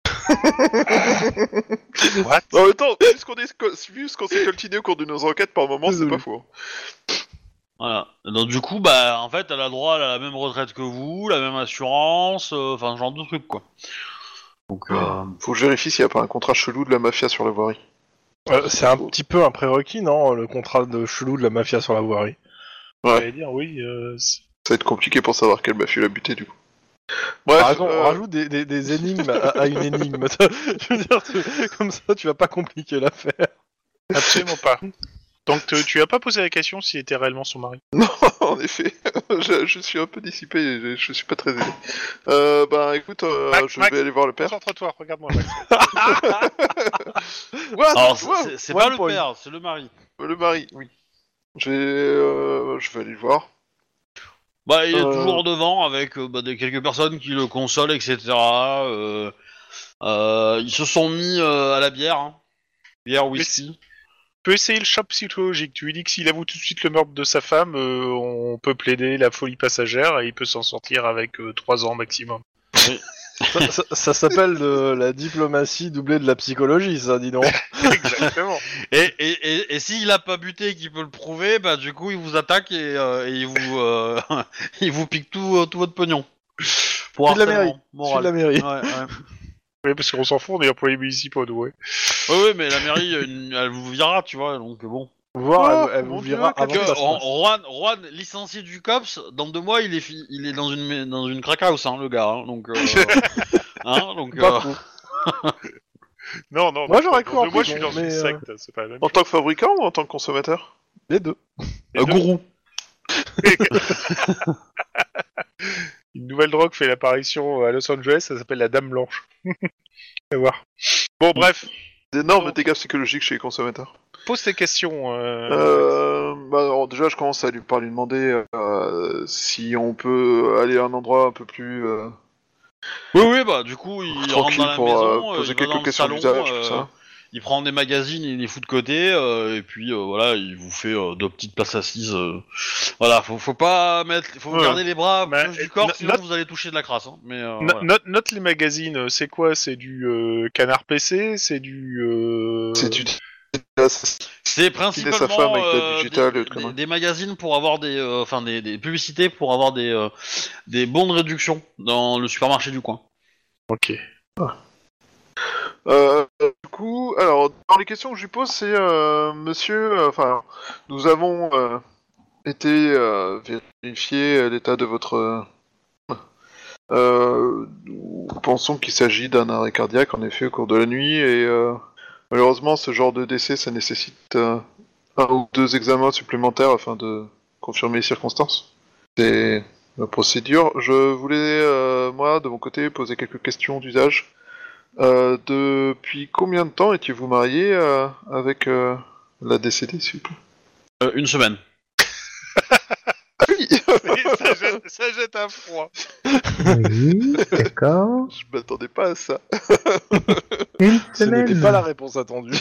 What? En même temps, vu ce qu'on est- vu ce qu'on s'est coltiné au cours de nos enquêtes par moment, c'est Désolé. pas faux. Voilà. Donc du coup, bah, en fait, elle a droit à la même retraite que vous, la même assurance, euh, enfin, ce genre de truc, quoi. Donc, euh... Faut que je vérifie s'il n'y a pas un contrat chelou de la mafia sur la voirie. Euh, c'est un petit peu un prérequis, non, le contrat de chelou de la mafia sur la voirie. Ouais. J'allais dire, oui. Euh, c'est- Ça va être compliqué pour savoir quel mafieux l'a buté du coup. Bref, Par exemple, euh, on rajoute des, des, des énigmes à, à une énigme. Je veux dire, tu- comme ça, tu vas pas compliquer l'affaire. Absolument pas. Donc te- tu as pas posé la question s'il était réellement son mari. non, en effet, je, je suis un peu dissipé, je, je suis pas très aidé. Euh, bah écoute, euh, Max, je Max, vais aller voir le père. Concentre-toi, regarde-moi Max. What Alors, c'est- Wow, c'est c'est one pas le point. père, c'est le mari. Le mari, oui. Je vais, euh, je vais aller le voir. Bah, il est Euh. toujours devant avec euh, bah, des, quelques personnes qui le consolent, et cetera. Euh, euh, ils se sont mis euh, à la bière, hein. Bière, whisky. Tu peux essayer le choc psychologique. Tu lui dis que s'il avoue tout de suite le meurtre de sa femme, euh, on peut plaider la folie passagère et il peut s'en sortir avec euh, trois ans maximum. Ça, ça- ça s'appelle de la diplomatie doublée de la psychologie, ça, dis donc. Exactement. Et, et, et, et s'il a pas buté et qu'il peut le prouver, bah du coup il vous attaque et, euh, et il vous euh, il vous pique tout, euh, tout votre pognon. Pour Je suis de la harcèlement mairie. Je suis moral. de la mairie. Ouais, ouais. Oui, parce qu'on s'en fout, on est employés municipaux, nous, ouais. Ouais, ouais, mais la mairie, une- elle vous virera, tu vois, donc bon. Voir, Oh, elle, elle mon vous Dieu, verra quel avant Que, que ça se Ro- passe. Juan, Juan, licencié du cops, dans deux mois, il est, fi- il est dans une, dans une crack house, hein, le gars. Hein, donc, euh, hein, donc, Pas euh, fou. Non, non, Moi, non, j'aurais non, cru en Moi, je prison, suis dans mais, une euh, secte, c'est pas la même En tant que fabricant ou en tant que consommateur? Les deux. Les un deux. gourou. Une nouvelle drogue fait l'apparition à Los Angeles, ça s'appelle la Dame Blanche. On va voir. Bon, bref, D'énormes Bon. dégâts psychologiques chez les consommateurs. pose tes questions. Euh... Euh, bah, alors déjà, je commence à lui, par lui demander euh, si on peut aller à un endroit un peu plus euh, Oui, oui, bah du coup, il rentre tranquille dans la pour maison, euh, euh, poser il va dans quelques le questions salon, d'usage, euh, tout ça. il prend des magazines, il les fout de côté, euh, et puis euh, voilà, il vous fait euh, deux petites places assises. euh. Voilà, faut, faut pas mettre, faut Ouais. garder les bras Bah, proches du euh, corps, no- sinon note- vous allez toucher de la crasse. Hein. Mais euh, No- voilà. note, note les magazines, euh, c'est quoi? C'est du euh, Canard P C? C'est du... Euh... C'est du C'est principalement sa femme avec la euh, digitale et des, autres des- conneries. des magazines pour avoir des, euh, enfin des, des publicités pour avoir des, euh, des bons de réduction dans le supermarché du coin. Ok. Euh, du coup, alors, dans les questions que je lui pose, c'est euh, monsieur, euh, enfin, nous avons euh, été euh, vérifier l'état de votre. Euh, euh, nous pensons qu'il s'agit d'un arrêt cardiaque, en effet, au cours de la nuit, et euh, malheureusement, ce genre de décès, ça nécessite euh, un ou deux examens supplémentaires afin de confirmer les circonstances. C'est la procédure. Je voulais, euh, moi, de mon côté, poser quelques questions d'usage. Euh, depuis combien de temps étiez-vous marié euh, avec euh, la décédée, s'il vous plaît? Euh, une semaine. Ah oui. ça, jette, ça jette un froid. Oui, d'accord. Je m'attendais pas à ça. Une Ce n'était semaine. pas la réponse attendue.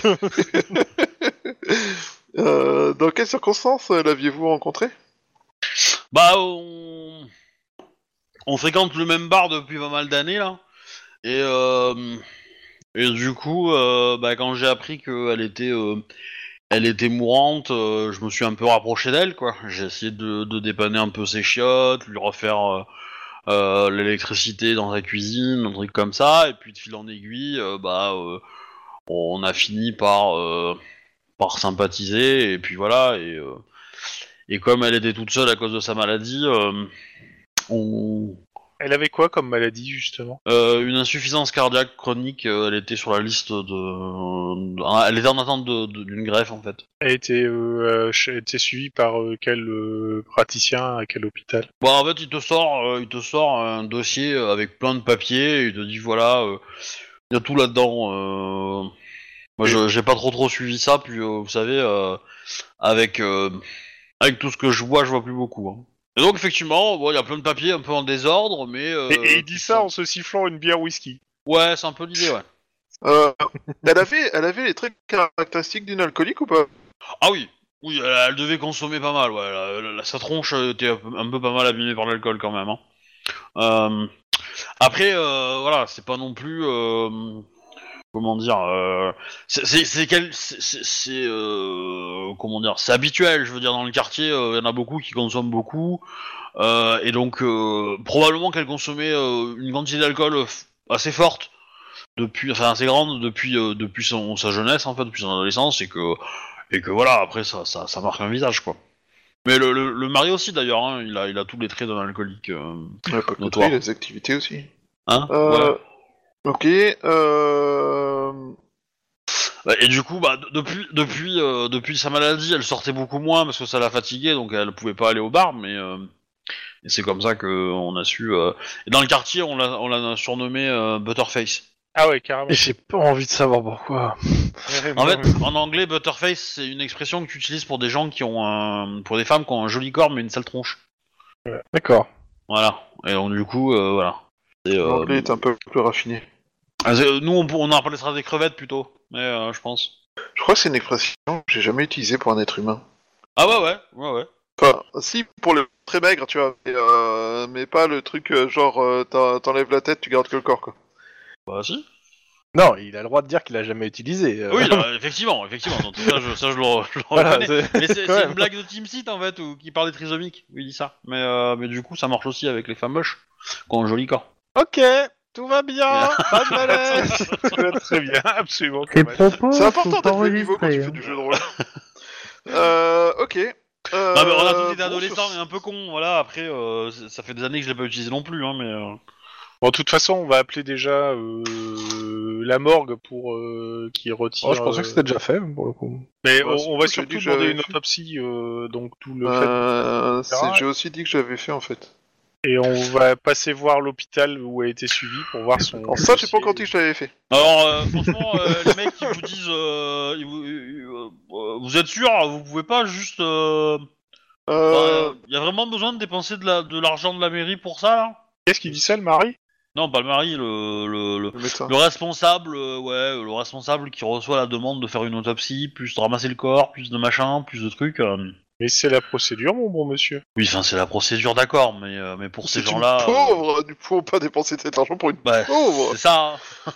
Euh, dans quelles circonstances euh, l'aviez-vous rencontré? Bah, on... on fréquente le même bar depuis pas mal d'années là, et euh... et du coup, euh, bah, quand j'ai appris qu'elle était, euh... elle était mourante, euh, je me suis un peu rapproché d'elle, quoi. J'ai essayé de, de dépanner un peu ses chiottes, lui refaire euh, euh, l'électricité dans sa cuisine, un truc comme ça, et puis de fil en aiguille, euh, bah, euh, on a fini par euh, par sympathiser, et puis voilà, et euh, et comme elle était toute seule à cause de sa maladie, euh, on Elle avait quoi comme maladie, justement? Euh, une insuffisance cardiaque chronique, euh, elle était sur la liste de... de- Elle était en attente de- de- d'une greffe, en fait. Elle était, euh, euh, elle était suivie par euh, quel euh, praticien, à quel hôpital? Bon, en fait, il te sort, euh, il te sort un dossier avec plein de papiers, et il te dit, voilà, euh, il y a tout là-dedans. euh. Moi, je, j'ai pas trop trop suivi ça, puis, euh, vous savez, euh, avec, euh, avec tout ce que je vois, je vois plus beaucoup. Hein. Et donc, effectivement, bon, il y a plein de papiers un peu en désordre, mais... euh, Et, et il dit qui ça sont- en se sifflant une bière whisky. Ouais, c'est un peu l'idée, ouais. Euh, elle avait, elle avait les traits caractéristiques d'une alcoolique ou pas? Ah oui, oui, elle, elle devait consommer pas mal, ouais. La- la- la- sa tronche était un peu, un peu pas mal abîmée par l'alcool quand même. Hein. Euh, après, euh, voilà, c'est pas non plus, euh, comment dire, euh, c'est, c'est, c'est, quel, c'est, c'est, c'est euh, comment dire, c'est habituel. Je veux dire, dans le quartier, il euh, y en a beaucoup qui consomment beaucoup, euh, et donc euh, probablement qu'elle consommait euh, une quantité d'alcool f- assez forte depuis, enfin assez grande depuis euh, depuis son, sa jeunesse en fait, depuis son adolescence, et que et que voilà, après ça ça, ça marque un visage quoi. Mais le, le, le mari aussi d'ailleurs, hein, il a il a tous les traits d'un alcoolique euh, Ouais, pas que notoire. toi, les activités aussi. Hein. Euh... Ouais. Ok, euh... Bah, et du coup, bah, d- depuis, depuis, euh, depuis sa maladie, elle sortait beaucoup moins parce que ça la fatiguait, donc elle pouvait pas aller au bar. Mais euh, et c'est comme ça que on a su. Euh... Et dans le quartier, on l'a, on l'a surnommé euh, Butterface. Ah ouais, carrément. Et j'ai pas envie de savoir pourquoi. En fait, en anglais, Butterface, c'est une expression que tu utilises pour des gens qui ont un, pour des femmes qui ont un joli corps mais une sale tronche. D'accord. Voilà. Et donc du coup, euh, voilà. Et, euh, l'anglais est un peu plus raffiné. euh, nous, on, on en appellera des crevettes plutôt, mais euh, je pense. Je crois que c'est une expression que j'ai jamais utilisée pour un être humain. Ah ouais, ouais, ouais, ouais. Enfin, si, pour le très maigre, tu vois, mais, euh, mais pas le truc euh, genre euh, t'en- t'enlèves la tête, tu gardes que le corps, quoi. Bah si. Non, il a le droit de dire qu'il a jamais utilisé. euh. Oui, là, effectivement, effectivement. Donc, ça, je, ça, je le, je le Voilà, reconnais. c'est- Mais c'est, quand c'est même. une blague de Team Seat en fait, où, qui parle des trisomiques, où il dit ça. Mais, euh, mais du coup, ça marche aussi avec les femmes moches, qui ont un joli corps. Ok, tout va bien, pas de malaise. Très bien, absolument. Tes Thomas. propos C'est important sont d'être le niveau quand tu enregistrés. fais hein. du jeu de rôle. euh, ok. Euh, Non, mais on a tous été bon, adolescents sur- et un peu cons, voilà. Après, euh, c'est- ça fait des années que je l'ai pas utilisé non plus, hein, mais. Euh... Bon, de toute façon, on va appeler déjà euh, la morgue pour euh, qu'ils retirent. Oh, je pensais que euh, c'était déjà fait, pour le coup. Mais Ouais, on, on va c'est- j'ai surtout dit que demander j'avais une fait. autopsie, euh, donc tout le fait. Euh, et cetera. c'est- J'ai aussi dit que j'avais fait en fait. Et on va passer voir l'hôpital où elle a été suivie pour voir son. Alors ça, j'ai pas dossier. encore dit que je l'avais fait. Alors, euh, franchement, euh, les mecs qui vous disent, euh, ils vous, euh, euh, vous êtes sûr, vous pouvez pas juste. Euh... Euh, bah, y a vraiment besoin de dépenser de, la, de l'argent de la mairie pour ça, là? Qu'est-ce qu'il dit ça, le mari? Non, pas le mari, le, le, le, le médecin. le responsable, euh, ouais, le responsable qui reçoit la demande de faire une autopsie, plus de ramasser le corps, plus de machin, plus de trucs. euh. Mais c'est la procédure, mon bon monsieur. Oui, enfin, c'est la procédure, d'accord, mais, euh, mais pour ces C'est une gens-là. euh, pauvre, du coup, pas dépenser cet argent pour une bah, pauvre. c'est ça. Hein.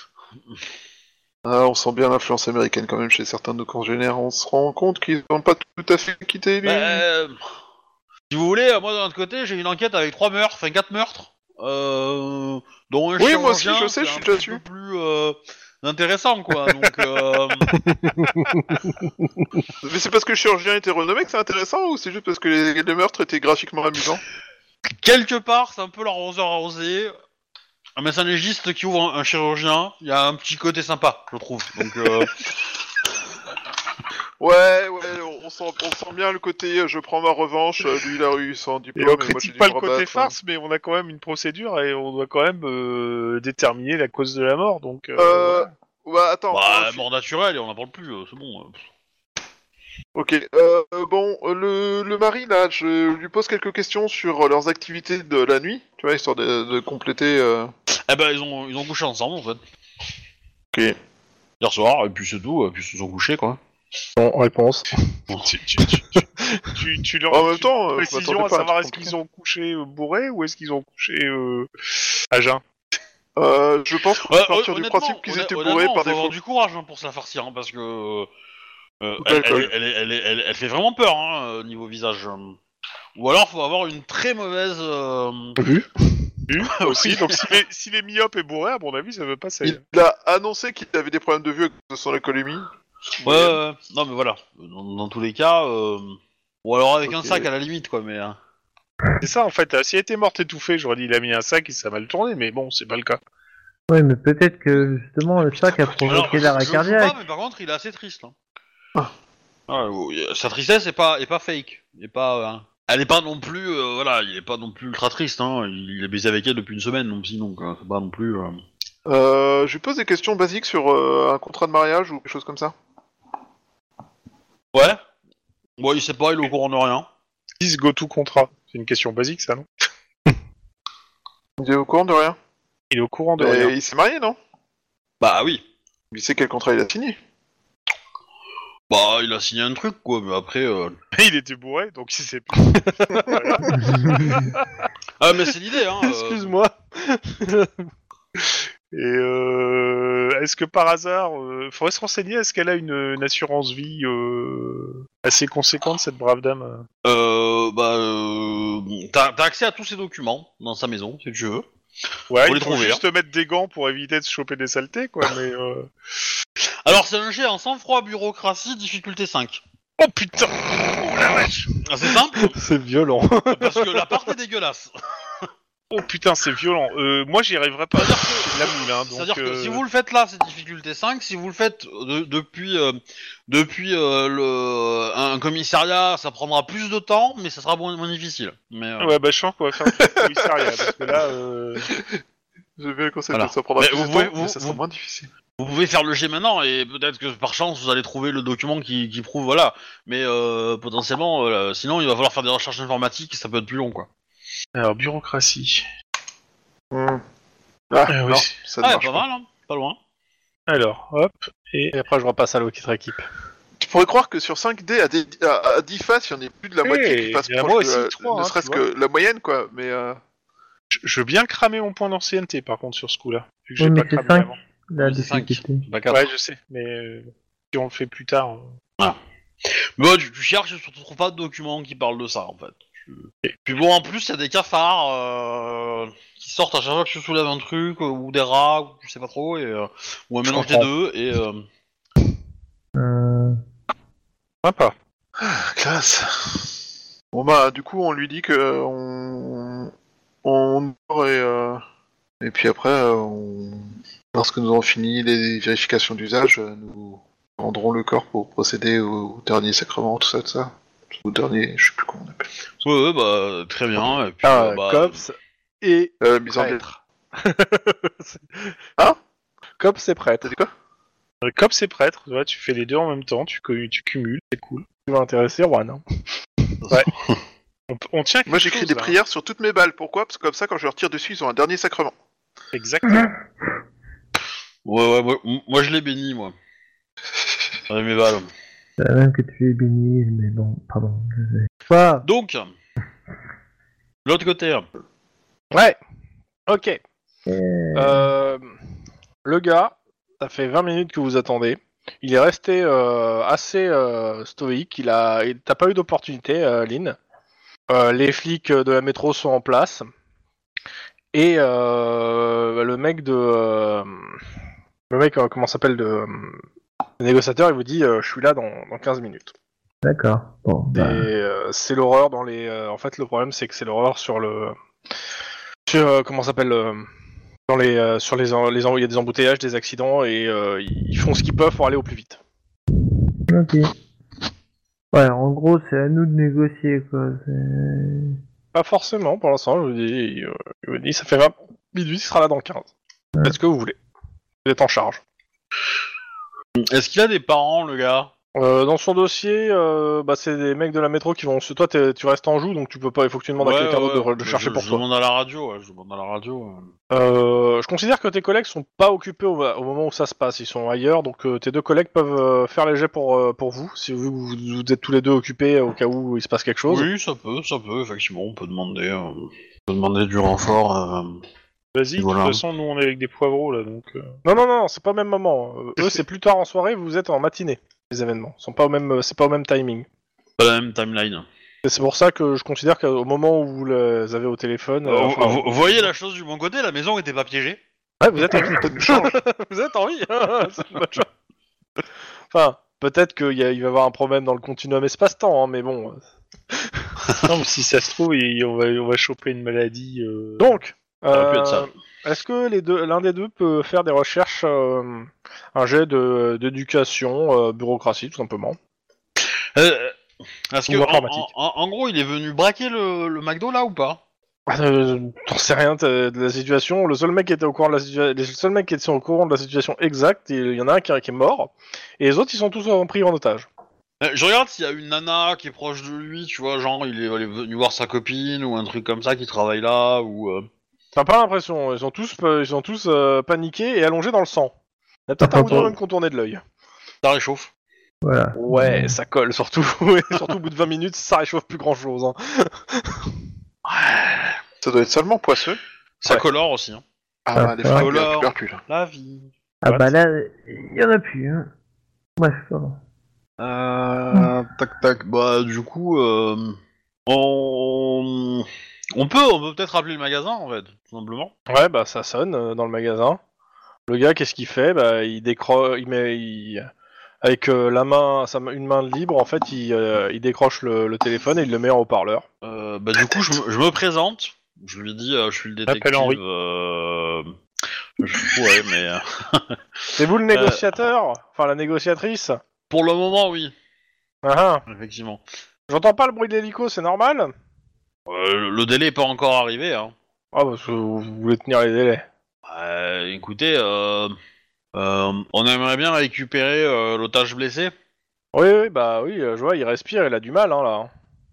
Ah, on sent bien l'influence américaine quand même chez certains de nos congénères. On se rend compte qu'ils n'ont pas tout à fait quitté les... Bah, euh, si vous voulez, moi, d'un autre côté, j'ai une enquête avec trois meurtres, enfin quatre meurtres, euh, dont un Oui, moi aussi, chirurgien, je sais, c'est je suis un déjà petit peu dessus. plus euh, intéressant, quoi. Donc, euh, Mais c'est parce que le chirurgien était renommé que c'est intéressant ou c'est juste parce que les, les meurtres étaient graphiquement amusants? quelque part, c'est un peu l'arroseur arrosé. Un médecin légiste qui ouvre un, un chirurgien, il y a un petit côté sympa, je trouve. Donc, euh, Ouais, ouais, on sent, on sent bien le côté euh, je prends ma revanche, euh, lui il a eu son Et diplôme. on et moi, j'ai critique dû pas me le côté rebattre, hein. farce, mais on a quand même une procédure et on doit quand même euh, déterminer la cause de la mort. Donc. Euh, Euh, voilà. Ouais, attends. bah, euh, mort naturelle et on n'en parle plus, euh, c'est bon. euh. Ok, euh, bon, euh, le, le mari là, je lui pose quelques questions sur euh, leurs activités de la nuit, tu vois, histoire de, de compléter. Euh... Eh ben, ils ont, ils ont couché ensemble, en fait. Ok. Hier soir, et puis c'est tout, et puis ils se sont couchés, quoi. Bon, réponse. Tu, tu, tu, tu, tu, tu leur En même tu- temps, euh, je précision m'attendais à pas à savoir tout est-ce qu'ils comprendre. ont couché euh, bourrés ou est-ce qu'ils ont couché euh, à jeun. Euh, je pense qu'on Ouais, peut partir du honnêtement, principe qu'ils honn- étaient honnêtement, bourrés par faut défaut. avoir du courage hein, pour se la farcir, hein, parce que euh, euh, Tout elle, l'alcool. elle, elle, elle, elle- elle fait vraiment peur hein, euh, niveau visage. euh. Ou alors faut avoir une très mauvaise. Euh... Vu Vu aussi. Donc si les, si les myopes est bourré, à mon avis, ça veut pas ça. Il a annoncé qu'il avait des problèmes de vue de son alcoolémie. Ouais, ouais, ouais. Non mais voilà. Dans, dans tous les cas, euh... ou alors avec un Ok. sac à la limite quoi, mais. hein. C'est ça en fait. Si elle était morte étouffée, j'aurais dit il a mis un sac et ça a mal tourné, mais bon, c'est pas le cas. Oui, mais peut-être que justement le sac a Alors, provoqué je- l'arrêt je joue cardiaque. pas, mais par contre il est assez triste. Là. Ah. Ah, oui, sa tristesse est pas, est pas fake, est pas. hein. Elle est pas non plus, euh, voilà, il est pas non plus ultra triste. Hein. Il est baisé avec elle depuis une semaine, donc sinon, quoi. C'est pas non plus. euh, Euh, je lui pose des questions basiques sur euh, un contrat de mariage ou quelque chose comme ça. Ouais. Bon, il sait pas, il est au courant de rien. dix go to contrat. C'est une question basique, ça, non? Il est au courant de rien. Il est au courant de Mais rien. il s'est marié, non? Bah oui. Il sait quel contrat il a signé. Bah, il a signé un truc, quoi, mais après. Euh... Mais il était bourré, donc il sait plus. Ah, mais c'est l'idée, hein. euh, Excuse-moi. Et euh, est-ce que par hasard, euh, faudrait se renseigner, est-ce qu'elle a une, une assurance vie euh, assez conséquente, cette brave dame? Euh, bah, euh, t'as, t'as accès à tous ces documents dans sa maison, si tu veux. Ouais, Faut il les faut trouver, juste mettre des gants pour éviter de se choper des saletés, quoi, mais... Euh... Alors, c'est un jet en sang-froid, bureaucratie, difficulté cinq. Oh putain! Oh la vache! Ah, c'est simple, C'est violent. parce que la part est dégueulasse. Oh putain, c'est violent. Euh, moi, j'y arriverai pas. C'est-à-dire C'est de la moule, hein, donc... C'est-à-dire que euh, si vous le faites là, c'est difficulté cinq. Si vous le faites de- depuis, euh, depuis euh, le, un commissariat, ça prendra plus de temps, mais ça sera moins, moins difficile. Mais, euh, Ouais, bah je sens qu'on va faire un truc commissariat, parce que là... Euh... J'ai bien le concept Voilà. de ça prendra Mais plus vous de pouvez- temps, vous- mais ça sera vous- moins difficile. Vous pouvez faire le jet maintenant, et peut-être que par chance, vous allez trouver le document qui, qui prouve, voilà. Mais euh, potentiellement, euh, sinon, il va falloir faire des recherches informatiques, et ça peut être plus long, quoi. Alors, bureaucratie. Hmm. Ah, Ah, oui. non, ça ne Ah, marche pas pas. mal, hein, pas loin. Alors, hop, et... Et après, je repasse à l'autre équipe. Tu pourrais croire que sur cinq dés, à, des- à, à dix faces, il y en a plus de la Hey, moitié qui passe il y en a proche moi de aussi la- trois, ne hein, serait-ce tu vois. que la moyenne, quoi. Mais euh, Je, je veux bien cramer mon point d'ancienneté, par contre, sur ce coup-là. Vu que Oui, j'ai mais pas c'est cramé cinq. avant. La Oui, c'est cinq, difficulté. pas quatre. Ouais, je sais, mais euh, si on le fait plus tard... euh, Mais ouais, tu, tu cherches et tu trouves pas de documents qui parlent de ça, en fait. Tu- Puis bon, en plus, il y a des cafards euh, qui sortent à chaque fois que tu soulèves un truc, euh, ou des rats, ou je sais pas trop, et, euh, ou un Je mélange des comprends. deux, et... Euh... Euh, Sympa. classe. Bon bah, du coup, on lui dit que on on aurait euh... et puis après, euh, on... lorsque nous aurons fini les vérifications d'usage, euh, nous rendrons le corps pour procéder au, au dernier sacrement, tout ça, tout ça. Au dernier, je sais plus comment on appelle. Ouais, ouais, bah, très bien, et puis... Ah, euh, bah, Cops et Euh, mise en prêtre. Hein Cops et prêtre. T'as dit quoi? Euh, Cops et prêtre, ouais, tu fais les deux en même temps, tu, co- tu cumules, c'est cool. Tu vas intéresser Juan. Hein. Ouais. On, on tient Moi, quelque j'écris chose, des là. prières sur toutes mes balles. Pourquoi? Parce que comme ça, quand je retire dessus, ils ont un dernier sacrement. Exactement. Ouais, ouais, moi, moi, je l'ai béni, moi. Avec mes balles. c'est la même que tu es béni, mais bon, pardon. désolé. Quoi? Donc, l'autre côté. Ouais. Ok. Euh, Euh, le gars, ça fait vingt minutes que vous attendez. Il est resté euh, assez euh, stoïque. Il a, il- t'as pas eu d'opportunité, euh, Lynn. Euh, les flics de la métro sont en place. Et euh, le mec de, euh, le mec euh, comment s'appelle de, euh, le négociateur, il vous dit, euh, je suis là dans, dans quinze minutes. D'accord. Bon, Et bah, euh, c'est l'horreur dans les. euh, en fait, le problème, c'est que c'est l'horreur sur le. Sur, euh, comment ça s'appelle euh, dans les, euh, sur les, en- les en- il y a des embouteillages, des accidents, et euh, ils font ce qu'ils peuvent pour aller au plus vite. ok. Ouais, en gros, c'est à nous de négocier, quoi. c'est- Pas forcément, pour l'instant, je vous dis, euh, je vous dis ça fait vingt minutes, il sera là dans quinze. Faites ce que vous voulez. Vous êtes en charge. Est-ce qu'il a des parents, le gars? Euh, dans son dossier, euh, bah, c'est des mecs de la métro qui vont. Toi, t'es- tu restes en joue, donc tu peux pas. Il faut que tu demandes à Ouais, quelqu'un ouais, d'autre de, de je- chercher je, pour je toi. demande à la radio, ouais, je demande à la radio. euh. Euh, je considère que tes collègues sont pas occupés au, au moment où ça se passe, ils sont ailleurs, donc euh, tes deux collègues peuvent euh, faire les jets pour, euh, pour vous, si vous, vous, vous êtes tous les deux occupés au cas où il se passe quelque chose. Oui, ça peut, ça peut, effectivement, on peut demander, euh, on peut demander du renfort. Euh... Vas-y, de Voilà. toute façon, nous on est avec des poivreaux là, donc. euh, Non, non, non, c'est pas au même moment. Euh, eux, c'est plus tard en soirée, vous êtes en matinée, les événements. Ils sont pas au même, euh, c'est pas au même timing. Pas la même timeline. Et c'est pour ça que je considère qu'au moment où vous les avez au téléphone... euh, Euh, enfin, vous, vous voyez la chose du bon côté, la maison était pas piégée. ouais, vous êtes en vie. Vous êtes en vie. C'est une bonne chose. Enfin, peut-être qu'il y a- il va y avoir un problème dans le continuum espace-temps, hein, mais bon... euh, Non, mais si ça se trouve, il- on va, on va choper une maladie. Euh... Donc, aurait pu être ça. euh, est-ce que les deux, l'un des deux peut faire des recherches, euh, un jet de, d'éducation, euh, bureaucratie, tout simplement. Euh, parce que, Ou en, informatique. en- en- en gros, il est venu braquer le, le McDo là ou pas? Euh, T'en sais rien t'as- de la situation. Le seul mec qui était au courant de la situation, les seuls mecs qui étaient au courant de la situation exacte, il y en a un qui, qui est mort, et les autres ils sont tous en pris en otage. Euh, Je regarde s'il y a une nana qui est proche de lui, tu vois, genre il est, il est venu voir sa copine ou un truc comme ça qui travaille là, ou... euh, T'as pas l'impression. Ils sont tous, ils sont tous euh, paniqués et allongés dans le sang. Il y a peut-être un ou deux même contournés de l'œil. Ça réchauffe. Voilà. Ouais, ça colle surtout. Et surtout au bout de vingt minutes, ça réchauffe plus grand chose. Hein. Ça doit être seulement poisseux. Ça Ouais. colore aussi. Hein. Ah, Ah, bah, les ça. fringues, Voilà. je récupère plus, là. La vie. Ah What bah là, il y en a plus. Hein. Bref, pardon. Euh, tac tac. Bah du coup, euh, on... on peut, on peut peut-être appeler le magasin en fait, tout simplement. Ouais, bah ça sonne euh, dans le magasin. Le gars, qu'est-ce qu'il fait? Bah, il décroche, il met, il- avec euh, la main, sa main- une main libre, en fait, il, euh, il décroche le, le téléphone et il le met en haut-parleur. Euh, bah du coup, je me, je me présente. Je lui dis, euh, je suis le détective. Appelle Henri. Euh... Je... Ouais, mais euh, C'est vous le négociateur? Enfin, la négociatrice? pour le moment, oui, Ah ah. effectivement. J'entends pas le bruit de l'hélico, c'est normal? Euh, le délai est pas encore arrivé. Hein. Ah, parce que vous vous voulez tenir les délais. Euh, écoutez, euh, euh, on aimerait bien récupérer euh, l'otage blessé. Oui, oui, bah oui, euh, je vois, il respire, il a du mal, hein, là.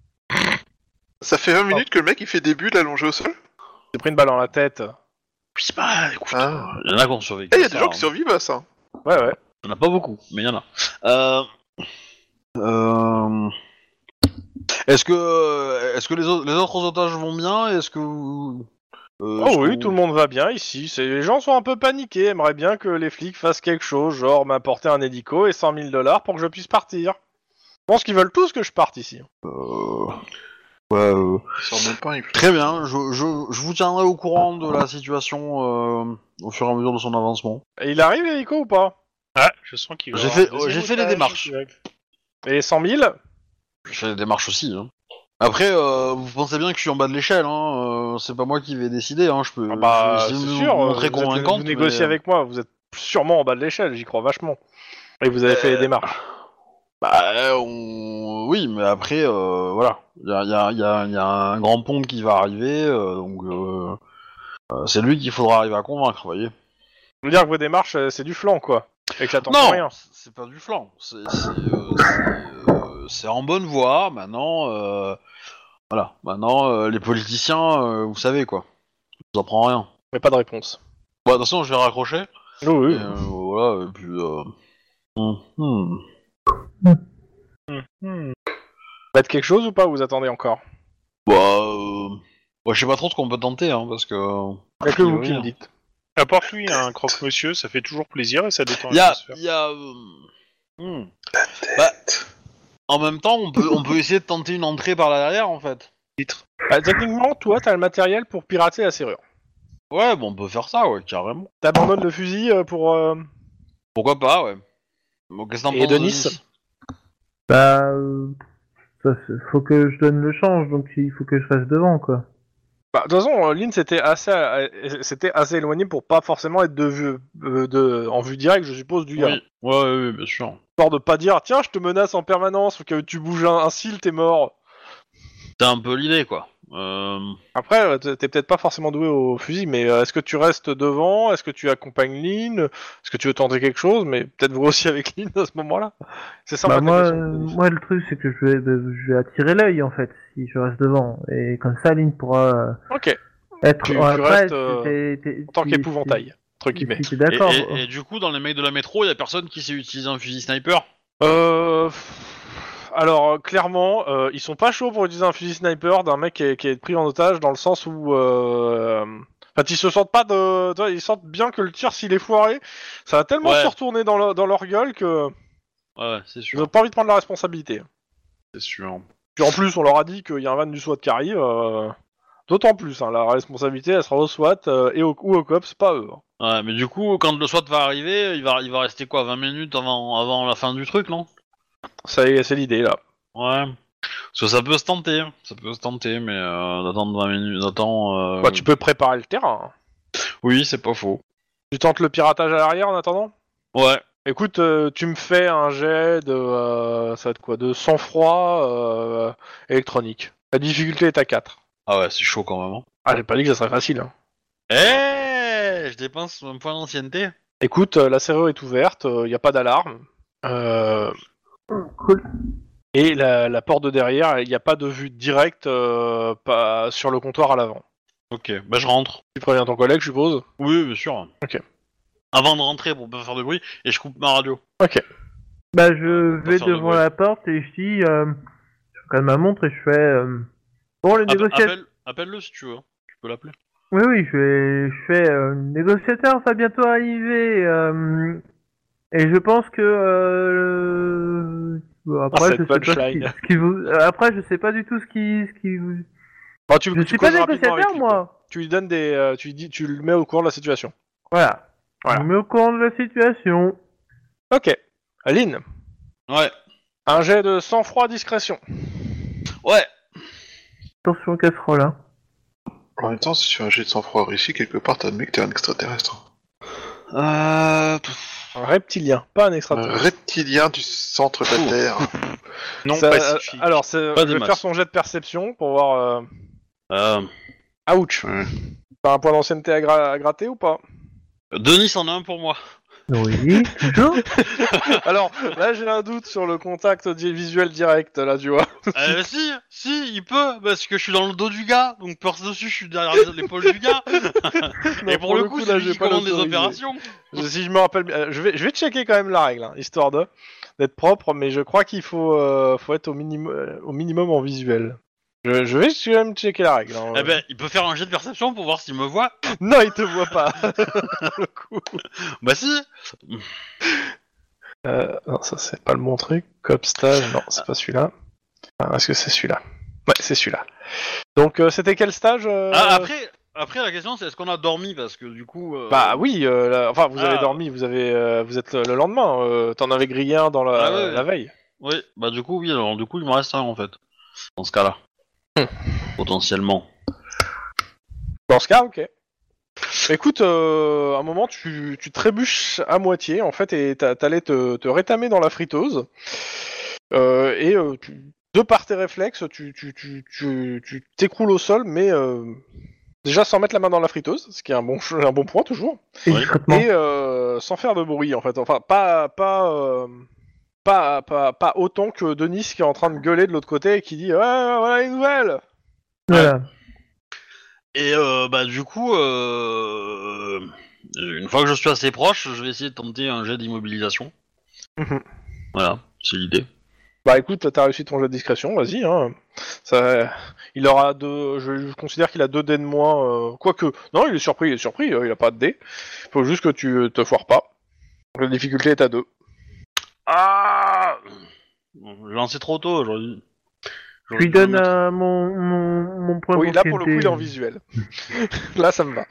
Ça fait vingt minutes que le mec il fait des bulles allongé au sol. Il s'est pris une balle dans la tête. Oui, bah écoute, Ah. il y en a qui ont survécu. Eh, il y a à des ça, gens hein. qui survivent à ça. Ouais, ouais. Il y en a pas beaucoup, mais il y en a. Euh... Euh... Est-ce que, est-ce que les, au- les autres otages vont bien? Est-ce que vous... euh, Oh est-ce oui, que tout vous- le monde va bien ici. C'est... Les gens sont un peu paniqués, aimeraient bien que les flics fassent quelque chose, genre m'apporter un hélico et cent mille dollars pour que je puisse partir. Je pense qu'ils veulent tous que je parte ici. Euh... Ouais, euh, Ils sortent même pas, ils très bien, je, je, je vous tiendrai au courant de la situation euh, au fur et à mesure de son avancement. Et il arrive l'hélico ou pas? Ah, je sens qu'il va y J'ai avoir fait- un deuxième j'ai fait les otage démarches. direct. Et les cent mille? Je fais des démarches aussi. Hein. Après, euh, vous pensez bien que je suis en bas de l'échelle, hein. euh, c'est pas moi qui vais décider, hein. Je peux, Ah bah, je vais c'est essayer de me sûr, montrer vous, êtes- convaincante. vous négociez mais- avec moi, vous êtes sûrement en bas de l'échelle, j'y crois vachement. Et vous avez fait les Euh, démarches. Bah, on... oui, mais après, euh, voilà, il y a, y a- y a- y a un grand pont qui va arriver, euh, donc euh, euh, c'est lui qu'il faudra arriver à convaincre, vous voyez. Je veux dire que vos démarches, euh, c'est du flanc, quoi. Et que j'attends Non, rien. c'est pas du flanc, c'est c'est, euh, c'est, euh, c'est en bonne voie. Maintenant, euh, voilà, maintenant euh, les politiciens, euh, vous savez quoi, je vous apprends rien. Mais pas de réponse. Bon, de toute façon, je vais raccrocher. Oui, oui. Et, euh, voilà, et puis. Euh... hum, hum. Hmm. Faites quelque chose ou pas, ou vous attendez encore? Bah, euh... ouais, je sais pas trop ce qu'on peut tenter, hein, parce que. Y'a que vous Oui, qui hein. me dites. Apporte-lui un croque-monsieur, ça fait toujours plaisir et ça détend Il y a, l'atmosphère. il y a. euh, hmm. Bah, en même temps, on peut, on peut essayer de tenter une entrée par là derrière, en fait. Bah, techniquement, toi, t'as le matériel pour pirater la serrure. Ouais, bon, on peut faire ça, ouais, carrément. T'abandonnes le fusil euh, pour... euh, Pourquoi pas, ouais. Bon, qu'est-ce que t'en Et penses, Denis Bah, euh, ça, c'est- faut que je donne le change, donc il faut que je reste devant, quoi. Bah, de toute façon, euh, Lynn c'était assez, euh, c'était assez éloigné pour pas forcément être de vue, euh, de, en vue directe, je suppose, du gars. Oui, ouais, ouais, ouais, bien sûr. Histoire de pas dire, tiens, je te menace en permanence, faut que tu bouges un, un cil, t'es mort. C'est un peu l'idée, quoi. Euh... Après, euh, t'es t'es peut-être pas forcément doué au fusil, mais euh, est-ce que tu restes devant? Est-ce que tu accompagnes Lynn? Est-ce que tu veux tenter quelque chose? Mais peut-être vous aussi avec Lynn à ce moment-là. C'est ça Bah, ma moi, question. euh, moi, le truc, c'est que je vais, euh, je vais attirer l'œil, en fait, si je reste devant. Et comme ça, Lynn pourra euh, Ok, être Tu- en tu après, restes, euh, t'es- t'es- en tant si- qu'épouvantail, entre Si, guillemets. si t'es d'accord. Et, et- et du coup, dans les mecs de la métro, y a personne qui sait utiliser un fusil sniper. Euh... Alors, euh, clairement, euh, ils sont pas chauds pour utiliser un fusil sniper d'un mec qui est, qui est pris en otage, dans le sens où... Euh... En fait, ils se sentent pas de... tu vois, ils sentent bien que le tir, s'il est foiré, ça va tellement Ouais. se retourner dans, le- dans leur gueule que... Ouais, c'est Ils sûr. ont pas envie de prendre la responsabilité. C'est sûr. Puis en plus, on leur a dit qu'il y a un van du SWAT qui arrive. euh, D'autant plus, hein, la responsabilité, elle sera au SWAT euh, et au, ou au COPS, pas eux. hein. Ouais, mais du coup, quand le SWAT va arriver, il va, il va rester quoi, vingt minutes avant, avant la fin du truc, non? Ça y est, c'est l'idée, là. Ouais. Parce que ça peut se tenter, ça peut se tenter, mais euh, d'attendre vingt minutes, d'attendre... Euh... Bah, tu peux préparer le terrain. hein. Oui, c'est pas faux. Tu tentes le piratage à l'arrière en attendant? Ouais. Écoute, euh, tu me fais un jet de... Euh, ça va être quoi? De sang-froid euh, électronique. La difficulté est à quatre. Ah ouais, c'est chaud quand même. Hein. Ah, j'ai pas dit que ça serait facile. Hein. Eh, je dépense un point d'ancienneté. Écoute, euh, la serrure est ouverte, il n'y a pas d'alarme. Euh, Cool. et la, la porte de derrière, il n'y a pas de vue directe euh, pas sur le comptoir à l'avant. Ok, bah je rentre. Tu préviens ton collègue, je suppose? Oui, bien sûr. Ok. Avant de rentrer pour pas faire de bruit, et je coupe ma radio. Ok. Bah, je Pas vais faire de devant bruit. la porte et je dis, euh, je regarde ma montre et je fais, euh, bon, les Appe- négociations. appelle, appelle-le si tu veux. Tu peux l'appeler. Oui, oui, je, vais, je fais euh, négociateur va bientôt arriver. euh, et je pense que euh, bon, après, cette je sais pas ce qui, punchline. ce qui vous. euh, Après, je sais pas du tout ce qui, ce qui vous. Bon, tu, Je tu suis pas causes rapidement avec négociateur, lui, quoi. moi. Tu lui donnes des, euh, tu lui dis, tu le mets au courant de la situation. Voilà. Voilà. Je me mets au courant de la situation. Ok. Aline, Ouais. un jet de sang-froid discrétion. Ouais. Attention casserole, hein. En même temps, si tu fais un jet de sang-froid réussi, quelque part, t'admets que t'es un extraterrestre. Euh... Un reptilien, pas un Un extraterrestre. reptilien du centre de la Terre. Non Ça- pacifique. Alors, c'est, Pas je des vais masses. faire son jet de perception pour voir. Euh... Euh... Ouch. Ouais. T'as un point d'ancienneté à, gra- à gratter ou pas? Denis en a un pour moi. Oui, toujours. Alors, là, j'ai un doute sur le contact di- visuel direct, là, tu vois. Euh, si, si, il peut, parce que je suis dans le dos du gars, donc par-dessus, je suis derrière l'épaule du gars. Non, Et pour, le coup, c'est là, lui j'ai qui pas commande les l'autorisé. opérations. Je- Si je me rappelle bien, euh, je vais, je vais checker quand même la règle, hein, histoire de d'être propre, mais je crois qu'il faut, euh, faut être au, minimum euh, au minimum en visuel. Je, je vais quand même checker la règle. hein. Eh ben, il peut faire un jet de perception pour voir s'il me voit. Non, il te voit pas. Pour le coup. Bah si. Euh, non, ça c'est pas le bon truc. Cop stage, non, c'est pas celui-là. Ah, est-ce que c'est celui-là? Ouais, c'est celui-là. Donc, euh, c'était quel stage euh Ah, après, après, la question, c'est est-ce qu'on a dormi, parce que du coup... euh, Bah oui, euh, là- enfin vous avez Ah. dormi, vous avez, euh, vous êtes le, le lendemain. Euh, T'en avais grillé un dans la, Ah ouais. la veille. Oui, bah du coup, oui, alors du coup, il me reste un, en fait. Dans ce cas-là. Hmm. Potentiellement. Dans ce cas, ok. Écoute, euh, à un moment, tu, tu trébuches à moitié, en fait, et t'a- t'allais te, te rétamer dans la friteuse. Euh, et euh, tu, de par tes réflexes, tu, tu, tu, tu, tu t'écroules au sol, mais euh, déjà sans mettre la main dans la friteuse, ce qui est un bon, ch- un bon point toujours, Et Oui. discrètement. et euh, sans faire de bruit, en fait. Enfin, pas, pas, euh, pas, pas, pas autant que Denis qui est en train de gueuler de l'autre côté et qui dit « Ouais, voilà une nouvelle !» Voilà. Et euh, bah du coup, euh... une fois que je suis assez proche, je vais essayer de tenter un jet d'immobilisation. Mhm. Voilà, c'est l'idée. Bah écoute, t'as réussi ton jet de discrétion, vas-y. Hein. Ça, il aura deux. Je, je considère qu'il a deux dés de moins. Euh, quoique, non, il est surpris, il est surpris. euh, il a pas de dés. Faut juste que tu euh, te foires pas. Donc, la difficulté est à deux. Ah J'ai lancé trop tôt, j'aurais dû... Je lui donne euh, mon, mon, mon point Oui, là pour le coup, il est en d'ancienneté. visuel. Là, ça me va.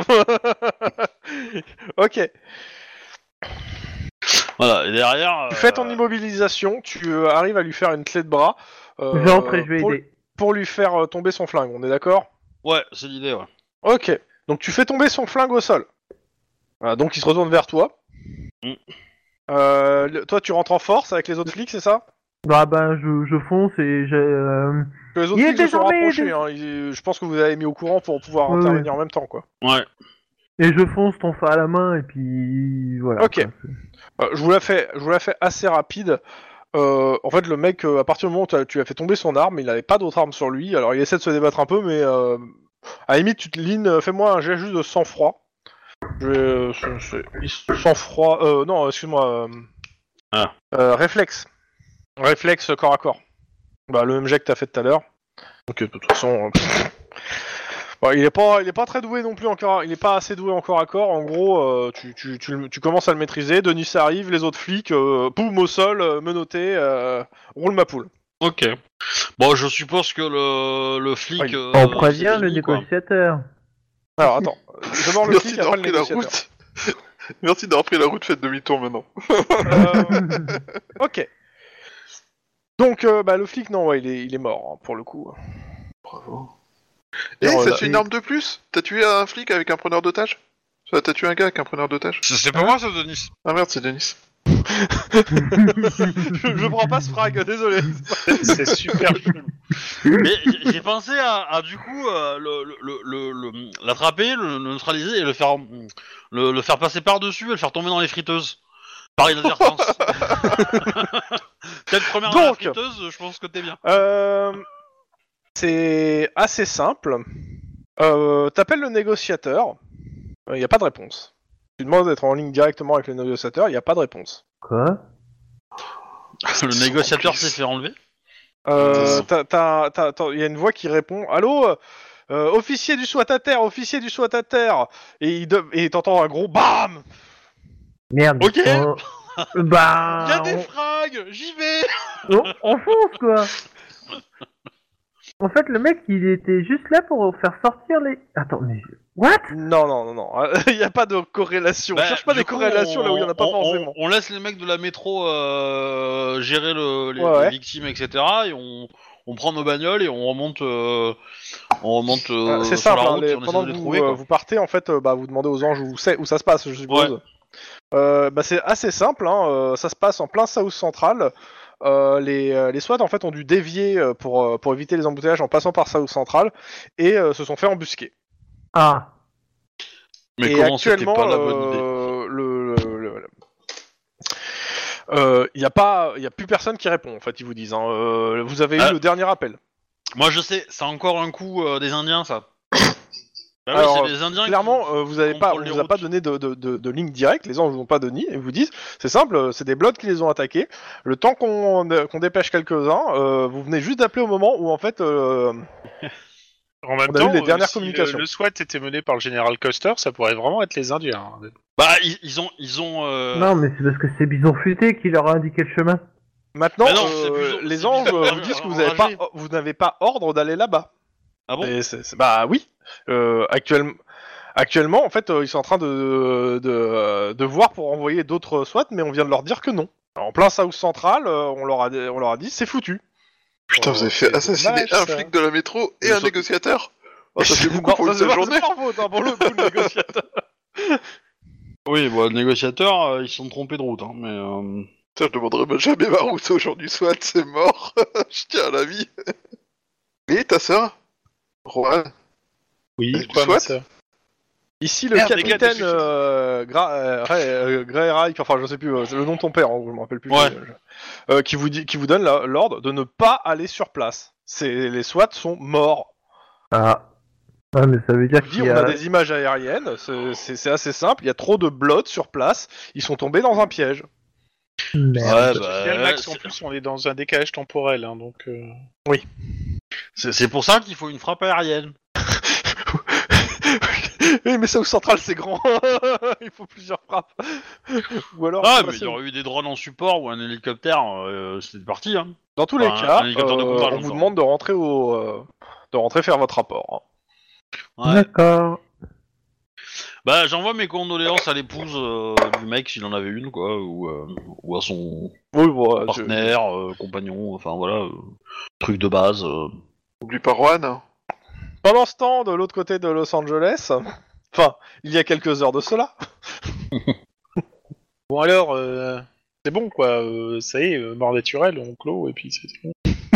Ok. Voilà, et derrière... Tu fais ton euh, immobilisation. Tu euh, arrives à lui faire une clé de bras. euh, Je vais rentrer, je vais pour, aider. pour lui faire euh, tomber son flingue. On est d'accord? Ouais, c'est l'idée, ouais. Ok. Donc tu fais tomber son flingue au sol. Voilà, donc il se retourne vers toi. Mm. Euh, le- toi, tu rentres en force avec les autres flics, c'est ça? Bah, bah, je, je fonce et j'ai. Euh... Que les autres Il est flics se sont désarmé, rapprochés. dés- Hein. Ils- je pense que vous avez mis au courant pour pouvoir Oui, intervenir oui. en même temps, quoi. Ouais. Et je fonce ton fa à la main et puis voilà. Ok. quoi. Euh, je vous la fais, je vous la fais assez rapide. Euh, en fait, le mec, euh, à partir du moment où t'as- tu as fait tomber son arme, il n'avait pas d'autre arme sur lui. Alors, il essaie de se débattre un peu, mais euh, à la limite, tu te lignes. euh, Fais-moi un jet juste de sang-froid. Je vais, euh, c'est- c'est- sang-froid. Euh, non, excuse-moi. Euh, Ah. euh, réflexe. Réflexe corps à corps. Bah, le même jet que t'as fait tout à l'heure. Donc, euh, de toute façon. euh, pff. Bon, il est pas, il est pas très doué non plus encore. Il est pas assez doué encore à corps. En gros, euh, tu, tu, tu, le- tu commences à le maîtriser. Denis arrive, les autres flics, euh, boum au sol, euh, menotté, euh, roule ma poule. Ok. Bon, je suppose que le, le flic... Oui. euh, On prévient c'est le fini, quoi. négociateur. Alors attends, d'abord le Merci flic, après d'avoir le pris la négociateur. route. Merci d'avoir pris la route, faites demi-tour maintenant. Euh, ok. Donc, euh, bah, le flic, non, ouais, il est, il est mort hein, pour le coup. Bravo. Eh, Non, ça là- te fait une arme de plus? T'as tué un flic avec un preneur d'otage? Enfin, t'as tué un gars avec un preneur d'otage? C'est c'est pas moi, ça, Denis. Ah merde, c'est Denis. je, je prends pas ce frag, désolé. C'est super chelou. Mais j'ai j'ai pensé à, à, du coup euh, le- le- le- le- l'attraper, le, le neutraliser et le faire le, le faire passer par dessus et le faire tomber dans les friteuses. Par inadvertance. Peut-être première dans la Donc. friteuse, je pense que t'es bien. Euh, c'est assez simple. Euh, T'appelles le négociateur, il n'y a pas de réponse. Tu demandes d'être en ligne directement avec le négociateur, il n'y a pas de réponse. Quoi? Le négociateur s'est fait enlever. Euh, t'as- t'as- t'as- t'as- Il y a une voix qui répond « Allô, euh, officier du SWAT à terre, officier du SWAT à terre, et il de- et t'entends un gros bam. Merde. Ok. on- Bah. Il y a des on- fringues, j'y vais. on, on fonce quoi. En fait, le mec, il était juste là pour faire sortir les. Attends, mais what? Non, non, non, non, il y a pas de corrélation. Bah, Cherche pas du des coup, corrélations là où il y en a pas on, forcément. On, on laisse les mecs de la métro euh, gérer le, les, Ouais, les ouais. victimes, et cetera. Et on, on prend nos bagnoles et on remonte, euh, on remonte euh, Ah, c'est sur simple, la hein, route les- et on essaie pendant de que les vous, trouver. euh, Quoi. vous partez, en fait, euh, bah, vous demandez aux anges où, c'est, où ça se passe, je suppose. Ouais. Euh, bah, c'est assez simple, hein, euh, ça se passe en plein South Central. Euh, les, euh, les SWAT en fait ont dû dévier euh, pour, euh, pour éviter les embouteillages en passant par South Central et euh, se sont fait embusquer. Ah. Mais et comment c'était actuellement, pas la bonne idée euh, le, le, le- le- euh, il y a pas, il y a plus personne qui répond en fait, ils vous disent. Hein. Euh, vous avez Ah. eu le dernier appel. Moi je sais, c'est encore un coup euh, des Indiens ça. Bah oui, Alors, c'est les Indiens clairement, qui- euh, vous avez qui pas, on contrôlent les vous a pas routes. donné de, de, de, de ligne directe. Les anges vous ont pas donné et vous disent, c'est simple, euh, c'est des Bloods qui les ont attaqués. Le temps qu'on qu'on dépêche quelques-uns, euh, vous venez juste d'appeler au moment où en fait, euh, En même On a temps, eu les euh, dernières si communications. Le, le SWAT était mené par le général Custer, ça pourrait vraiment être les Indiens. hein. Bah ils, ils ont, ils ont. euh, Non, mais c'est parce que c'est Bison Futé qui leur a indiqué le chemin. maintenant, Mais non, euh, c'est Bison- les c'est anges Bison euh, vous disent que vous n'avez pas, enragé. vous n'avez pas ordre d'aller là-bas. Ah bon Et c'est- c'est- bah oui. Euh, actuellement, actuellement, en fait, euh, ils sont en train de, de, de voir pour envoyer d'autres SWAT, mais on vient de leur dire que non. En plein South Central, euh, on leur a, on leur a dit c'est foutu. Putain, vous avez fait c'est assassiner dommage, un ça. flic de la métro et Mais un ça- négociateur. Oh, ça fait beaucoup Non, pour ça, une c'est seule pas- journée. c'est pas faute, hein, pour le coup, le négociateur. Oui, bon, les négociateurs, euh, ils se sont trompés de route, hein, mais. Euh... Putain, je demanderai jamais ma route au jour du SWAT, c'est mort. Je tiens à la vie. Et ta sœur Rohan. Oui, Avec du quoi, SWAT ma sœur Ici, le Merde, les gars, capitaine t'es euh, Gra euh, Ray- euh, Gray Reich, enfin, je sais plus, euh, c'est le nom de ton père, hein, je me rappelle plus. Ouais. je- euh, qui vous dit, qui vous donne la- l'ordre de ne pas aller sur place. C'est les SWAT sont morts. Ah. Ah, mais ça veut dire Je vous dis, qu'il y on a a. des images aériennes. c'est- C'est c'est assez simple. Il y a trop de blood sur place. Ils sont tombés dans un piège. Merde. Ouais, bah. Bien, Max, en c'est- plus, on est dans un décalage temporel, hein, donc... euh, C'est c'est pour ça qu'il faut une frappe aérienne. Oui, mais South Central, c'est grand. Il faut plusieurs frappes. Ou alors. Ah, c'est mais pas il y aurait eu des drones en support ou un hélicoptère, euh, c'était parti, hein. Dans tous les Enfin, cas, un hélicoptère de euh, courage, on vous encore. demande de rentrer au, euh, de rentrer faire votre rapport. hein. Ouais. D'accord. Bah, j'envoie mes condoléances à l'épouse euh, du mec, s'il en avait une, quoi, ou, euh, ou à son Oui, bon, euh, tu- partenaire, euh, compagnon, enfin voilà, euh, truc de base. euh. Oublie pas Rohan. Pendant ce temps, de l'autre côté de Los Angeles, enfin, il y a quelques heures de cela, Bon, alors, euh, c'est bon, quoi. euh, ça y est, euh, mort naturelle, on clôt, et puis c'est bon.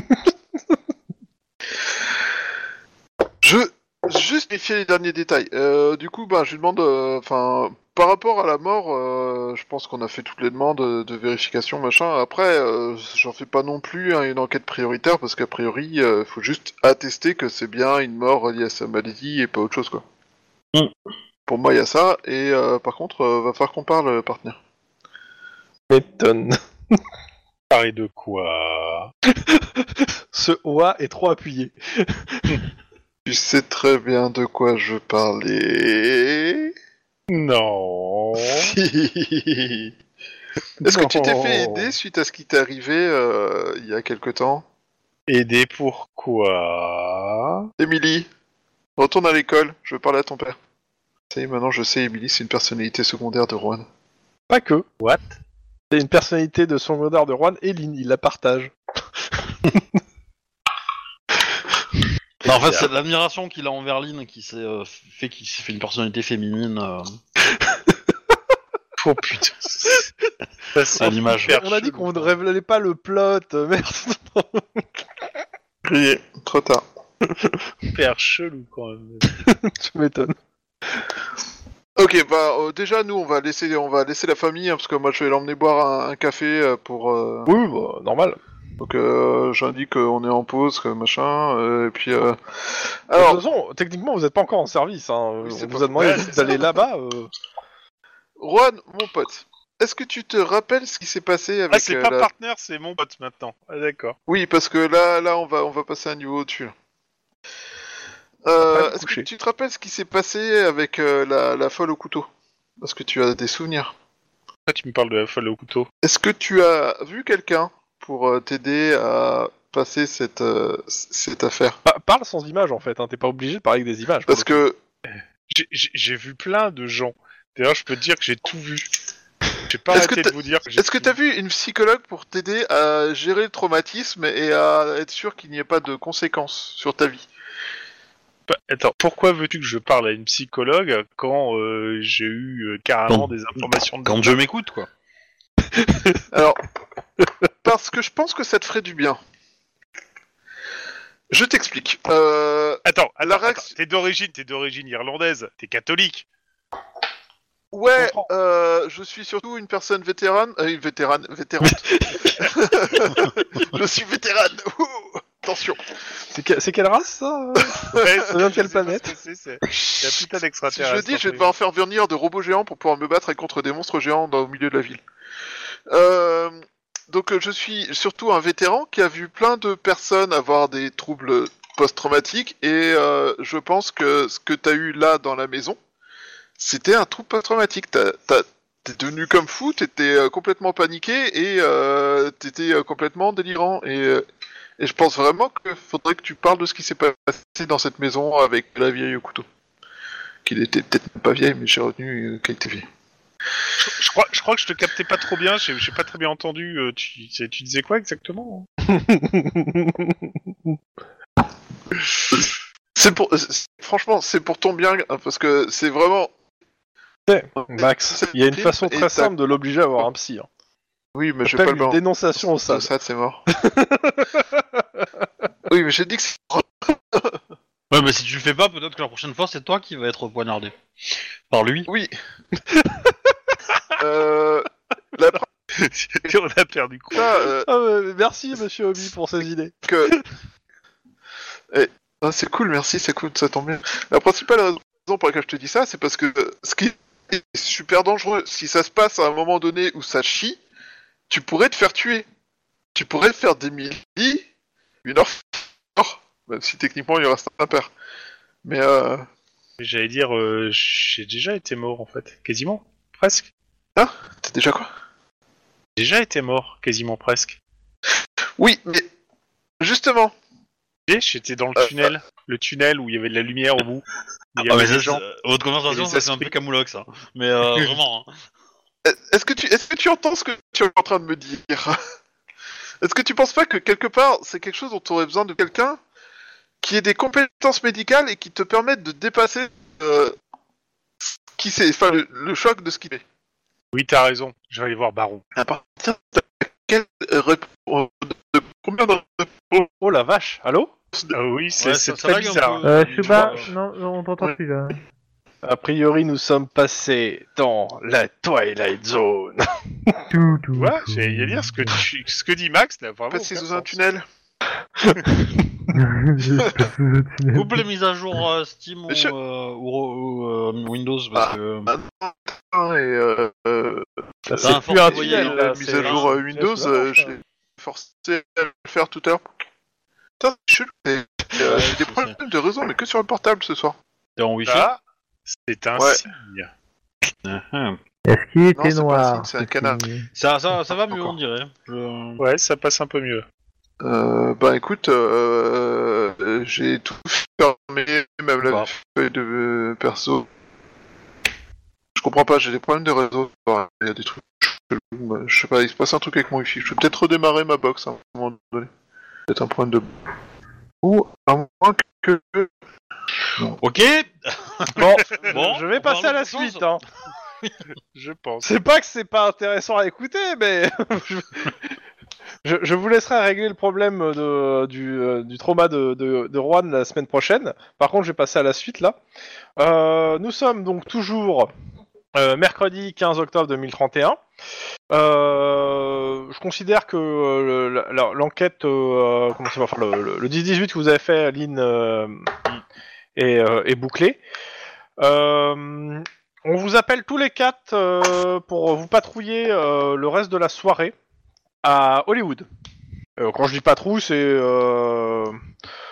Je juste vérifier les derniers détails. Euh, du coup, bah, je lui demande, enfin, par rapport à la mort, euh, je pense qu'on a fait toutes les demandes de, de vérification, machin. Après, euh, j'en fais pas non plus hein, une enquête prioritaire parce qu'a priori, euh, faut juste attester que c'est bien une mort liée à sa maladie et pas autre chose, quoi. Mm. Pour moi, il y a ça. Et euh, par contre, euh, va falloir qu'on parle, euh, partenaire. m'étonne. Parler de quoi? Ce O A est trop appuyé. Tu sais très bien de quoi je parlais. Non. Est-ce que tu t'es fait Non. aider suite à ce qui t'est arrivé euh, il y a quelque temps? Aider pourquoi? Émilie, retourne à l'école, je veux parler à ton père. Ça y est, maintenant je sais, Émilie, c'est une personnalité secondaire de Rouen. Pas que. What? C'est une personnalité de son modèle de Juan et Lynn, il la partage. Non, en fait, c'est l'admiration qu'il a envers Lynn qui s'est euh, fait qu'il s'est fait une personnalité féminine euh, Oh putain. Ça, c'est à l'image. hyper On a dit chelou. qu'on ne révélait pas le plot, euh, merde. Crié, trop tard. Hyper chelou quand même. Tu m'étonnes. Ok, bah euh, déjà nous on va laisser, on va laisser la famille hein, parce que moi je vais l'emmener boire un, un café euh, pour. Euh... Oui, bah, normal. Donc euh, j'indique qu'on est en pause, que machin, euh, et puis. Euh... de Alors, toute façon, techniquement, vous n'êtes pas encore en service. Hein. Oui, c'est On pas- vous a demandé Ouais, juste c'est d'aller ça. là-bas. euh. Juan, mon pote, est-ce que tu te rappelles ce qui s'est passé avec Ah, c'est euh, pas la... partenaire, c'est mon pote maintenant. Ah, d'accord. Oui, parce que là, là, on va, on va passer à un niveau au-dessus. là. Euh, est-ce que couché. tu te rappelles ce qui s'est passé avec euh, la, la folle au couteau? Parce que tu as des souvenirs. Pourquoi tu me parles de la folle au couteau? Est-ce que tu as vu quelqu'un pour euh, t'aider à passer cette, euh, c- cette affaire? Pa- parle sans image en fait, hein. T'es pas obligé de parler avec des images. Parce que J'ai- J'ai j'ai vu plein de gens. D'ailleurs, je peux te dire que j'ai tout vu. J'ai pas Est-ce que arrêté t'as- de vous dire que j'ai est-ce que tout t'as vu. vu une psychologue pour t'aider à gérer le traumatisme et à être sûr qu'il n'y ait pas de conséquences sur ta vie? Bah, attends, pourquoi veux-tu que je parle à une psychologue quand euh, j'ai eu euh, carrément Quand- des informations de Quand je m'écoute, quoi. Alors, parce que je pense que ça te ferait du bien. Je t'explique. Euh, Attends, La attends, réaction- attends, t'es d'origine, t'es d'origine irlandaise, t'es catholique. ouais, comprends. euh, je suis surtout une personne vétérane, euh, une vétérane, vétérante. Je suis vétérane. Ouh, attention. C'est, que- c'est quelle race ça? Ouais, Ça vient de quelle je sais pas planète? ce que c'est, c'est c'est un putain Si d'extraterrestre. je le dis, je vais devoir faire venir de robots géants pour pouvoir me battre contre des monstres géants dans, au milieu de la ville. Euh, donc euh, je suis surtout un vétéran qui a vu plein de personnes avoir des troubles post-traumatiques et euh, je pense que ce que t'as eu là dans la maison, c'était un trouble post-traumatique. T'as, t'as, t'es devenu comme fou, t'étais euh, complètement paniqué et euh, t'étais euh, complètement délirant. Et, euh, et je pense vraiment qu'il faudrait que tu parles de ce qui s'est passé dans cette maison avec la vieille au couteau. Qu'il était peut-être pas vieille, mais j'ai retenu euh, qu'elle était vieille. Je crois, je crois que je te captais pas trop bien, j'ai j'ai pas très bien entendu. euh, Tu, tu disais quoi exactement? C'est pour, c'est- franchement, c'est pour ton bien, hein, parce que c'est vraiment. Max, il y a une façon très simple de l'obliger à avoir un psy. Hein. Oui, mais Ça je vais pas s'appelle le une balancer. dénonciation au Ça, S A D. c'est mort. Oui, mais j'ai dit que c'est. Ouais, mais si tu le fais pas, peut-être que la prochaine fois, c'est toi qui vas être poignardé. Par lui. Oui. euh, la On a perdu quoi? ça, euh, Ah, ouais, merci monsieur Obi pour ces idées. que. Eh, ah, c'est cool, merci, c'est cool, ça tombe bien. La principale raison pour laquelle je te dis ça, c'est parce que euh, ce qui est super dangereux, si ça se passe à un moment donné où ça chie, tu pourrais te faire tuer. Tu pourrais te faire des millis, une heure, même si techniquement il reste un père. Mais euh, J'allais dire, euh, j'ai déjà été mort en fait, quasiment, presque. t'es déjà quoi? J'ai déjà été mort, quasiment presque. Oui, mais justement, Et J'étais dans le Euh, tunnel, le tunnel où il y avait de la lumière au bout. où il y Ah, avait mais des ça, gens. c'est- votre conversation, et les ça c'est un peu esprits. camoulox, ça. Mais euh, vraiment. Hein. est-ce que tu, est-ce que tu entends ce que tu es en train de me dire? Est-ce que tu penses pas que quelque part c'est quelque chose dont tu aurais besoin de quelqu'un qui ait des compétences médicales et qui te permettent de dépasser euh, ce qui c'est, enfin le, le choc de ce qui fait. Oui, t'as raison, je vais aller voir Baron. À partir de quelle réponse, de combien de réponses Oh la vache, allô? Ah oui, c'est Ouais, c'est ça- ça très règle un bizarre. peu. Euh, tu Shuba, vois, non, non, on t'entend Ouais. plus là. A priori, nous sommes passés dans la Twilight Zone. Tout, tout, Ouais, tout. j'allais dire ce que, tu- ce que dit Max, là, vraiment. passer aucun sous un sens. tunnel? Je passe sous le tunnel. Coupe les mises à jour euh, Steam ou, Mais je- euh, ou, ou, euh, Windows parce Ah. que. Et euh, euh, Là, Ça c'est a plus un forcé, tunnel, euh, là, la mise c'est- à jour euh, c'est- Windows, c'est- euh, c'est- j'ai forcé à le faire tout à l'heure. Putain, c'est chelou. Et, euh, Ouais, j'ai des je problèmes de réseau, mais que sur le portable ce soir. T'es en wifi. Là, c'est un Ouais. signe. Ah, ah. Est-ce qu'il Non, était c'est pas un noir signe, c'est un ce canard. qui- Ça, ça, ça va mieux, Encore. on dirait. Je- Ouais, ça passe un peu mieux. Euh, bah écoute, euh, euh, j'ai tout fermé, même la Bah. feuille de euh, perso. Je comprends pas, j'ai des problèmes de réseau. Enfin, il y a des trucs chelous, moi, je sais pas, il se passe un truc avec mon wifi. Je vais peut-être redémarrer ma box à un moment donné. Peut-être un problème de... Ou à moins que... Ok. Bon, Bon, je vais on passer parle à la de sens. suite. Hein. Je pense. C'est pas que c'est pas intéressant à écouter, mais je... je, je vous laisserai régler le problème de, du, euh, du trauma de, de, de Juan la semaine prochaine. Par contre, je vais passer à la suite là. Euh, nous sommes donc toujours euh, mercredi quinze octobre deux mille trente et un. Euh, je considère que euh, le- la- l'enquête, euh, comment ça va, enfin, le, le, le dix dix-huit que vous avez fait, Lynn, euh, est, euh, est bouclé. Euh, on vous appelle tous les quatre euh, pour vous patrouiller euh, le reste de la soirée à Hollywood. Euh, quand je dis patrouille, c'est euh,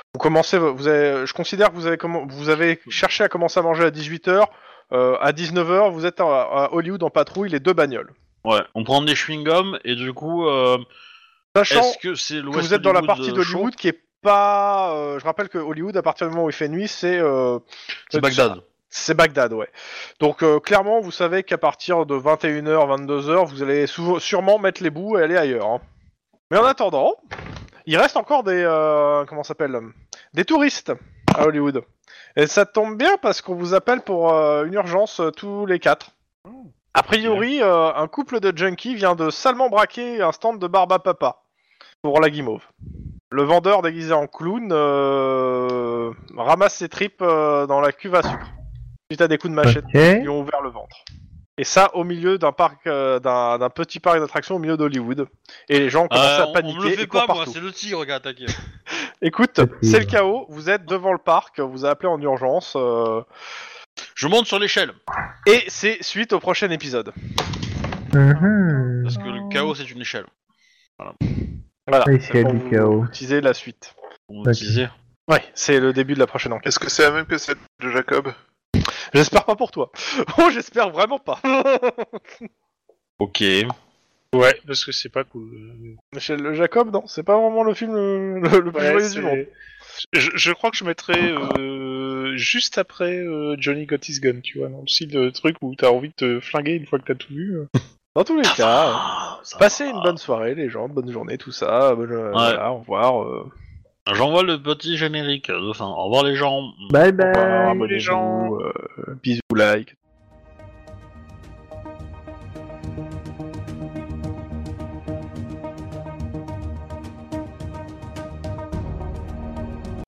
Vous commencez, vous avez, je considère que vous avez, comment, vous avez cherché à commencer à manger à dix-huit heures. Euh, à dix-neuf heures, vous êtes à, à Hollywood en patrouille, les deux bagnoles. Ouais, on prend des chewing-gums et du coup, euh, Sachant est-ce que c'est que l'Ouest vous êtes dans la Hollywood, partie euh, d'Hollywood chaud qui est pas. Euh, je rappelle que Hollywood, à partir du moment où il fait nuit, c'est. Euh, C'est Bagdad. C'est Bagdad, ouais. Donc euh, clairement, vous savez qu'à partir de vingt et une heures, vingt-deux heures, vous allez sou- sûrement mettre les bouts et aller ailleurs. Hein. Mais en attendant, il reste encore des. Euh, comment ça s'appelle Des touristes à Hollywood. Et ça tombe bien parce qu'on vous appelle pour euh, une urgence euh, tous les quatre. A priori, euh, un couple de junkies vient de salement braquer un stand de barbe à papa pour la guimauve. Le vendeur déguisé en clown euh, ramasse ses tripes euh, dans la cuve à sucre. Suite à des coups de machette Ok. qui lui ont ouvert le ventre. Et ça au milieu d'un parc, euh, d'un, d'un petit parc d'attractions au milieu d'Hollywood. Et les gens commencent Euh, à on, paniquer on me le et fait courent pas, moi, partout. c'est le tigre qui a attaqué. Écoute, Ok. c'est le chaos. Vous êtes devant le parc, vous a appelé en urgence. Euh, Je monte sur l'échelle, et c'est suite au prochain épisode. Mhm. parce que le chaos c'est une échelle. Voilà. Oui, c'est c'est pour du vous chaos. utiliser la suite. On Ok. utilisait. Ouais, c'est le début de la prochaine enquête. Est-ce que c'est la même que celle de Jacob? J'espère pas pour toi. Oh, j'espère vraiment pas. Ok. Ouais, parce que c'est pas cool. Euh, Chez le Jacob, non, c'est pas vraiment le film le, le- le plus ouais, joyeux c'est- du monde. Je, je crois que je mettrais euh, juste après euh, Johnny Got His Gun, tu vois, dans le style de truc où t'as envie de te flinguer une fois que t'as tout vu. euh. Dans tous les cas, Ah, ça passez va. une bonne soirée, les gens, bonne journée, tout ça. Bonne, euh, voilà, au revoir. Euh, J'envoie le petit générique de fin. Au revoir les gens. Bye au revoir, bye. abonnez-vous, gens. euh, bisous, like.